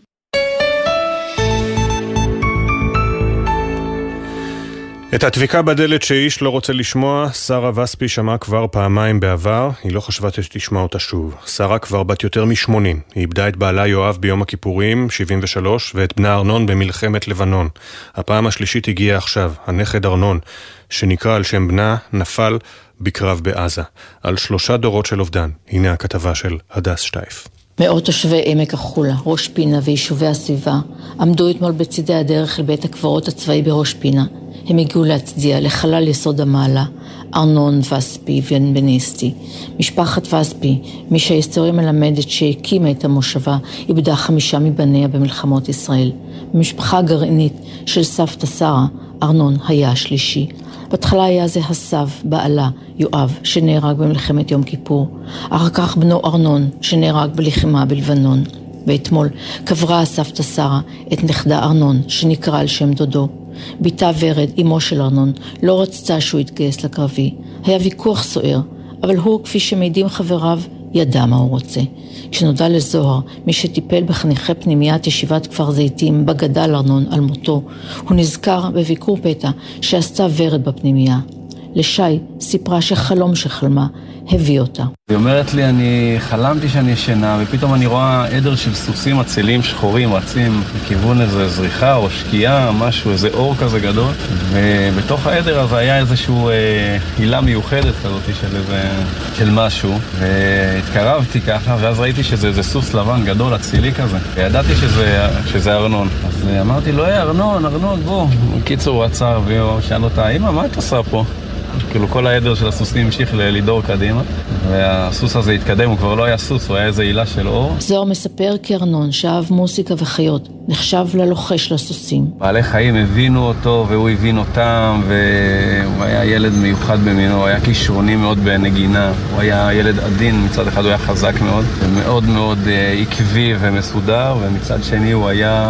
S1: את הדפיקה בדלת שאיש לא רוצה לשמוע, שרה וספי שמעה כבר פעמיים בעבר, היא לא חשבה שתשמע אותה שוב. שרה כבר בת יותר מ-80, היא איבדה את בעלה יואב ביום הכיפורים, 73, ואת בנה ארנון במלחמת לבנון. הפעם השלישית הגיעה עכשיו, הנכד ארנון, שנקרא על שם בנה, נפל בקרב בעזה. על 3 דורות של אובדן, הנה הכתבה של הדס שטייף.
S15: מאות תושבי עמק החולה, ראש פינה ויישובי הסביבה עמדו אתמול בצדי הדרך אל בית הקברות הצבאי בראש פינה. הם הגיעו להצדיע לחלל יסוד המעלה, ארנון וספי ובניסטי. משפחת וספי, מי שההיסטוריה מלמדת שהקימה את המושבה, איבדה 5 מבניה במלחמות ישראל. במשפחה הגרעינית של סבתא שרה, ארנון היה השלישי. בהתחלה היה זה הסב, בעלה, יואב, שנהרג במלחמת יום כיפור. אחר כך בנו ארנון, שנהרג בלחימה בלבנון. ואתמול קברה הסבתא שרה את נכדה ארנון, שנקרא על שם דודו. ביתה ורד, אמו של ארנון, לא רצתה שהוא יתגייס לקרבי. היה ויכוח סוער, אבל הוא, כפי שמעידים חבריו, ידע מה הוא רוצה. כשנודע לזוהר, מי שטיפל בחניכי פנימיית ישיבת כפר זיתים, בגדל ארנון על מותו, הוא נזכר בביקור פתע שעשתה ורד בפנימייה. לשי סיפרה שחלום שחלמה הביא אותה.
S23: היא אומרת לי, אני חלמתי שאני ישנה, ופתאום אני רואה עדר של סוסים עצלים שחורים רצים לכיוון איזה זריחה או שקיעה, משהו, איזה אור כזה גדול, ובתוך העדר הזה היה איזשהו הילה מיוחדת כזאת של משהו, והתקרבתי ככה, ואז ראיתי שזה איזה סוס לבן גדול, אצילי כזה, וידעתי שזה ארנון. אז אמרתי לו, ארנון, בוא. בקיצור הוא עצר והוא שאל אותה, אמא, מה את עושה פה? כאילו כל העדר של הסוסים המשיך לדור קדימה, והסוס הזה התקדם, הוא כבר לא היה סוס, הוא היה איזה עילה של אור.
S15: זוהר מספר כי ארנון, שאהב מוסיקה וחיות, נחשב ללוחש לסוסים.
S23: בעלי חיים הבינו אותו והוא הבין אותם, והוא היה ילד מיוחד במינו, הוא היה כישרוני מאוד בנגינה, הוא היה ילד עדין, מצד אחד הוא היה חזק מאוד, ומאוד מאוד עקבי ומסודר, ומצד שני הוא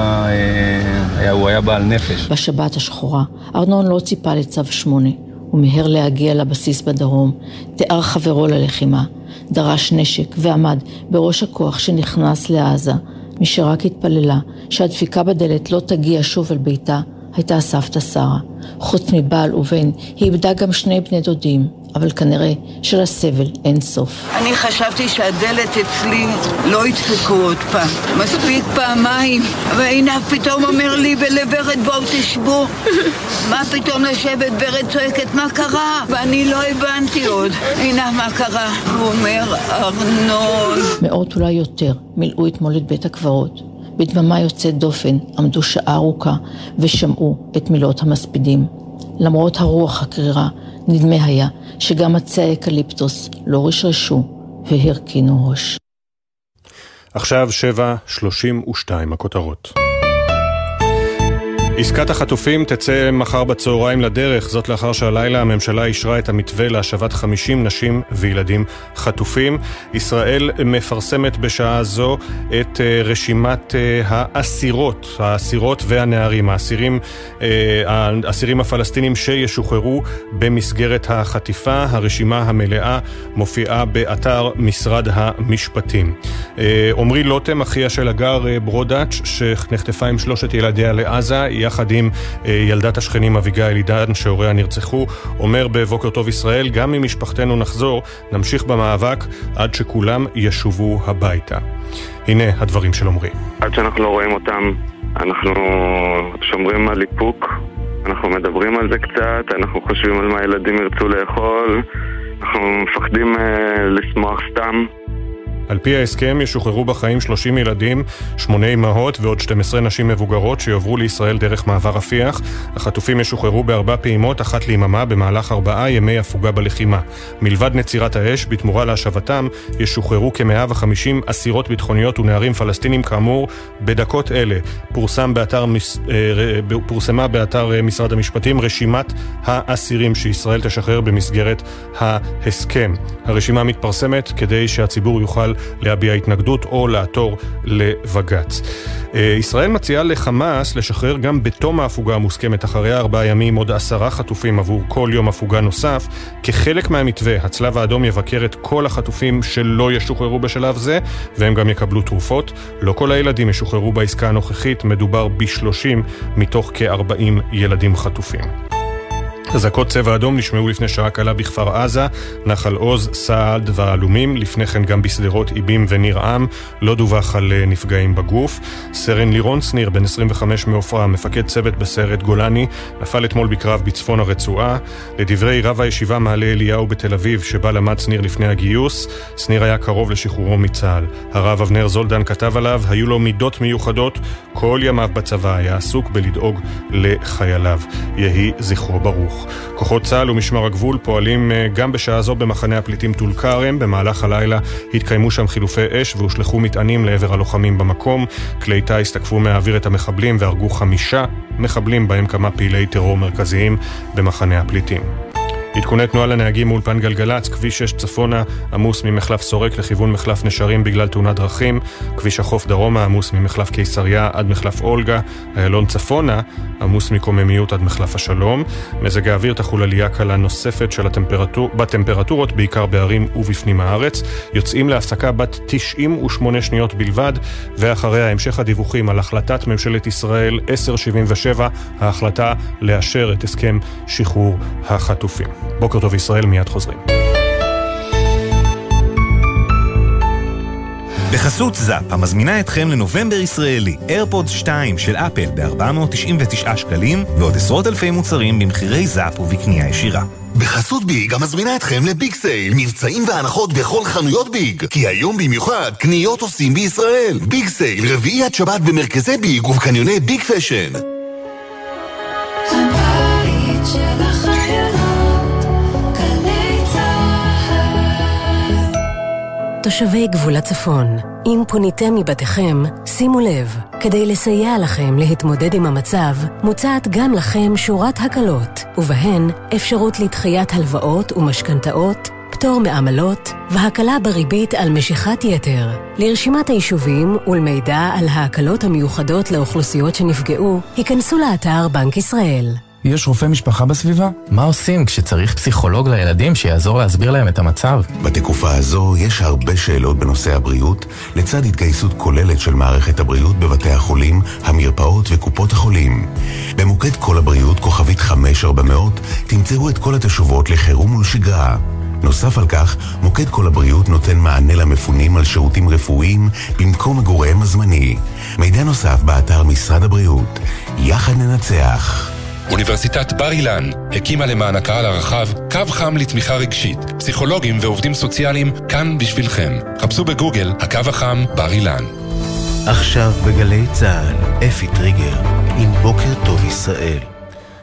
S23: היה בעל נפש.
S15: בשבת השחורה, ארנון לא ציפה לצו 8. הוא מהר להגיע לבסיס בדרום, תיאר חברו ללחימה, דרש נשק ועמד בראש הכוח שנכנס לעזה, מי שרק התפללה שהדפיקה בדלת לא תגיע שוב אל ביתה, הייתה סבתא שרה. חוץ מבעל ובן, היא איבדה גם 2 בני דודים, אבל כנראה שלסבל אין סוף.
S24: אני חשבתי שהדלת אצלי לא ידפקו עוד פעם. מספיק פעמיים. והנה פתאום אומר לי בלברת בואו תשבו. מה פתאום לשבת? ברד צועקת מה קרה? ואני לא הבנתי עוד. הנה מה קרה. הוא אומר ארנון.
S15: מאות אולי יותר מילאו אתמול את בית הקברות. בדממה יוצאת דופן עמדו שעה ארוכה ושמעו את מילות המספידים. למרות הרוח הקרירה, נדמה היה שגם עצי האקליפטוס לא רשרשו והרכינו ראש.
S1: עכשיו 7:32 הכותרות. עסקת החטופים תצא מחר בצהריים לדרך, זאת לאחר שהלילה הממשלה אישרה את המתווה להשבת 50 נשים וילדים חטופים. ישראל מפרסמת בשעה זו את רשימת האסירות והנערים, האסירים הפלסטינים שישוחררו במסגרת החטיפה. הרשימה המלאה מופיעה באתר משרד המשפטים. עומרי לוטם, אחיה של הגר ברודאץ', שנחטפה עם 3 ילדיה לעזה, יחד עם ילדת השכנים אביגיל עידן שהוריה נרצחו, אומר בבוקר טוב ישראל, גם ממשפחתנו נחזור, נמשיך במאבק עד שכולם ישובו הביתה. הנה הדברים של עומרי.
S11: עד שאנחנו לא רואים אותם, אנחנו שומרים על איפוק, אנחנו מדברים על זה קצת, אנחנו חושבים על מה הילדים ירצו לאכול, אנחנו מפחדים לשמוח סתם.
S1: על פי ההסכם ישוחררו בחיים 30 ילדים, 8 אמהות ועוד 12 נשים מבוגרות שיעברו לישראל דרך מעבר רפיח. החטופים ישוחררו ב4 פעימות, אחת ליממה במהלך 4 ימי הפוגה בלחימה. מלבד נצירת האש, בתמורה להשבתם, ישוחררו כ-150 אסירות ביטחוניות ונערים פלסטינים כאמור בדקות אלה. פורסמה באתר משרד המשפטים רשימת האסירים שישראל תשחרר במסגרת ההסכם. הרשימה מתפרסמת כדי שהציבור יוכל להביע התנגדות או לעתור לבג"ץ. ישראל מציעה לחמאס לשחרר גם בתום ההפוגה המוסכמת אחרי 4 ימים עוד 10 חטופים עבור כל יום הפוגה נוסף. כחלק מהמתווה, הצלב האדום יבקר את כל החטופים שלא ישוחררו בשלב זה, והם גם יקבלו תרופות. לא כל הילדים ישוחררו בעסקה הנוכחית, מדובר ב30 מתוך כ40 ילדים חטופים. אזעקות צבע אדום נשמעו לפני שעה קלה בכפר עזה, נחל עוז, סעד ועלומים, לפני כן גם בסדרות איבים וניר עם, לא דווח על נפגעים בגוף. סרן לירון סניר, בן 25 מעופרה, מפקד צוות בסיירת גולני, נפל אתמול בקרב בצפון הרצועה. לדברי רב הישיבה מעלה אליהו בתל אביב, שבה למד סניר לפני הגיוס, סניר היה קרוב לשחרורו מצה"ל. הרב אבנר זולדן כתב עליו, היו לו מידות מיוחדות, כל ימיו בצבא היה עסוק בלדאוג לחייליו. יהי זכרו ברוך. כוחות צה"ל ומשמר הגבול פועלים גם בשעה זו במחנה הפליטים טול כרם. במהלך הלילה התקיימו שם חילופי אש והושלחו מטענים לעבר הלוחמים במקום. כלי טיס תקפו מהאוויר את המחבלים והרגו 5 מחבלים, בהם כמה פעילי טרור מרכזיים במחנה הפליטים. עדכוני תנועה לנהגים מאולפן גלגלץ, כביש 6 צפונה עמוס ממחלף סורק לכיוון מחלף נשרים בגלל תאונת דרכים, כביש החוף דרומה עמוס ממחלף קיסריה עד מחלף אולגה, איילון צפונה עמוס מקוממיות עד מחלף השלום. מזג האוויר תחול עלייה קלה נוספת של בטמפרטורות בעיקר בערים ובפנים הארץ. יוצאים להפסקה בת 98 שניות בלבד, ואחריה המשך הדיווחים על החלטת ממשלת ישראל 1077, ההחלטה לאשר את הסכם שחרור החטופים. בוקר טוב ישראל, מיד חוזרים.
S8: בחסות זאפ, המזמינה אתכם לנובמבר ישראלי, איירפודס 2 של אפל ב-499 שקלים, ועוד עשרות אלפי מוצרים במחירי זאפ ובקנייה ישירה.
S17: בחסות ביג, המזמינה אתכם לביג סייל, מבצעים והנחות בכל חנויות ביג, כי היום במיוחד קניות עושים בישראל. ביג סייל, רביעי עד שבת במרכזי ביג ובקניוני ביג פשן.
S18: הבית של החיילות, גלי צהל.
S2: תושבי גבול הצפון, אם פוניתם מבתיכם, שימו לב, כדי לסייע לכם להתמודד עם המצב, מוצעת גם לכם שורת הקלות, ובהן אפשרות לדחיית הלוואות ומשכנתאות, פטור מעמלות והקלה בריבית על משיכת יתר. לרשימת היישובים ולמידע על ההקלות המיוחדות לאוכלוסיות שנפגעו, היכנסו לאתר בנק ישראל.
S19: יש רופא משפחה בסביבה? מה עושים כשצריך פסיכולוג לילדים שיעזור להסביר להם את המצב?
S17: בתקופה הזו יש הרבה שאלות בנושא הבריאות, לצד התגייסות כוללת של מערכת הבריאות בבתי החולים, המרפאות וקופות החולים. במוקד כל הבריאות, כוכבית 5400, תמצאו את כל התשובות לחירום ולשגרה. נוסף על כך, מוקד כל הבריאות נותן מענה למפונים על שירותים רפואיים במקום מגוריהם הזמני. מידע נוסף באתר משרד הבריאות. יחד ננצח.
S25: אוניברסיטת בר אילן הקימה למען הקהל הרחב קו חם לתמיכה רגשית. פסיכולוגים ועובדים סוציאליים כאן בשבילכם. חפשו בגוגל הקו החם בר אילן.
S13: עכשיו בגלי צהל, אפי טריגר עם בוקר טוב ישראל.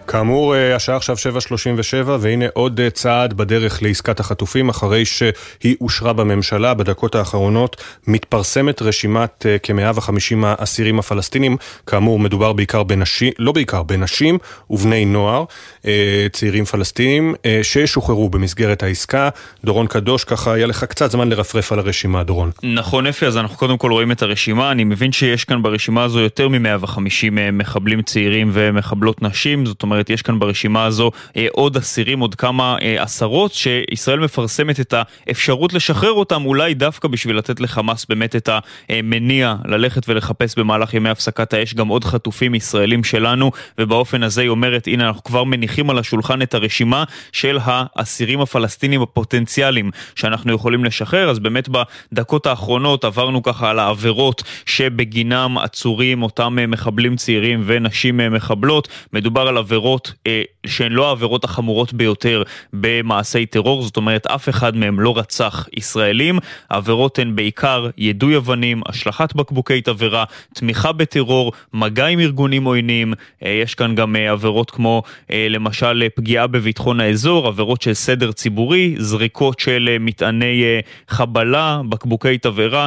S1: כאמור, השעה עכשיו 7:37, והנה עוד צעד בדרך לעסקת החטופים, אחרי שהיא אושרה בממשלה. בדקות האחרונות מתפרסמת רשימת כ-150 האסירים הפלסטינים. כאמור, מדובר בעיקר בנשים, לא בעיקר, בנשים ובני נוער, צעירים פלסטינים, ששוחררו במסגרת העסקה. דורון קדוש, ככה היה לך קצת זמן לרפרף על הרשימה, דורון.
S9: נכון, אפי, אז אנחנו קודם כל רואים את הרשימה. אני מבין שיש כאן ברשימה הזו יותר מ-150 מחבלים צעירים ומחבלות נשים. זאת אומרת, יש כאן ברשימה הזו עוד אסירים, עוד כמה עשרות, שישראל מפרסמת את האפשרות לשחרר אותם, אולי דווקא בשביל לתת לחמאס באמת את המניע ללכת ולחפש במהלך ימי הפסקת האש גם עוד חטופים ישראלים שלנו, ובאופן הזה היא אומרת, הנה אנחנו כבר מניחים על השולחן את הרשימה של האסירים הפלסטינים הפוטנציאליים שאנחנו יכולים לשחרר. אז באמת בדקות האחרונות עברנו ככה על העבירות שבגינם עצורים אותם מחבלים צעירים ונשים מחבלות. מדובר על עבירות שהן לא העבירות החמורות ביותר במעשי טרור, זאת אומרת אף אחד מהם לא רצח ישראלים. העבירות הן בעיקר יידוי אבנים, השלכת בקבוקי תבערה, תמיכה בטרור, מגע עם ארגונים עוינים. יש כאן גם עבירות כמו למשל פגיעה בביטחון האזור, עבירות של סדר ציבורי, זריקות של מטעני חבלה, בקבוקי תבערה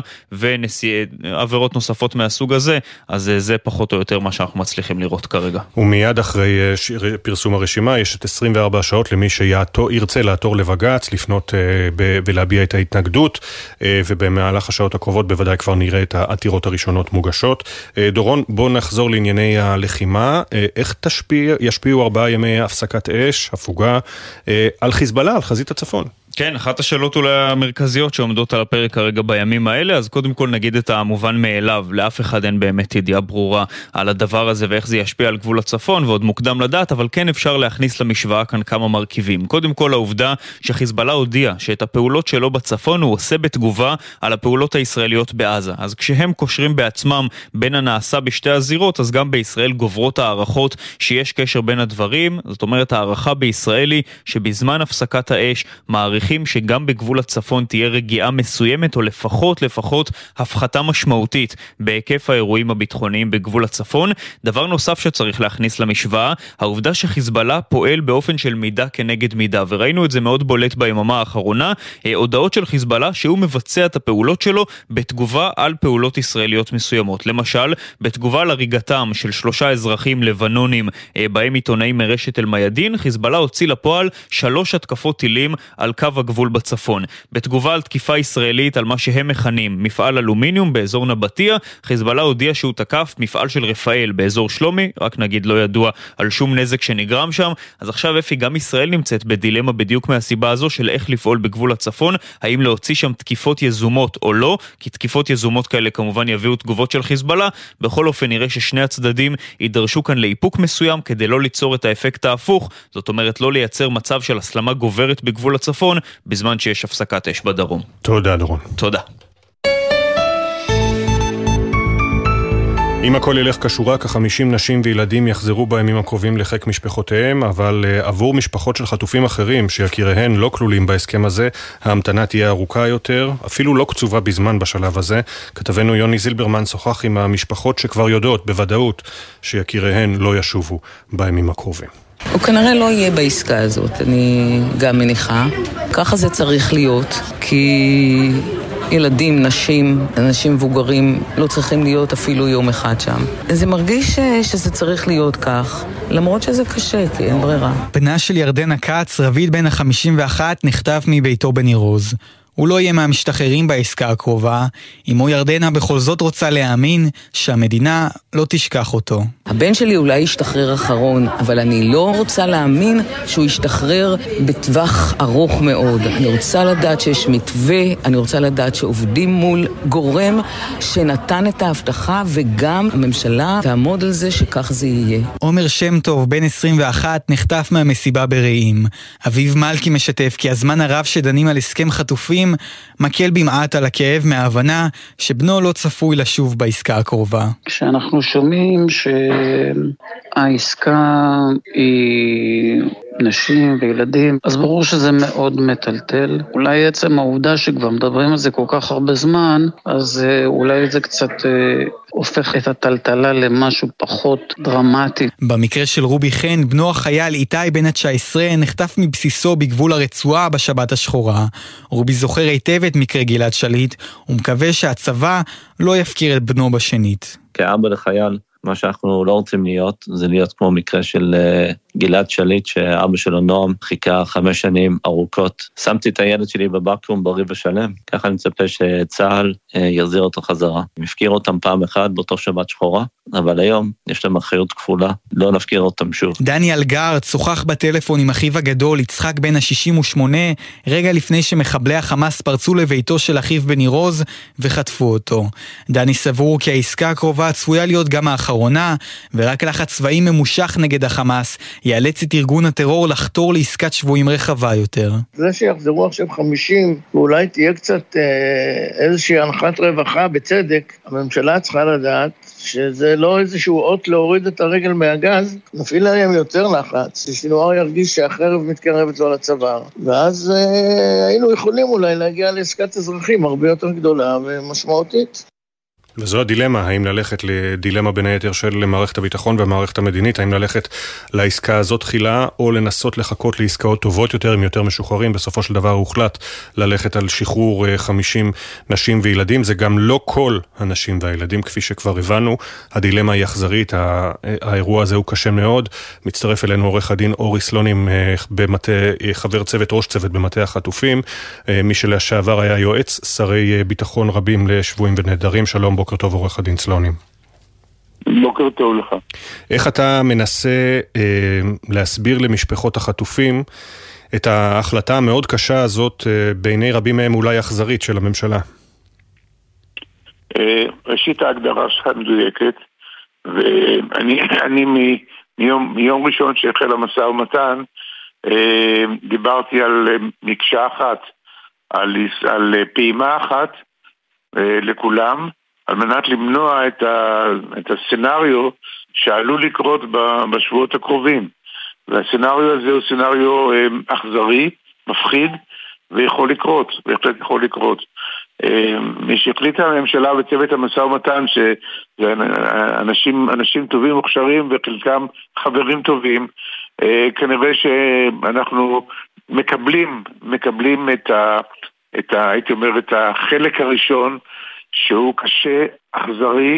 S9: ועבירות נוספות מהסוג הזה. אז זה פחות או יותר מה שאנחנו מצליחים לראות כרגע.
S1: ומיד אחרי פרסום הרשימה יש את 24 שעות למי שירצה לעתור לבג"ץ, לפנות ולהביע את ההתנגדות, ובמהלך השעות הקרובות בוודאי כבר נראה את העתירות הראשונות מוגשות. דורון, בוא נחזור לענייני הלחימה. איך ישפיעו 4 ימי הפסקת אש, הפוגה, על חיזבאללה, על חזית הצפון?
S9: כן, אחת השאלות אולי המרכזיות שעומדות על הפרק כרגע בימים האלה, אז קודם כל נגיד את המובן מאליו, לאף אחד אין באמת ידיעה ברורה על הדבר הזה ואיך זה ישפיע על גבול הצפון, ועוד מוקדם לדעת, אבל כן אפשר להכניס למשוואה כאן כמה מרכיבים. קודם כל העובדה שחיזבאללה הודיע שאת הפעולות שלו בצפון הוא עושה בתגובה על הפעולות הישראליות בעזה. אז כשהם קושרים בעצמם בין הנעשה בשתי הזירות, אז גם בישראל גוברות הערכות שיש קשר בין הדברים. זאת אומרת, הערכה בישראל היא שבזמן הפסקת האש מעריכים שגם בגבול הצפון תהיה רגיעה מסוימת, או לפחות הפחתה משמעותית בהיקף האירועים הביטחוניים בגבול הצפון. דבר נוסף שצריך להכניס למשוואה, העובדה שחיזבאללה פועל באופן של מידה כנגד מידה, וראינו את זה מאוד בולט ביממה האחרונה, הודעות של חיזבאללה שהוא מבצע את הפעולות שלו בתגובה על פעולות ישראליות מסוימות. למשל, בתגובה לריגתם של 3 אזרחים לבנונים בהם עיתונאים מרשת אל-מיאדין, חיזבאללה הוציא לפועל 3 התקפות טילים על קו הגבול בצפון. בתגובה על תקיפה ישראלית על מה שהם מכנים מפעל אלומיניום באזור נבטיה, חיזבאללה הודיע שהוא תקף מפעל של רפאל באזור שלומי, רק נגיד לא ידוע על שום נזק שנגרם שם. אז עכשיו אפי, גם ישראל נמצאת בדילמה בדיוק מהסיבה הזו של איך לפעול בגבול הצפון, האם להוציא שם תקיפות יזומות או לא, כי תקיפות יזומות כאלה כמובן יביאו תגובות של חיזבאללה. בכל אופן נראה ששני הצדדים יידרשו כאן לאיפוק מסוים כדי לא ליצור את האפקט ההפוך, זאת אומרת לא לייצר מצב של הסלמה גוברת בגבול הצפון בזמן שיש הפסקת אש בדרום.
S1: תודה דורון.
S9: תודה.
S1: אם הכל ילך כשורה, כ-50 נשים וילדים יחזרו בימים הקרובים לחיק משפחותיהם, אבל עבור משפחות של חטופים אחרים שיקיריהן לא כלולים בהסכם הזה, ההמתנה תהיה ארוכה יותר, אפילו לא קצובה בזמן בשלב הזה. כתבנו יוני זילברמן שוחח עם המשפחות שכבר יודעות בוודאות שיקיריהן לא ישובו בימים הקרובים.
S3: הוא כנראה לא יהיה בעסקה הזאת, אני גם מניחה. ככה זה צריך להיות, כי ילדים, נשים, אנשים מבוגרים לא צריכים להיות אפילו יום אחד שם. זה מרגיש שזה צריך להיות כך, למרות שזה קשה, כי אין ברירה.
S4: בנה של ירדנה קץ, רביד בן ה-51, נחטף מביתו בניר עוז. הוא לא יהיה מהמשתחררים בעסקה הקרובה, אמו ירדנה בכל זאת רוצה להאמין שהמדינה לא תשכח אותו.
S3: הבן שלי אולי ישתחרר אחרון, אבל אני לא רוצה להאמין שהוא ישתחרר בטווח ארוך מאוד. אני רוצה לדעת שיש מתווה, אני רוצה לדעת שעובדים מול גורם שנתן את ההבטחה, וגם הממשלה תעמוד על זה שכך זה יהיה.
S4: עומר שם טוב, בן 21, נחטף מהמסיבה ברעים. אביב מלכי משתף כי הזמן הרב שדנים על הסכם חטופים מקל במעט על הכאב מההבנה שבנו לא צפוי לשוב בעסקה הקרובה.
S7: כשאנחנו שומעים שהעסקה היא
S6: נשים וילדים, אז ברור שזה מאוד מטלטל. אולי עצם העובדה שכבר מדברים על זה כל כך הרבה זמן, אז אולי זה קצת הופך את הטלטלה למשהו פחות דרמטי.
S4: במקרה של רובי חן, בנו החייל איתי בן ה-19 נחטף מבסיסו בגבול הרצועה בשבת השחורה. רובי זוכר היטב את מקרה גלעד שליט, ומקווה שהצבא לא יפקיר את בנו בשנית.
S7: כאבא לחייל, מה שאנחנו לא רוצים זה להיות כמו מקרה של גלעד שליט, שאבא שלו נועם חיכה 5 שנים ארוכות. שמתי את הילד שלי בבקו"ם בריא ושלם, ככה אני מצפה שצה"ל יחזיר אותו חזרה. מפקיר אותם פעם אחת באותו שבת שחורה, אבל היום יש להם אחריות כפולה, לא נפקיר אותם שוב.
S4: דני אלגר שוחח בטלפון עם אחיו הגדול, יצחק בן ה-68, רגע לפני שמחבלי החמאס פרצו לביתו של אחיו בניר עוז וחטפו אותו. דני סבור כי העסקה הקרובה צפויה להיות גם האחרונה, ורק לחץ צבאי ממושך נגד החמאס יאלץ את ארגון הטרור לחתור לעסקת שבויים רחבה יותר.
S20: זה שיחזרו עכשיו 50, ואולי תהיה קצת איזושהי הנחת רווחה בצדק, הממשלה צריכה לדעת שזה לא איזשהו אות להוריד את הרגל מהגז, נפעיל להם יותר לחץ, שסינואר ירגיש שהחרב מתקרבת לו לצוואר, ואז היינו יכולים אולי להגיע לעסקת אזרחים הרבה יותר גדולה ומשמעותית.
S1: וזו הדילמה, האם ללכת לדילמה בין היתר של מערכת הביטחון והמערכת המדינית, האם ללכת לעסקה הזאת תחילה, או לנסות לחכות לעסקאות טובות יותר עם יותר משוחררים. בסופו של דבר הוחלט ללכת על שחרור 50 נשים וילדים, זה גם לא כל הנשים והילדים, כפי שכבר הבנו, הדילמה היא אכזרית, האירוע הזה הוא קשה מאוד. מצטרף אלינו עורך הדין אורי סלונים, חבר צוות, ראש צוות במטה החטופים, מי שלשעבר היה יועץ שרי ביטחון רבים לשבויים ונעדרים. שלום, בוקר טוב עורך הדין סלונים.
S21: בוקר טוב לך.
S1: איך אתה מנסה להסביר למשפחות החטופים את ההחלטה המאוד קשה הזאת, בעיני רבים מהם אולי אכזרית, של הממשלה?
S21: ראשית, ההגדרה שלך מדויקת, ואני מיום ראשון שהחל המשא ומתן דיברתי על מקשה אחת, על פעימה אחת לכולם, על מנת למנוע את הסצנריו שעלול לקרות בשבועות הקרובים. והסצנריו הזה הוא סצנריו אכזרי, מפחיד, ויכול לקרות, בהחלט יכול לקרות. מי שהחליטה הממשלה וצוות המשא ומתן, שזה אנשים טובים מוכשרים וחלקם חברים טובים, כנראה שאנחנו מקבלים הייתי אומר, את החלק הראשון, שהוא קשה, אכזרי,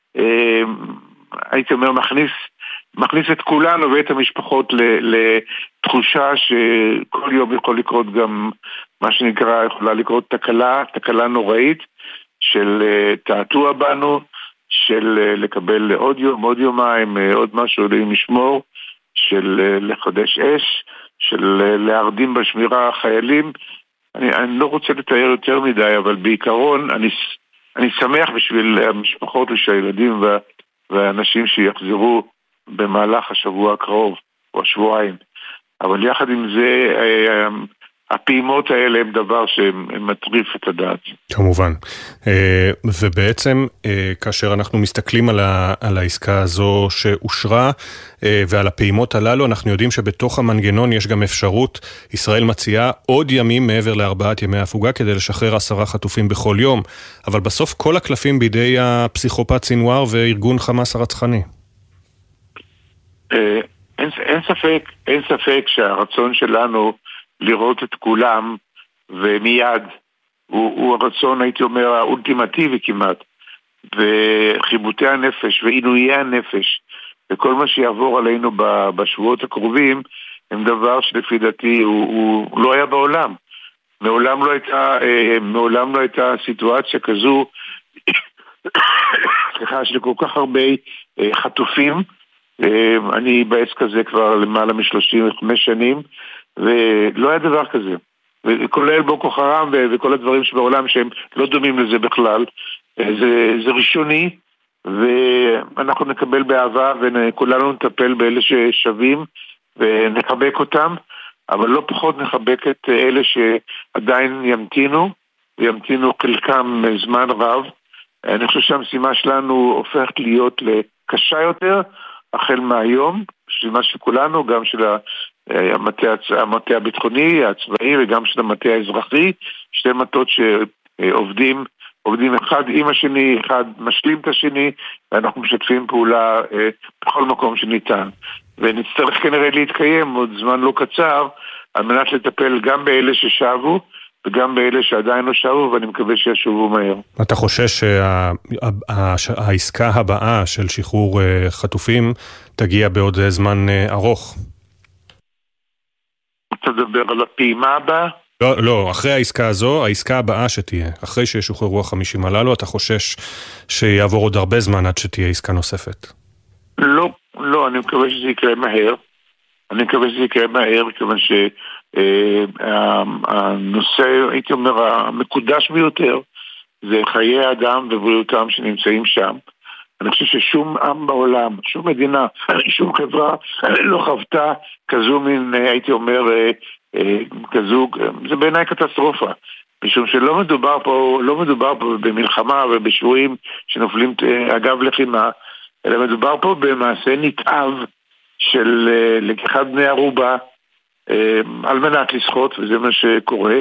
S21: הייתי אומר, מכניס את כולנו ואת המשפחות לתחושה שכל יום יכול לקרות גם מה שנקרא, יכולה לקרות תקלה נוראית, של תעתוע בנו, של לקבל עוד יום, עוד יומיים, עוד משהו לשמור, של לחדש אש, של להרדים בשמירה החיילים. אני לא רוצה לתאר יותר מדי, אבל בעיקרון אני שמח בשביל המשפחות ושהילדים והאנשים שיחזרו במהלך השבוע הקרוב או השבועיים. אבל יחד עם זה, הפעימות האלה הם דבר שמטריף את הדעת.
S1: כמובן. ובעצם, כאשר אנחנו מסתכלים על העסקה הזו שאושרה, ועל הפעימות הללו, אנחנו יודעים שבתוך המנגנון יש גם אפשרות, ישראל מציעה עוד ימים מעבר ל4 ימי הפוגה, כדי לשחרר 10 חטופים בכל יום. אבל בסוף כל הקלפים בידי הפסיכופת סינואר וארגון חמאס הרצחני.
S21: אין ספק שהרצון שלנו לראות את כולם ומיד הוא הרצון, הייתי אומר, האולטימטיבי כמעט, וחיבוטי הנפש ועינויי הנפש וכל מה שיעבור עלינו בשבועות הקרובים הם דבר שלפי דעתי הוא לא היה בעולם. מעולם לא הייתה סיטואציה כזו סליחה, של כל כך הרבה חטופים. אני בעסק הזה כבר למעלה מ-35 שנים, ולא היה דבר כזה. וכולל בוקו חרם וכל הדברים שבעולם שהם לא דומים לזה בכלל. זה ראשוני, ואנחנו נקבל באהבה, וכולנו נטפל באלה ששווים, ונחבק אותם, אבל לא פחות נחבק את אלה שעדיין וימתינו חלקם זמן רב. אני חושב שהמשימה שלנו הופכת להיות לקשה יותר, החל מהיום, של מה שכולנו, גם של המטה הביטחוני, הצבאי וגם של המטה האזרחי, שתי מטות שעובדים אחד עם השני, אחד משלים את השני, ואנחנו משתפים פעולה בכל מקום שניתן. ונצטרך כנראה להתקיים עוד זמן לא קצר, על מנת לטפל גם באלה ששבו, וגם באלה שעדיין לא שבו, ואני מקווה שישובו מהר.
S1: אתה חושש שהעסקה הבאה של שחרור חטופים תגיע בעוד זמן ארוך?
S21: אתה מדבר על הפעימה הבאה?
S1: לא, אחרי העסקה הזו, העסקה הבאה שתהיה, אחרי שישוחררו 50 הללו, אתה חושש שיעבור עוד הרבה זמן עד שתהיה עסקה נוספת?
S21: לא, אני מקווה שזה יקרה מהר. מכיוון שהנושא, הייתי אומר, המקודש ביותר, זה חיי האדם ובריאותם שנמצאים שם. אני חושב ששום עם בעולם, שום מדינה, שום חברה לא חוותה כזו מין, הייתי אומר, כזו, זה בעיניי קטסטרופה. משום שלא מדובר פה במלחמה ובשבויים שנופלים אגב לחימה, אלא מדובר פה במעשה נתעב של לקיחת בני ערובה על מנת לשחות, וזה מה שקורה.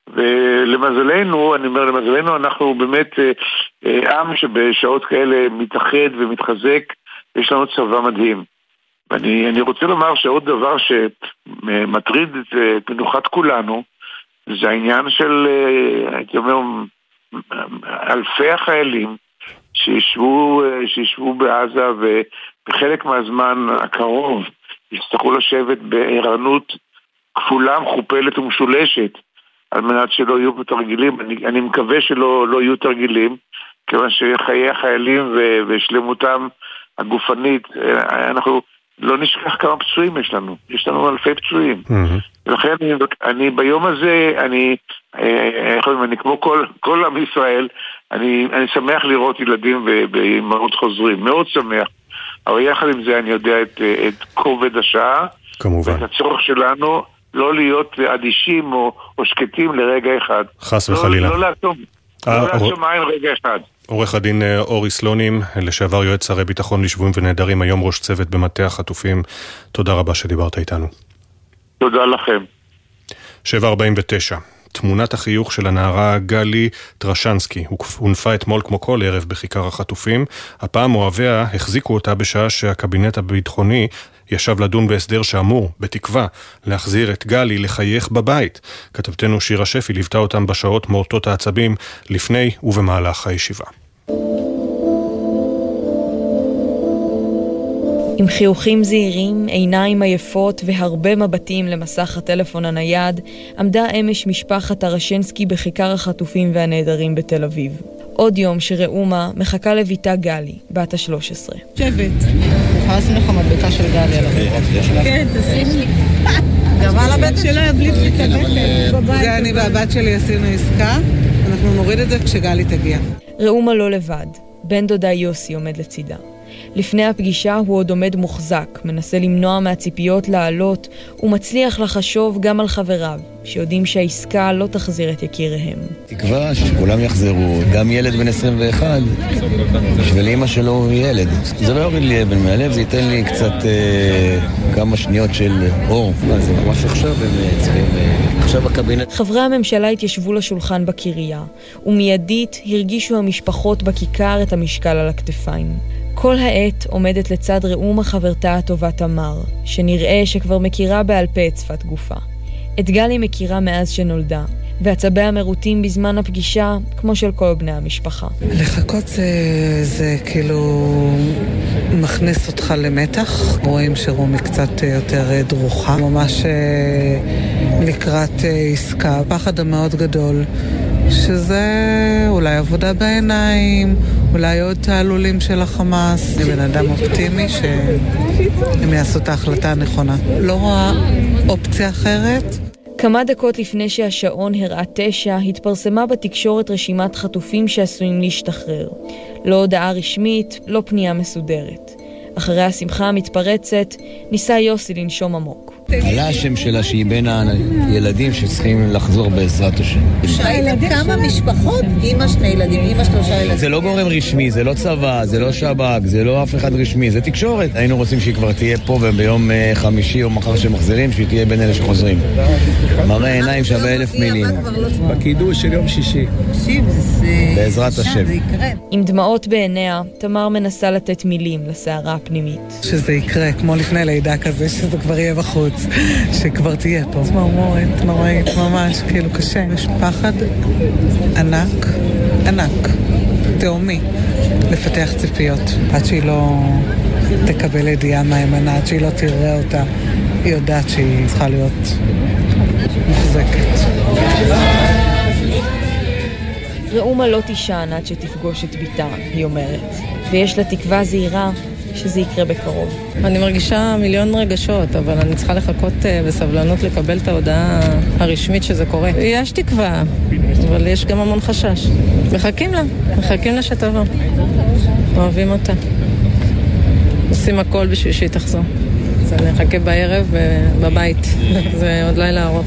S21: ולמזלנו, אנחנו באמת עם שבשעות כאלה מתאחד ומתחזק, יש לנו צבא מדהים. ואני רוצה לומר שעוד דבר שמטריד את מנוחת כולנו, זה העניין של, הייתי אומר, אלפי החיילים שישבו בעזה, ובחלק מהזמן הקרוב יצטרכו לשבת בערנות כפולה, מכופלת ומשולשת, על מנת שלא יהיו פה תרגילים. אני מקווה שלא יהיו תרגילים, כיוון שחיי החיילים ושלמותם הגופנית, אנחנו לא נשכח כמה פצועים יש לנו אלפי פצועים. ולכן אני ביום הזה, אני כמו כל עם ישראל, אני שמח לראות ילדים באימהות חוזרים, מאוד שמח. אבל יחד עם זה אני יודע את כובד השעה,
S1: כמובן.
S21: ואת הצורך שלנו לא להיות אדישים או שקטים לרגע אחד.
S1: חס וחלילה.
S21: לא לעצום עין רגע אחד.
S1: עורך הדין אורי סלונים, לשעבר יועץ שרי ביטחון לשבויים ונעדרים, היום ראש צוות במטה החטופים, תודה רבה שדיברת איתנו.
S21: תודה לכם.
S1: 7:49. תמונת החיוך של הנערה גלי טרשנסקי הונפה אתמול כמו כל ערב בכיכר החטופים. הפעם אוהביה החזיקו אותה בשעה שהקבינט הביטחוני ישב לדון בהסדר שאמור, בתקווה, להחזיר את גלי לחייך בבית. כתבתנו שירה שפי ליוותה אותם בשעות מורטות העצבים לפני ובמהלך הישיבה.
S5: עם חיוכים זהירים, עיניים עייפות והרבה מבטים למסך הטלפון הנייד, עמדה אמש משפחת טרשנסקי בכיכר החטופים והנעדרים בתל אביב. עוד יום שראומה מחכה לביתה גלי, בת ה-13.
S10: שבט. יכולה לשים לך מדבקה של גלי על הבית. כן, תשים לי. גם על הבית שלה בלי בבית. זה אני והבת שלי עשינו עסקה, אנחנו נוריד את זה כשגלי תגיע.
S5: ראומה לא לבד. בן דודה יוסי עומד לצידה. לפני הפגישה הוא עוד עומד מוחזק, מנסה למנוע מהציפיות לעלות, ומצליח לחשוב גם על חבריו, שיודעים שהעסקה לא תחזיר את יקיריהם.
S12: תקווה שכולם יחזרו, גם ילד בן 21, בשביל אמא שלו הוא ילד. זה לא יוריד לי אבן מהלב, זה ייתן לי קצת כמה שניות של אור. זה ממש עכשיו הם צריכים... עכשיו הקבינט...
S5: חברי הממשלה התיישבו לשולחן בקריה, ומיידית הרגישו המשפחות בכיכר את המשקל על הכתפיים. כל העת עומדת לצד ראומה חברתה הטובה תמר, שנראה שכבר מכירה בעל פה את שפת גופה. את גלי מכירה מאז שנולדה, ועצביה מרוטים בזמן הפגישה כמו של כל בני המשפחה.
S10: לחכות זה כאילו מכניס אותך למתח. רואים שרומי קצת יותר דרוכה, ממש לקראת עסקה. פחד המאוד גדול שזה אולי עבודה בעיניים, אולי עוד תעלולים של החמאס. אני בן אדם אופטימי שהם יעשו את ההחלטה הנכונה. לא רואה אופציה אחרת.
S5: כמה דקות לפני שהשעון הראה 9, התפרסמה בתקשורת רשימת חטופים שעשויים להשתחרר. לא הודעה רשמית, לא פנייה מסודרת. אחרי השמחה המתפרצת, ניסה יוסי לנשום עמוק.
S12: עלה השם שלה שהיא בין הילדים שצריכים לחזור בעזרת השם.
S14: כמה משפחות? אמא 2 ילדים, אמא 3 ילדים.
S12: זה לא גורם רשמי, זה לא צבא, זה לא שב"כ, זה לא אף אחד רשמי, זה תקשורת. היינו רוצים שהיא כבר תהיה פה וביום חמישי או מחר שמחזירים, שהיא תהיה בין אלה שחוזרים. מראה עיניים שווה 1000 מילים.
S16: בקידוש של יום שישי.
S12: בעזרת השם.
S5: עם דמעות בעיניה, תמר מנסה לתת מילים לסערה הפנימית.
S10: שזה יקרה, כמו לפני לידה כזה, שזה כבר יהיה בחוץ. שכבר תהיה פה. צמרמורת, נוראית, ממש, כאילו קשה. יש פחד ענק, ענק, תאומי, לפתח ציפיות. עד שהיא לא תקבל ידיעה מהימנה, עד שהיא לא תראה אותה, היא יודעת שהיא צריכה להיות מוחזקת.
S5: ראומה לא תישן עד שתפגוש את ביתה, היא אומרת. ויש לה תקווה זהירה שזה יקרה בקרוב.
S22: אני מרגישה מיליון רגשות, אבל אני צריכה לחכות בסבלנות לקבל את ההודעה הרשמית שזה קורה. יש תקווה, אבל יש גם המון חשש. מחכים לה שתבוא. אוהבים אותה. עושים הכל בשביל שהיא תחזור. אז אני אחכה בערב בבית. זה עוד לילה ארוך.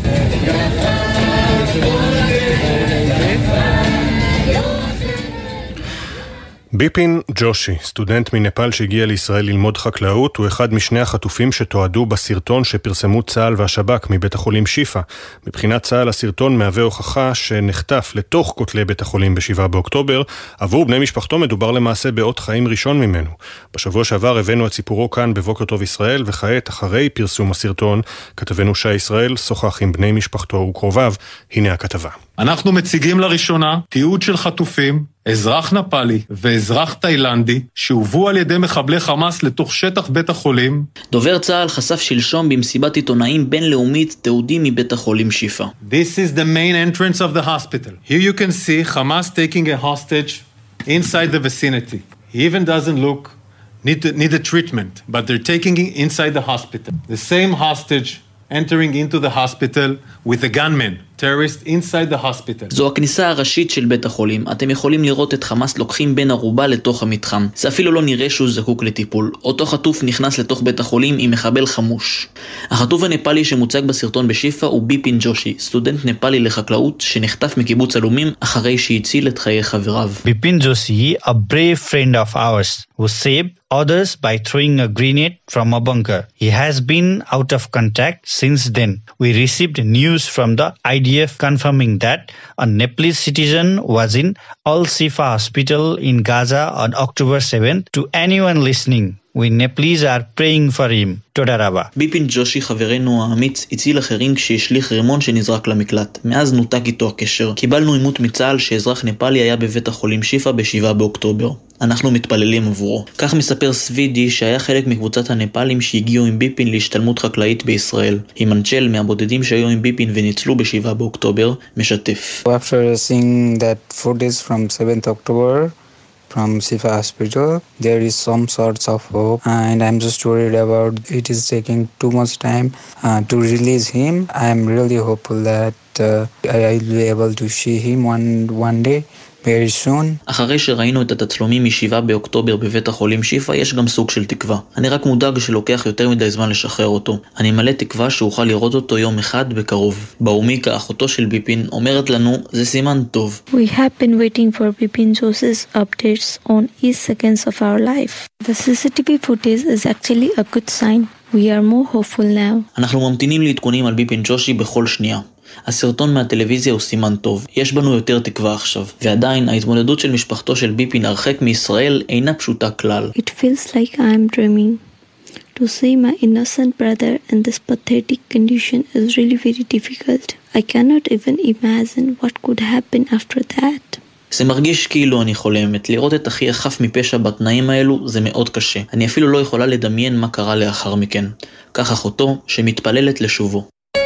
S1: ביפין ג'ושי, סטודנט מנפאל שהגיע לישראל ללמוד חקלאות, הוא אחד משני החטופים שתועדו בסרטון שפרסמו צה"ל והשב"כ מבית החולים שיפה. מבחינת צה"ל הסרטון מהווה הוכחה שנחטף לתוך כותלי בית החולים ב7 באוקטובר. עבור בני משפחתו מדובר למעשה באות חיים ראשון ממנו. בשבוע שעבר הבאנו את סיפורו כאן בבוקר טוב ישראל, וכעת אחרי פרסום הסרטון כתבנו שי ישראל שוחח עם בני משפחתו וקרוביו. הנה הכתבה.
S23: אנחנו מציגים לראשונה תיעוד של חטופים, אזרח נפאלי ואזרח תאילנדי שהובאו על ידי מחבלי חמאס לתוך שטח בית החולים.
S24: דובר צה"ל חשף שלשום במסיבת עיתונאים בינלאומית תיעודים מבית החולים שיפה.
S23: This is the main entrance of the hospital. Here you can see Hamas taking a hostage inside the vicinity. He even doesn't look need a treatment, but they're taking it inside the hospital. The same hostage entering into the hospital with a gunman, terrorist inside the hospital.
S24: זו הכניסה הראשית של בית החולים. אתם יכולים לראות את חמאס לוקחים בן ערובה לתוך המתחם. זה אפילו לא נראה שהוא זקוק לטיפול. אותו חטוף נכנס לתוך בית החולים עם מחבל חמוש. החטוף הנפאלי שמוצג בסרטון בשיפה הוא ביפין ג'ושי, סטודנט נפאלי לחקלאות שנחטף מקיבוץ אלומים אחרי שהציל את חיי חבריו.
S26: ביפין ג'ושי, a brave friend of ours, who saved others by throwing a grenade from a bunker. He has been out of contact since then. We received news from the IDF confirming that a Nepalese citizen was in Al-Shifa Hospital in Gaza on October 7th. To anyone listening, we Nepalese are praying for him. תודה רבה.
S24: ביפין ג'ושי חברנו האמיץ הציל אחרים כשהשליך רימון שנזרק למקלט. מאז נותק איתו הקשר. קיבלנו עימות מצה"ל שאזרח נפאלי היה בבית החולים שיפה ב7 באוקטובר. אנחנו מתפללים עבורו. כך מספר סווידי שהיה חלק מקבוצת הנפאלים שהגיעו עם ביפין להשתלמות חקלאית בישראל. הימנצ'ל מהבודדים שהיו עם ביפין וניצלו ב7 באוקטובר משתף.
S27: After seeing that footage from 7th October from Shifa Hospital, there is some sorts of hope, and I'm just worried about it is taking too much time to release him. I'm really hopeful that I'll be able to see him one day. Very soon.
S24: אחרי שראינו את התצלומים מ7 באוקטובר בבית החולים שיפה, יש גם סוג של תקווה. אני רק מודאג שלוקח יותר מדי זמן לשחרר אותו. אני מלא תקווה שאוכל לראות אותו יום אחד בקרוב. באומיקה, אחותו של ביפין, אומרת לנו, זה סימן טוב.
S28: We have been waiting for Bipin Joshi's updates on each seconds of our life. The CCTV footage is actually a good sign. We are more hopeful now.
S24: אנחנו ממתינים לעדכונים על ביפין ג'ושי בכל שנייה. הסרטון מהטלוויזיה הוא סימן טוב. יש בנו יותר תקווה עכשיו. ועדיין, ההתמודדות של משפחתו של ביפין הרחק מישראל אינה פשוטה כלל.
S28: It feels like I'm dreaming. To see my innocent brother in this pathetic condition is really very difficult. I cannot even imagine what could happen after that.
S24: זה מרגיש כאילו אני חולמת. לראות את אחי החף מפשע בתנאים האלו זה מאוד קשה. אני אפילו לא יכולה לדמיין מה קרה לאחר מכן. כך אחותו שמתפללת לשובו.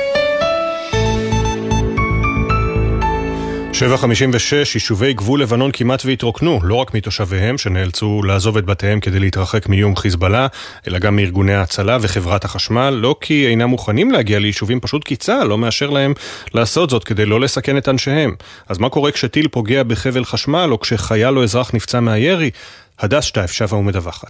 S1: 7:56, יישובי גבול לבנון כמעט והתרוקנו, לא רק מתושביהם שנאלצו לעזוב את בתיהם כדי להתרחק מאיום חיזבאללה, אלא גם מארגוני ההצלה וחברת החשמל, לא כי אינם מוכנים להגיע ליישובים, פשוט כי צה"ל לא מאשר להם לעשות זאת כדי לא לסכן את אנשיהם. אז מה קורה כשטיל פוגע בחבל חשמל או כשחייל או אזרח נפצע מהירי? הדס שטייף שווה ומדווחת.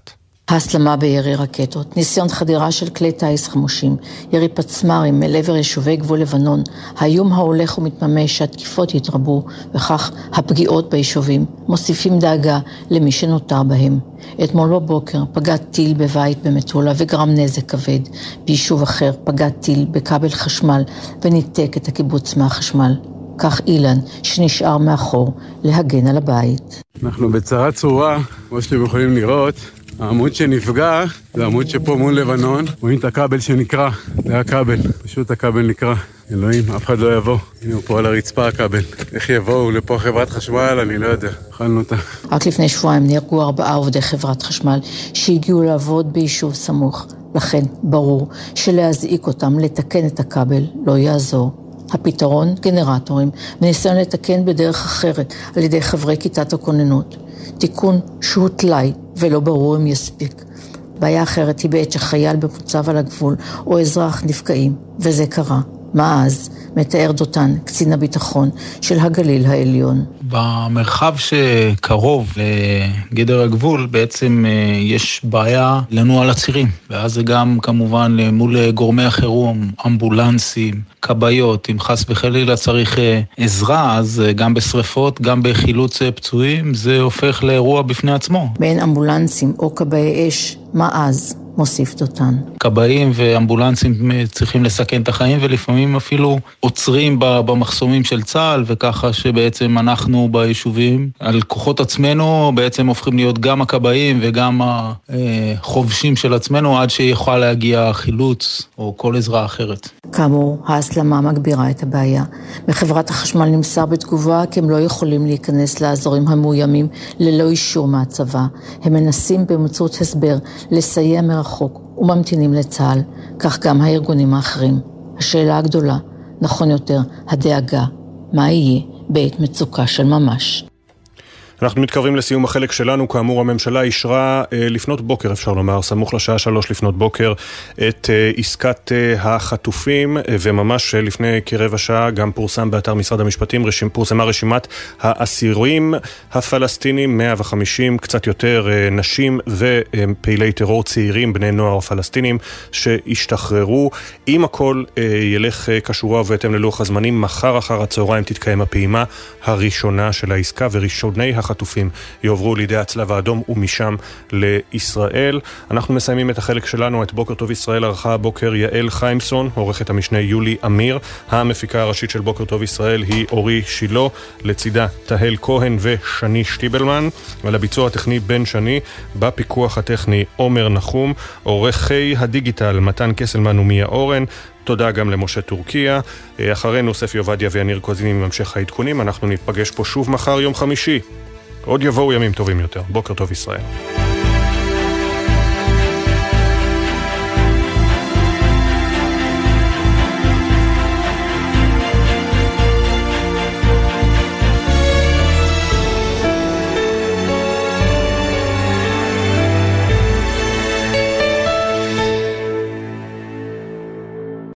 S2: ההסלמה בירי רקטות, ניסיון חדירה של כלי טייס חמושים, ירי פצמרים אל עבר יישובי גבול לבנון, האיום ההולך ומתממש שהתקיפות יתרבו, וכך הפגיעות ביישובים מוסיפים דאגה למי שנותר בהם. אתמול בבוקר פגע טיל בבית במטולה וגרם נזק כבד. ביישוב אחר פגע טיל בכבל חשמל וניתק את הקיבוץ מהחשמל. כך אילן שנשאר מאחור להגן על הבית.
S8: אנחנו בצרה צרורה, כמו שאתם יכולים לראות. העמוד שנפגע זה העמוד שפה מול לבנון, רואים את הכבל שנקרא, זה הכבל, פשוט הכבל נקרא. אלוהים, אף אחד לא יבוא, הנה הוא פה על הרצפה הכבל. איך יבואו לפה חברת חשמל, אני לא יודע, אכלנו אותה.
S2: רק לפני שבועיים נהרגו 4 עובדי חברת חשמל שהגיעו לעבוד ביישוב סמוך, לכן ברור שלהזעיק אותם לתקן את הכבל לא יעזור. הפתרון, גנרטורים, וניסיון לתקן בדרך אחרת על ידי חברי כיתת הכוננות. תיקון שהוא תלאי ולא ברור אם יספיק. בעיה אחרת היא בעת שחייל במוצב על הגבול או אזרח נפגעים, וזה קרה. מה אז? מתאר דותן, קצין הביטחון של הגליל העליון.
S11: במרחב שקרוב לגדר הגבול בעצם יש בעיה לנו על הצירים, ואז זה גם כמובן מול גורמי החירום, אמבולנסים, קביות, אם חס וחלילה צריך עזרה, אז גם בשריפות, גם בחילוץ פצועים, זה הופך לאירוע בפני עצמו.
S2: בין אמבולנסים או קביי אש, מה אז? מוסיף דותן.
S11: קבעים ואמבולנסים צריכים לסכן את החיים, ולפעמים אפילו עוצרים במחסומים של צה"ל, וככה שבעצם אנחנו ביישובים, על כוחות עצמנו, בעצם הופכים להיות גם הקבעים וגם החובשים של עצמנו, עד שיוכל להגיע חילוץ או כל עזרה אחרת.
S2: כאמור, ההסלמה מגבירה את הבעיה. בחברת החשמל נמסר בתגובה כי הם לא יכולים להיכנס לאזורים המאוימים ללא אישור מהצבא. הם מנסים באמצעות הסבר לסייע מרחוק וממתינים לצה"ל, כך גם הארגונים האחרים. השאלה הגדולה, נכון יותר, הדאגה, מה יהיה בעת מצוקה של ממש.
S1: אנחנו מתקרבים לסיום החלק שלנו. כאמור, הממשלה אישרה לפנות בוקר, אפשר לומר, סמוך לשעה 3 לפנות בוקר, את עסקת החטופים, וממש לפני כרבע שעה גם פורסם באתר משרד המשפטים, פורסמה רשימת האסירים הפלסטינים, 150, קצת יותר נשים ופעילי טרור צעירים, בני נוער פלסטינים, שהשתחררו. אם הכל ילך כשורה ובהתאם ללוח הזמנים, מחר אחר הצהריים תתקיים הפעימה הראשונה של העסקה, וראשוני החטופים יעברו לידי הצלב האדום ומשם לישראל. אנחנו מסיימים את החלק שלנו. את בוקר טוב ישראל ערכה הבוקר יעל חיימסון, עורכת המשנה יולי אמיר, המפיקה הראשית של בוקר טוב ישראל היא אורי שילו, לצידה תהל כהן ושני שטיבלמן, ועל הביצוע הטכני בן שני, בפיקוח הטכני עומר נחום, עורכי הדיגיטל מתן קסלמן ומיה אורן. תודה גם למשה טורקיה. אחרינו ספי עובדיה ויניר קוזיני ממשיך העדכונים. אנחנו נתפגש פה שוב מחר יום חמישי. עוד יבואו ימים טובים יותר. בוקר טוב ישראל.